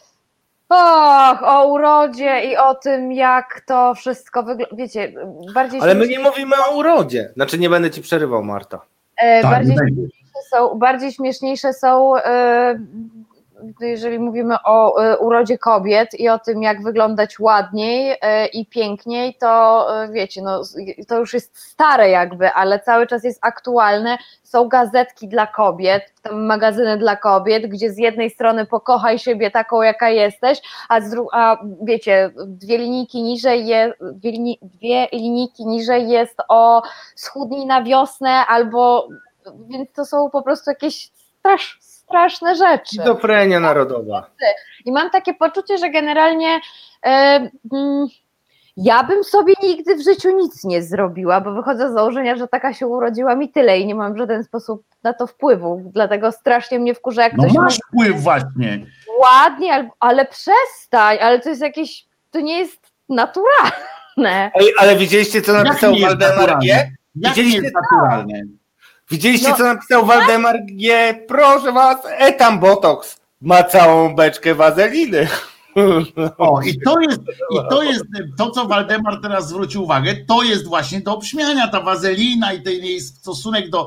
och, o urodzie i o tym, jak to wszystko wygląda, wiecie, bardziej... Ale my nie mówimy o urodzie, znaczy nie będę ci przerywał, Marta. E, tak, bardziej, śmieszniejsze są, bardziej śmieszniejsze są, e, jeżeli mówimy o e, urodzie kobiet i o tym, jak wyglądać ładniej e, i piękniej, to e, wiecie, no, to już jest stare jakby, ale cały czas jest aktualne. Są gazetki dla kobiet, tam magazyny dla kobiet, gdzie z jednej strony pokochaj siebie taką, jaka jesteś, a, z dru- a wiecie, dwie linijki niżej je, dwie, linii, dwie linijki niżej jest o schudnij na wiosnę, albo, więc to są po prostu jakieś strasz, straszne rzeczy. Schizofrenia narodowa. I mam takie poczucie, że generalnie e, mm, ja bym sobie nigdy w życiu nic nie zrobiła, bo wychodzę z założenia, że taka się urodziłam i tyle i nie mam w żaden sposób na to wpływu, dlatego strasznie mnie wkurza, jak no ktoś masz mówi, wpływ właśnie. ładnie, ale, ale przestań, ale to jest jakieś, to nie jest naturalne. Ej, ale widzieliście, co napisał Waldemar G? Widzieliście, jest naturalne? Widzieliście, no, co napisał Waldemar G? Proszę was, etam botoks ma całą beczkę wazeliny. O, i to jest, i to jest to, co Waldemar teraz zwrócił uwagę, to jest właśnie do obśmiania, ta wazelina i ten jej stosunek do,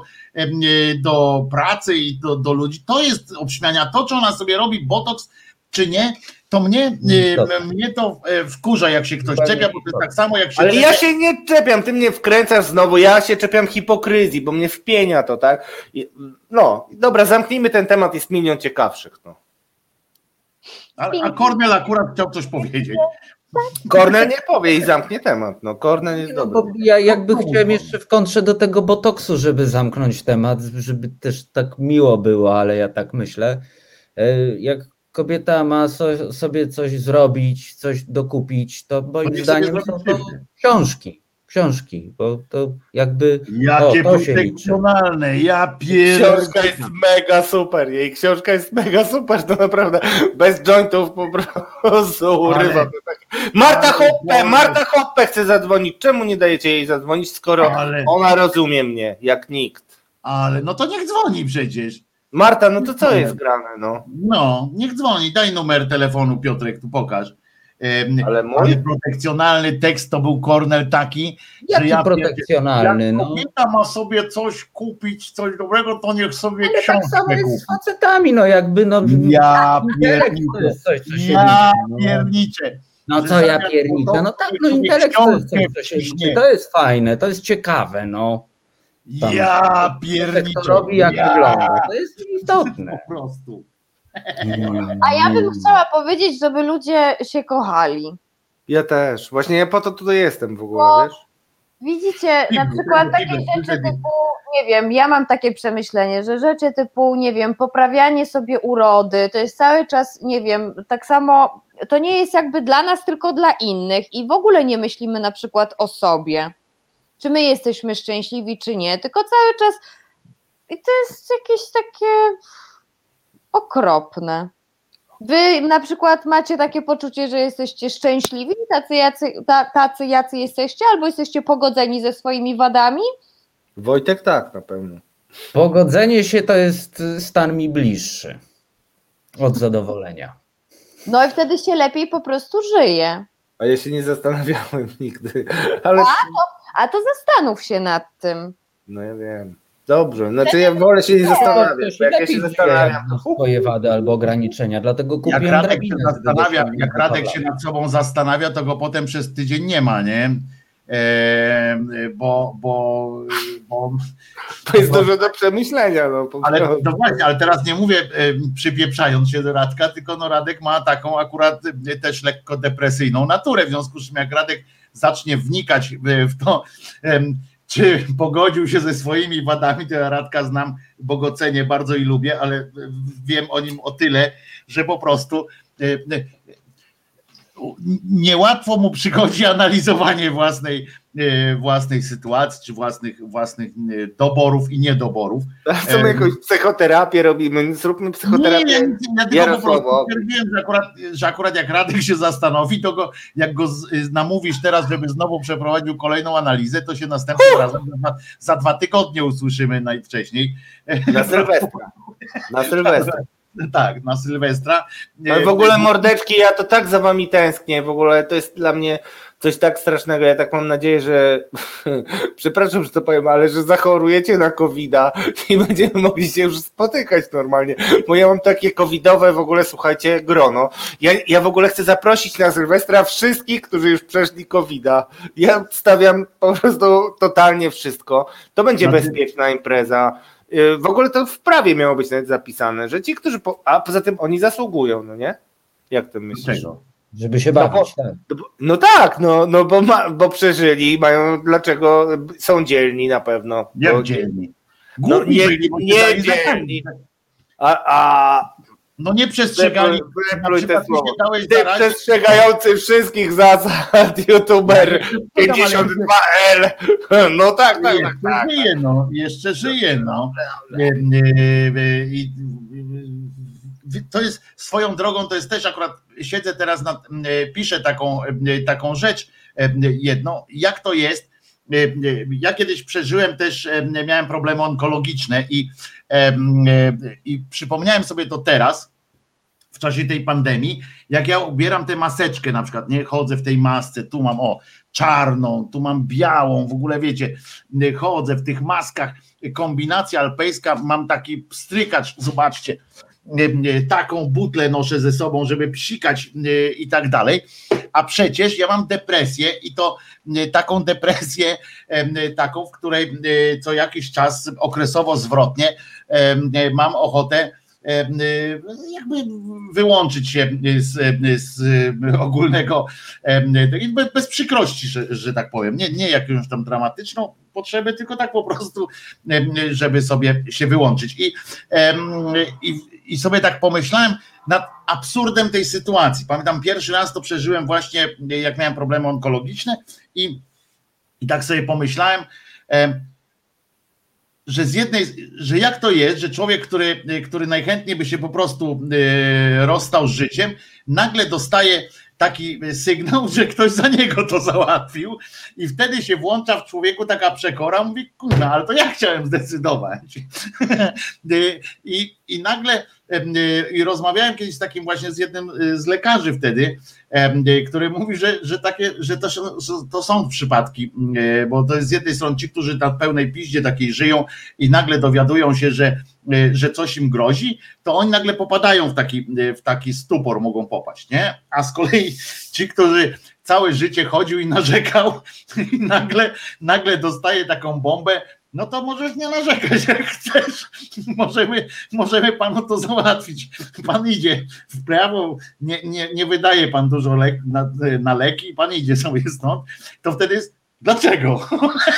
do pracy i do, do ludzi, to jest obśmiania. To, czy ona sobie robi botoks, czy nie, to mnie, mnie to wkurza, jak się ktoś czepia, bo to jest tak samo, jak się Ale czepia. ja się nie czepiam, ty mnie wkręcasz znowu, ja się czepiam hipokryzji, bo mnie wpienia to, tak? No, dobra, zamknijmy ten temat, jest milion ciekawszych, no. A, a Kornel akurat chciał coś powiedzieć. Kornel nie powie i zamknie temat. No, Kornel jest dobry. Bo ja jakby chciałem jeszcze w kontrze do tego botoksu, żeby zamknąć temat, żeby też tak miło było, ale ja tak myślę. Jak kobieta ma so, sobie coś zrobić, coś dokupić, to moim zdaniem są to książki. Książki, bo to jakby jakie o, to się profesjonalne, ja pierdolę. Książka jest mega super, jej książka jest mega super, to naprawdę bez jointów po prostu urywa. Ale, Marta Hoppe, Marta Hoppe chce zadzwonić, czemu nie dajecie jej zadzwonić, skoro ale, ona rozumie mnie, jak nikt. Ale no to niech dzwoni przecież. Marta, no to co jest grane, no? No, niech dzwoni, daj numer telefonu, Piotrek, tu pokaż. Ale, mój... ale protekcjonalny tekst to był Kornel taki, Jaki że ja protekcjonalny, jak no. kobieta ma sobie coś kupić, coś dobrego, to niech sobie ale książkę tak samo kupi. jest z facetami, no jakby no. Ja pierniczę. Coś, co się ja no. pierniczę. No co ja pierniczę? No tak, no intelekt to jest coś, co się liczy. To jest fajne, to jest ciekawe, no. Ja pierniczę. To robi, jak ja. wygląda. To jest istotne. Po prostu. A ja bym chciała powiedzieć, żeby ludzie się kochali. Ja też. Właśnie ja po to tutaj jestem w ogóle, Bo wiesz? Widzicie, na przykład takie rzeczy typu, nie wiem, ja mam takie przemyślenie, że rzeczy typu, nie wiem, poprawianie sobie urody, to jest cały czas, nie wiem, tak samo, to nie jest jakby dla nas, tylko dla innych i w ogóle nie myślimy na przykład o sobie, czy my jesteśmy szczęśliwi, czy nie, tylko cały czas i to jest jakieś takie okropne. Wy na przykład macie takie poczucie, że jesteście szczęśliwi, tacy jacy, tacy jacy jesteście, albo jesteście pogodzeni ze swoimi wadami? Wojtek tak, na pewno. Pogodzenie się to jest stan mi bliższy od zadowolenia. No i wtedy się lepiej po prostu żyje. A ja się nie zastanawiałem nigdy. Ale... A, to, a to zastanów się nad tym. No ja wiem. Dobrze, znaczy ja wolę się nie zastanawiać, bo jak ja się zastanawiam, to swoje wady albo ograniczenia, dlatego kupiłem jak Radek drabinę. się zastanawia, jak Radek się nad sobą zastanawia, to go potem przez tydzień nie ma, nie? E, bo, bo, bo to jest dużo do przemyślenia. No, ale, no właśnie, ale teraz nie mówię e, przypieprzając się do Radka, tylko no Radek ma taką akurat e, też lekko depresyjną naturę, w związku z czym jak Radek zacznie wnikać w to, e, czy pogodził się ze swoimi wadami, to ja Radka znam, bo go cenię bardzo i lubię, ale wiem o nim o tyle, że po prostu niełatwo mu przychodzi analizowanie własnej, własnej sytuacji, czy własnych, własnych doborów i niedoborów. A co my jakąś psychoterapię robimy? Zróbmy psychoterapię. Nie, nie, ja tylko po prostu wiem, że akurat, że akurat jak Radek się zastanowi, to go, jak go z, namówisz teraz, żeby znowu przeprowadził kolejną analizę, to się następnym uh! razem za, za dwa tygodnie usłyszymy najwcześniej. Na Sylwestra. Na Sylwestra. Tak, na Sylwestra. Ale w ogóle mordeczki, ja to tak za wami tęsknię, w ogóle to jest dla mnie coś tak strasznego, ja tak mam nadzieję, że przepraszam, że to powiem, ale że zachorujecie na kowida i będziemy mogli się już spotykać normalnie, bo ja mam takie covidowe w ogóle, słuchajcie, grono. Ja, ja w ogóle chcę zaprosić na Sylwestra wszystkich, którzy już przeszli cowida. Ja stawiam po prostu totalnie wszystko. To będzie znaczy... bezpieczna impreza. W ogóle to w prawie miało być nawet zapisane, że ci, którzy, po, a poza tym oni zasługują, no nie? Jak ty myślisz? Czego? Żeby się bawić, no, tak. No, no tak, no, no bo, ma, bo przeżyli, mają, dlaczego są dzielni na pewno. Jak bo, dzielni? No, nie byli, nie dzielni. A, a no nie przestrzegali. Ty przestrzegający wszystkich zasad youtuber pięćdziesiąt dwa L. No tak, tak, jeszcze tak. Żyje, no, jeszcze żyje, no. I to jest swoją drogą, to jest też akurat, siedzę teraz, nad, piszę taką, taką rzecz jedną, jak to jest. Ja kiedyś przeżyłem też, miałem problemy onkologiczne i, i przypomniałem sobie to teraz, w czasie tej pandemii, jak ja ubieram tę maseczkę na przykład, nie, chodzę w tej masce, tu mam o czarną, tu mam białą, w ogóle wiecie, chodzę w tych maskach, kombinacja alpejska, mam taki pstrykacz, zobaczcie, taką butlę noszę ze sobą, żeby psikać i tak dalej, a przecież ja mam depresję i to taką depresję, taką, w której co jakiś czas okresowo zwrotnie mam ochotę jakby wyłączyć się z, z ogólnego, bez, bez przykrości, że, że tak powiem, nie, nie jakąś tam dramatyczną potrzebę, tylko tak po prostu, żeby sobie się wyłączyć. I, i, i sobie tak pomyślałem nad absurdem tej sytuacji. Pamiętam, pierwszy raz to przeżyłem właśnie, jak miałem problemy onkologiczne i, i tak sobie pomyślałem, że z jednej, że jak to jest, że człowiek, który, który najchętniej by się po prostu rozstał z życiem, nagle dostaje taki sygnał, że ktoś za niego to załatwił i wtedy się włącza w człowieku taka przekora, mówi, kurwa, ale to ja chciałem zdecydować. I, i nagle i rozmawiałem kiedyś z takim właśnie z jednym z lekarzy wtedy, który mówi, że, że takie, że to, to są przypadki, bo to jest z jednej strony ci, którzy na pełnej piździe takiej żyją i nagle dowiadują się, że, że coś im grozi, to oni nagle popadają w taki, w taki stupor, mogą popaść, nie? A z kolei ci, którzy całe życie chodził i narzekał i nagle, nagle dostaje taką bombę, no to możesz nie narzekać, jak chcesz. Możemy, możemy panu to załatwić. Pan idzie w prawo, nie, nie, nie wydaje pan dużo lek, na, na leki, pan idzie sobie stąd, to wtedy jest dlaczego?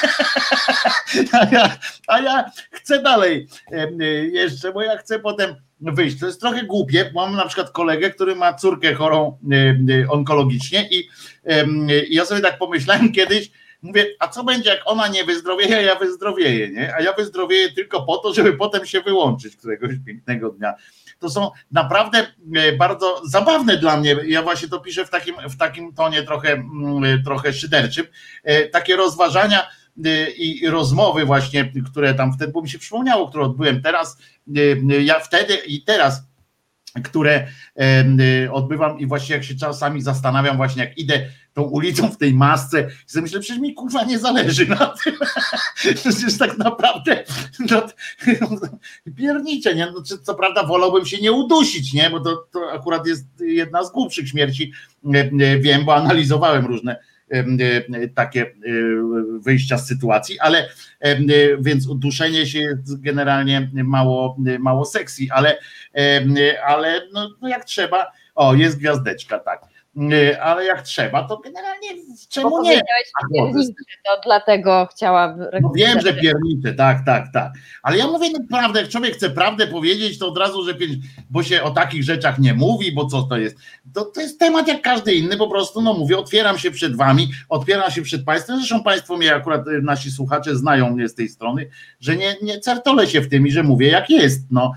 A ja, a ja chcę dalej jeszcze, bo ja chcę potem wyjść. To jest trochę głupie. Mam na przykład kolegę, który ma córkę chorą onkologicznie i, i ja sobie tak pomyślałem kiedyś, mówię, a co będzie, jak ona nie wyzdrowieje, a ja wyzdrowieję, nie? A ja wyzdrowieję tylko po to, żeby potem się wyłączyć któregoś pięknego dnia. To są naprawdę bardzo zabawne dla mnie. Ja właśnie to piszę w takim, w takim tonie trochę, trochę szyderczym. Takie rozważania i rozmowy właśnie, które tam wtedy, bo mi się przypomniało, które odbyłem teraz, ja wtedy i teraz, które odbywam i właśnie jak się czasami zastanawiam, właśnie jak idę tą ulicą w tej masce i sobie myślę, przecież mi kurwa nie zależy na tym, przecież tak naprawdę no, piernicze, nie? No, co prawda wolałbym się nie udusić, nie? Bo to, to akurat jest jedna z głupszych śmierci, wiem, bo analizowałem różne takie wyjścia z sytuacji, ale więc uduszenie się jest generalnie mało, mało sexy, ale, ale no, no jak trzeba, o jest gwiazdeczka, tak, ale jak trzeba, to generalnie czemu bo nie? Piernicze, to dlatego chciałam. No wiem, że piernicze, tak, tak, tak. Ale ja mówię naprawdę, jak człowiek chce prawdę powiedzieć, to od razu, że piernicze, bo się o takich rzeczach nie mówi, bo co to jest? To, to jest temat jak każdy inny, po prostu, no mówię, otwieram się przed wami, otwieram się przed państwem, zresztą państwo mnie akurat, nasi słuchacze znają mnie z tej strony, że nie, nie certolę się w tym i że mówię jak jest, no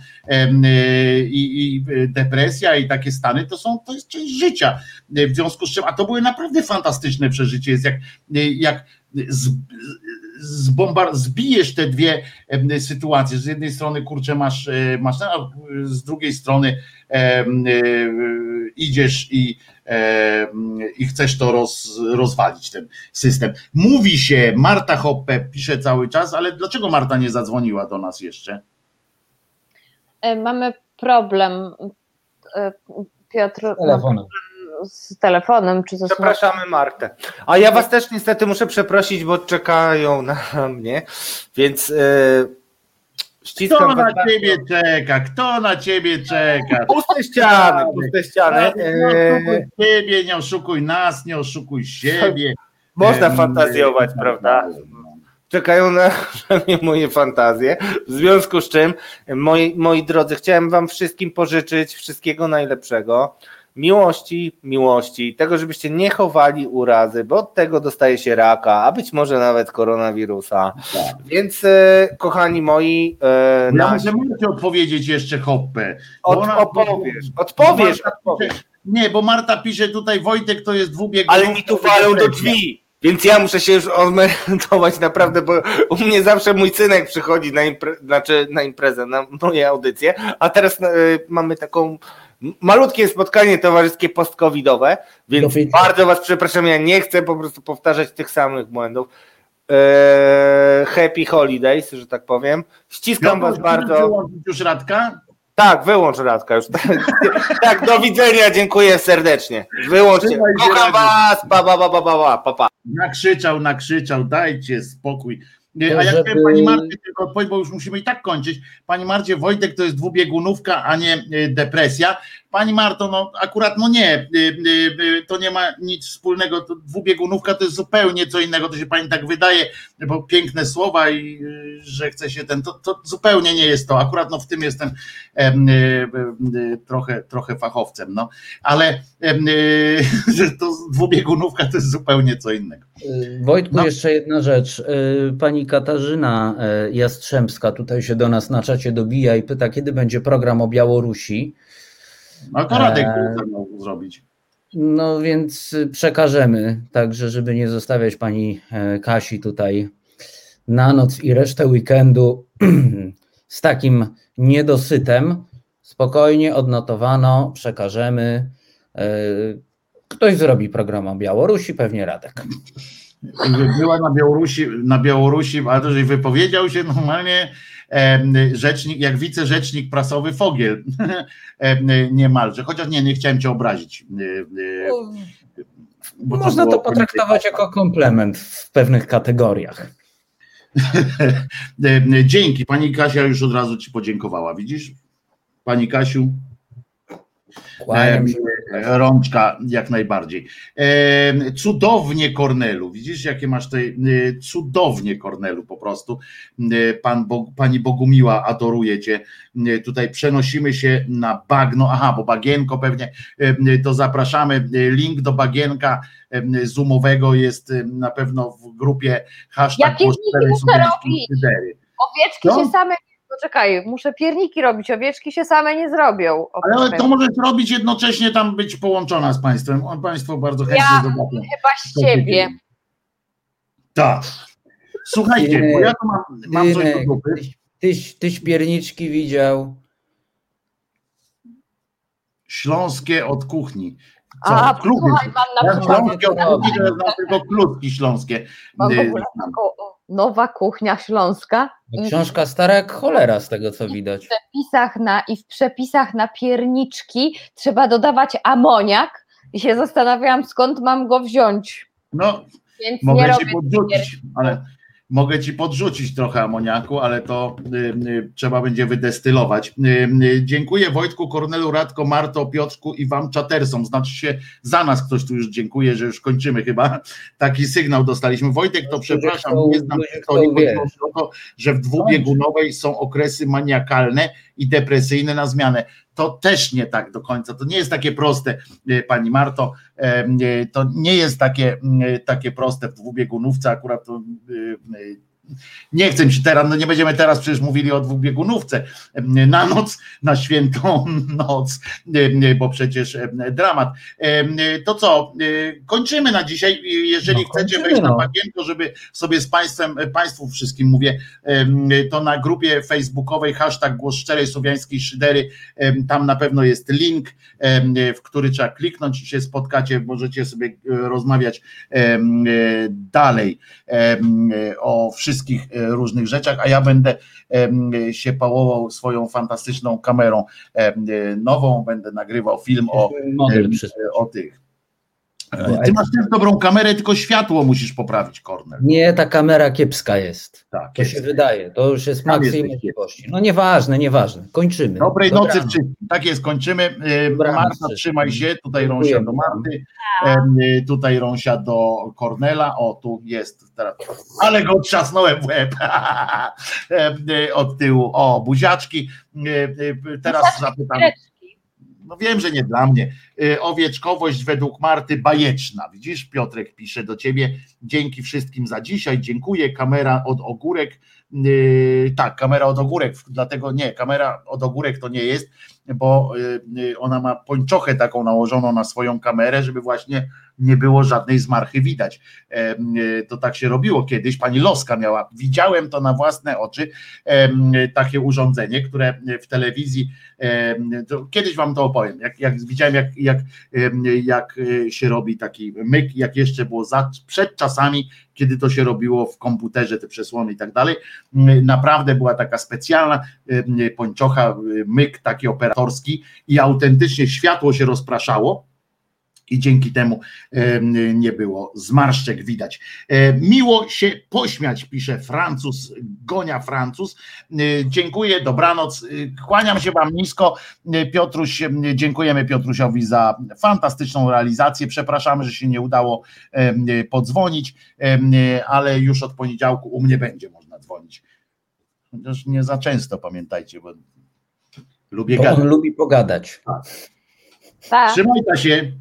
i, i depresja i takie stany to są, to jest część życia, w związku z czym, a to były naprawdę fantastyczne przeżycie, jest jak, jak z, zbombar- zbijesz te dwie sytuacje, z jednej strony kurczę masz, masz a z drugiej strony e, e, idziesz i, e, i chcesz to roz, rozwalić ten system. Mówi się, Marta Hoppe pisze cały czas, ale dlaczego Marta nie zadzwoniła do nas jeszcze? Mamy problem, Piotr, telefonem. z telefonem. Czy ze Przepraszamy Martę. A ja was też niestety muszę przeprosić, bo czekają na mnie, więc yy, ściskam. Kto na was ciebie bardzo. czeka? Kto na ciebie czeka? Puste ściany, puste ściany. Nie oszukuj ciebie, nie oszukuj nas, nie oszukuj siebie. Można fantazjować, prawda? Czekają na mnie moje fantazje, w związku z czym, moi, moi drodzy, chciałem wam wszystkim pożyczyć wszystkiego najlepszego, miłości, miłości, tego, żebyście nie chowali urazy, bo od tego dostaje się raka, a być może nawet koronawirusa. Tak. Więc e, kochani moi... E, ja nasi... muszę Marcie odpowiedzieć jeszcze Hoppe. Od, ona, opowiesz, odpowiesz, Marta, odpowiesz. Nie, bo Marta pisze tutaj, Wojtek to jest dwubiegunowy. Ale mi tu walą do drzwi. Więc ja muszę się już odmerytować naprawdę, bo u mnie zawsze mój synek przychodzi na, impre- znaczy na imprezę, na moje audycje, a teraz y, mamy taką malutkie spotkanie towarzyskie post-covidowe, więc Dopiero. bardzo was przepraszam, ja nie chcę po prostu powtarzać tych samych błędów. Eee, happy holidays, że tak powiem. Ściskam no, was bardzo. Już Radka? Tak, wyłącz Radka już. Tak, do widzenia, dziękuję serdecznie. Wyłączcie. Kocham was, pa, pa, pa, pa, pa, pa, pa. Nakrzyczał, nakrzyczał, dajcie spokój. A ja chciałem pani Marcie tylko odpowiedzieć, bo już musimy i tak kończyć. Pani Marcie, Wojtek to jest dwubiegunówka, a nie depresja. Pani Marto, no akurat no nie, to nie ma nic wspólnego. Dwubiegunówka to jest zupełnie co innego, to się pani tak wydaje, bo piękne słowa i że chce się ten, to, to zupełnie nie jest to. Akurat no w tym jestem em, trochę, trochę fachowcem, no. Ale em, to dwubiegunówka to jest zupełnie co innego. Wojtku, No. jeszcze jedna rzecz. Pani Katarzyna Jastrzębska tutaj się do nas na czacie dobija i pyta, kiedy będzie program o Białorusi. No to Radek mógł zrobić. No więc przekażemy, także żeby nie zostawiać pani Kasi tutaj na noc i resztę weekendu z takim niedosytem. Spokojnie odnotowano, przekażemy. Ktoś zrobi program o Białorusi, pewnie Radek. Była na Białorusi, na Białorusi, ale to, że wypowiedział się normalnie rzecznik, jak wicerzecznik prasowy Fogiel niemalże, chociaż nie, nie chciałem cię obrazić. Bo Można to, to potraktować jako komplement w pewnych kategoriach. Dzięki, pani Kasia już od razu ci podziękowała, widzisz? Pani Kasiu. Kłaniam się. Rączka jak najbardziej. E, cudownie, Kornelu. Widzisz, jakie masz tutaj e, cudownie, Kornelu, po prostu. E, pan Bog, pani Bogumiła adoruje cię. E, tutaj przenosimy się na bagno. Aha, bo bagienko pewnie. E, to zapraszamy. Link do bagienka e, zoomowego jest e, na pewno w grupie hashtag. Jakie muszę robić? Owieczki Co? się same... Poczekaj, muszę pierniki robić, owieczki się same nie zrobią. Ale to możesz robić jednocześnie tam być połączona z państwem. On państwo bardzo chętnie ja zobaczą. Chyba z ciebie. Tak. Słuchajcie, Tynek, bo ja tu mam, mam coś do dupy. Tyś, tyś, tyś pierniczki widział. Śląskie od kuchni. Co? A, Kluby. słuchaj, mam na Ja przykład... śląskie od kuchni, to ja znam tylko klutki śląskie. Mam w ogóle taką nowa kuchnia śląska. No, książka stara jak cholera z tego, co widać. W przepisach na, I w przepisach na pierniczki trzeba dodawać amoniak i się zastanawiałam, skąd mam go wziąć. No, Więc mogę nie ci robię podrzucić, ale mogę ci podrzucić trochę amoniaku, ale to y, y, trzeba będzie wydestylować. Y, y, dziękuję Wojtku, Kornelu, Radko, Marto, Piotrku i wam czatersom. Znaczy się za nas ktoś tu już dziękuję, że już kończymy chyba. Taki sygnał dostaliśmy. Wojtek, to przepraszam, nie znam historii, chodziło o to, że w dwubiegunowej są okresy maniakalne i depresyjne na zmianę. To też nie tak do końca, to nie jest takie proste, pani Marto, to nie jest takie, takie proste w dwubiegunówce, akurat to nie chcę się teraz, no nie będziemy teraz przecież mówili o dwubiegunówce na noc, na świętą noc, bo przecież dramat. To co, kończymy na dzisiaj, jeżeli no, chcecie wejść no. na bagienko, żeby sobie z państwem, państwu wszystkim mówię, to na grupie facebookowej hashtag Głos Szczerej Słowiańskiej Szydery, tam na pewno jest link, w który trzeba kliknąć i się spotkacie, możecie sobie rozmawiać dalej o wszystkich różnych rzeczach, a ja będę się pałował swoją fantastyczną kamerą nową, będę nagrywał film o, o tych. Ty masz też dobrą kamerę, tylko światło musisz poprawić, Kornel. Nie, ta kamera kiepska jest. Tak, to się wydaje, to już jest maksimum możliwości. No nieważne, nieważne, kończymy. Dobrej Dobranoc. Nocy wszystkim. Tak jest, kończymy. Dobranoc. Marta, trzymaj się, tutaj Rąsia do Marty, tutaj Rąsia do Kornela, o tu jest teraz, ale go trzasnąłem w łeb od tyłu, o buziaczki, teraz zapytam. No wiem, że nie dla mnie. Owieczkowość według Marty bajeczna. Widzisz, Piotrek pisze do ciebie. Dzięki wszystkim za dzisiaj. Dziękuję. Kamera od ogórek. Yy, tak, kamera od ogórek. Dlatego nie, kamera od ogórek to nie jest, bo yy, ona ma pończochę taką nałożoną na swoją kamerę, żeby właśnie nie było żadnej zmarchy widać. Yy, to tak się robiło kiedyś. Pani Loska miała. Widziałem to na własne oczy. Yy, takie urządzenie, które w telewizji. Yy, to kiedyś wam to opowiem. Jak, jak widziałem, jak, jak, yy, jak się robi taki myk, jak jeszcze było za, przed czasami, kiedy to się robiło w komputerze, te przesłony i tak dalej. Naprawdę była taka specjalna pończocha, myk taki operatorski i autentycznie światło się rozpraszało i dzięki temu nie było zmarszczek widać. Miło się pośmiać, pisze Francuz, Gonia Francuz. Dziękuję, dobranoc, kłaniam się wam nisko. Piotruś, dziękujemy Piotrusiowi za fantastyczną realizację. Przepraszamy, że się nie udało podzwonić, ale już od poniedziałku u mnie będzie można dzwonić. Chociaż nie za często, pamiętajcie, bo lubię bo gadać. On lubi pogadać. Tak. Trzymajcie się.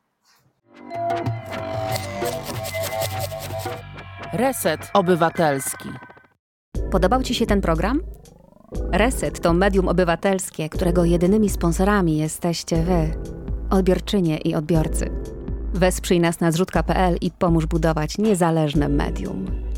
Reset Obywatelski. Podobał ci się ten program? Reset to medium obywatelskie, którego jedynymi sponsorami jesteście wy, odbiorczynie i odbiorcy. Wesprzyj nas na zrzutka kropka pe el i pomóż budować niezależne medium.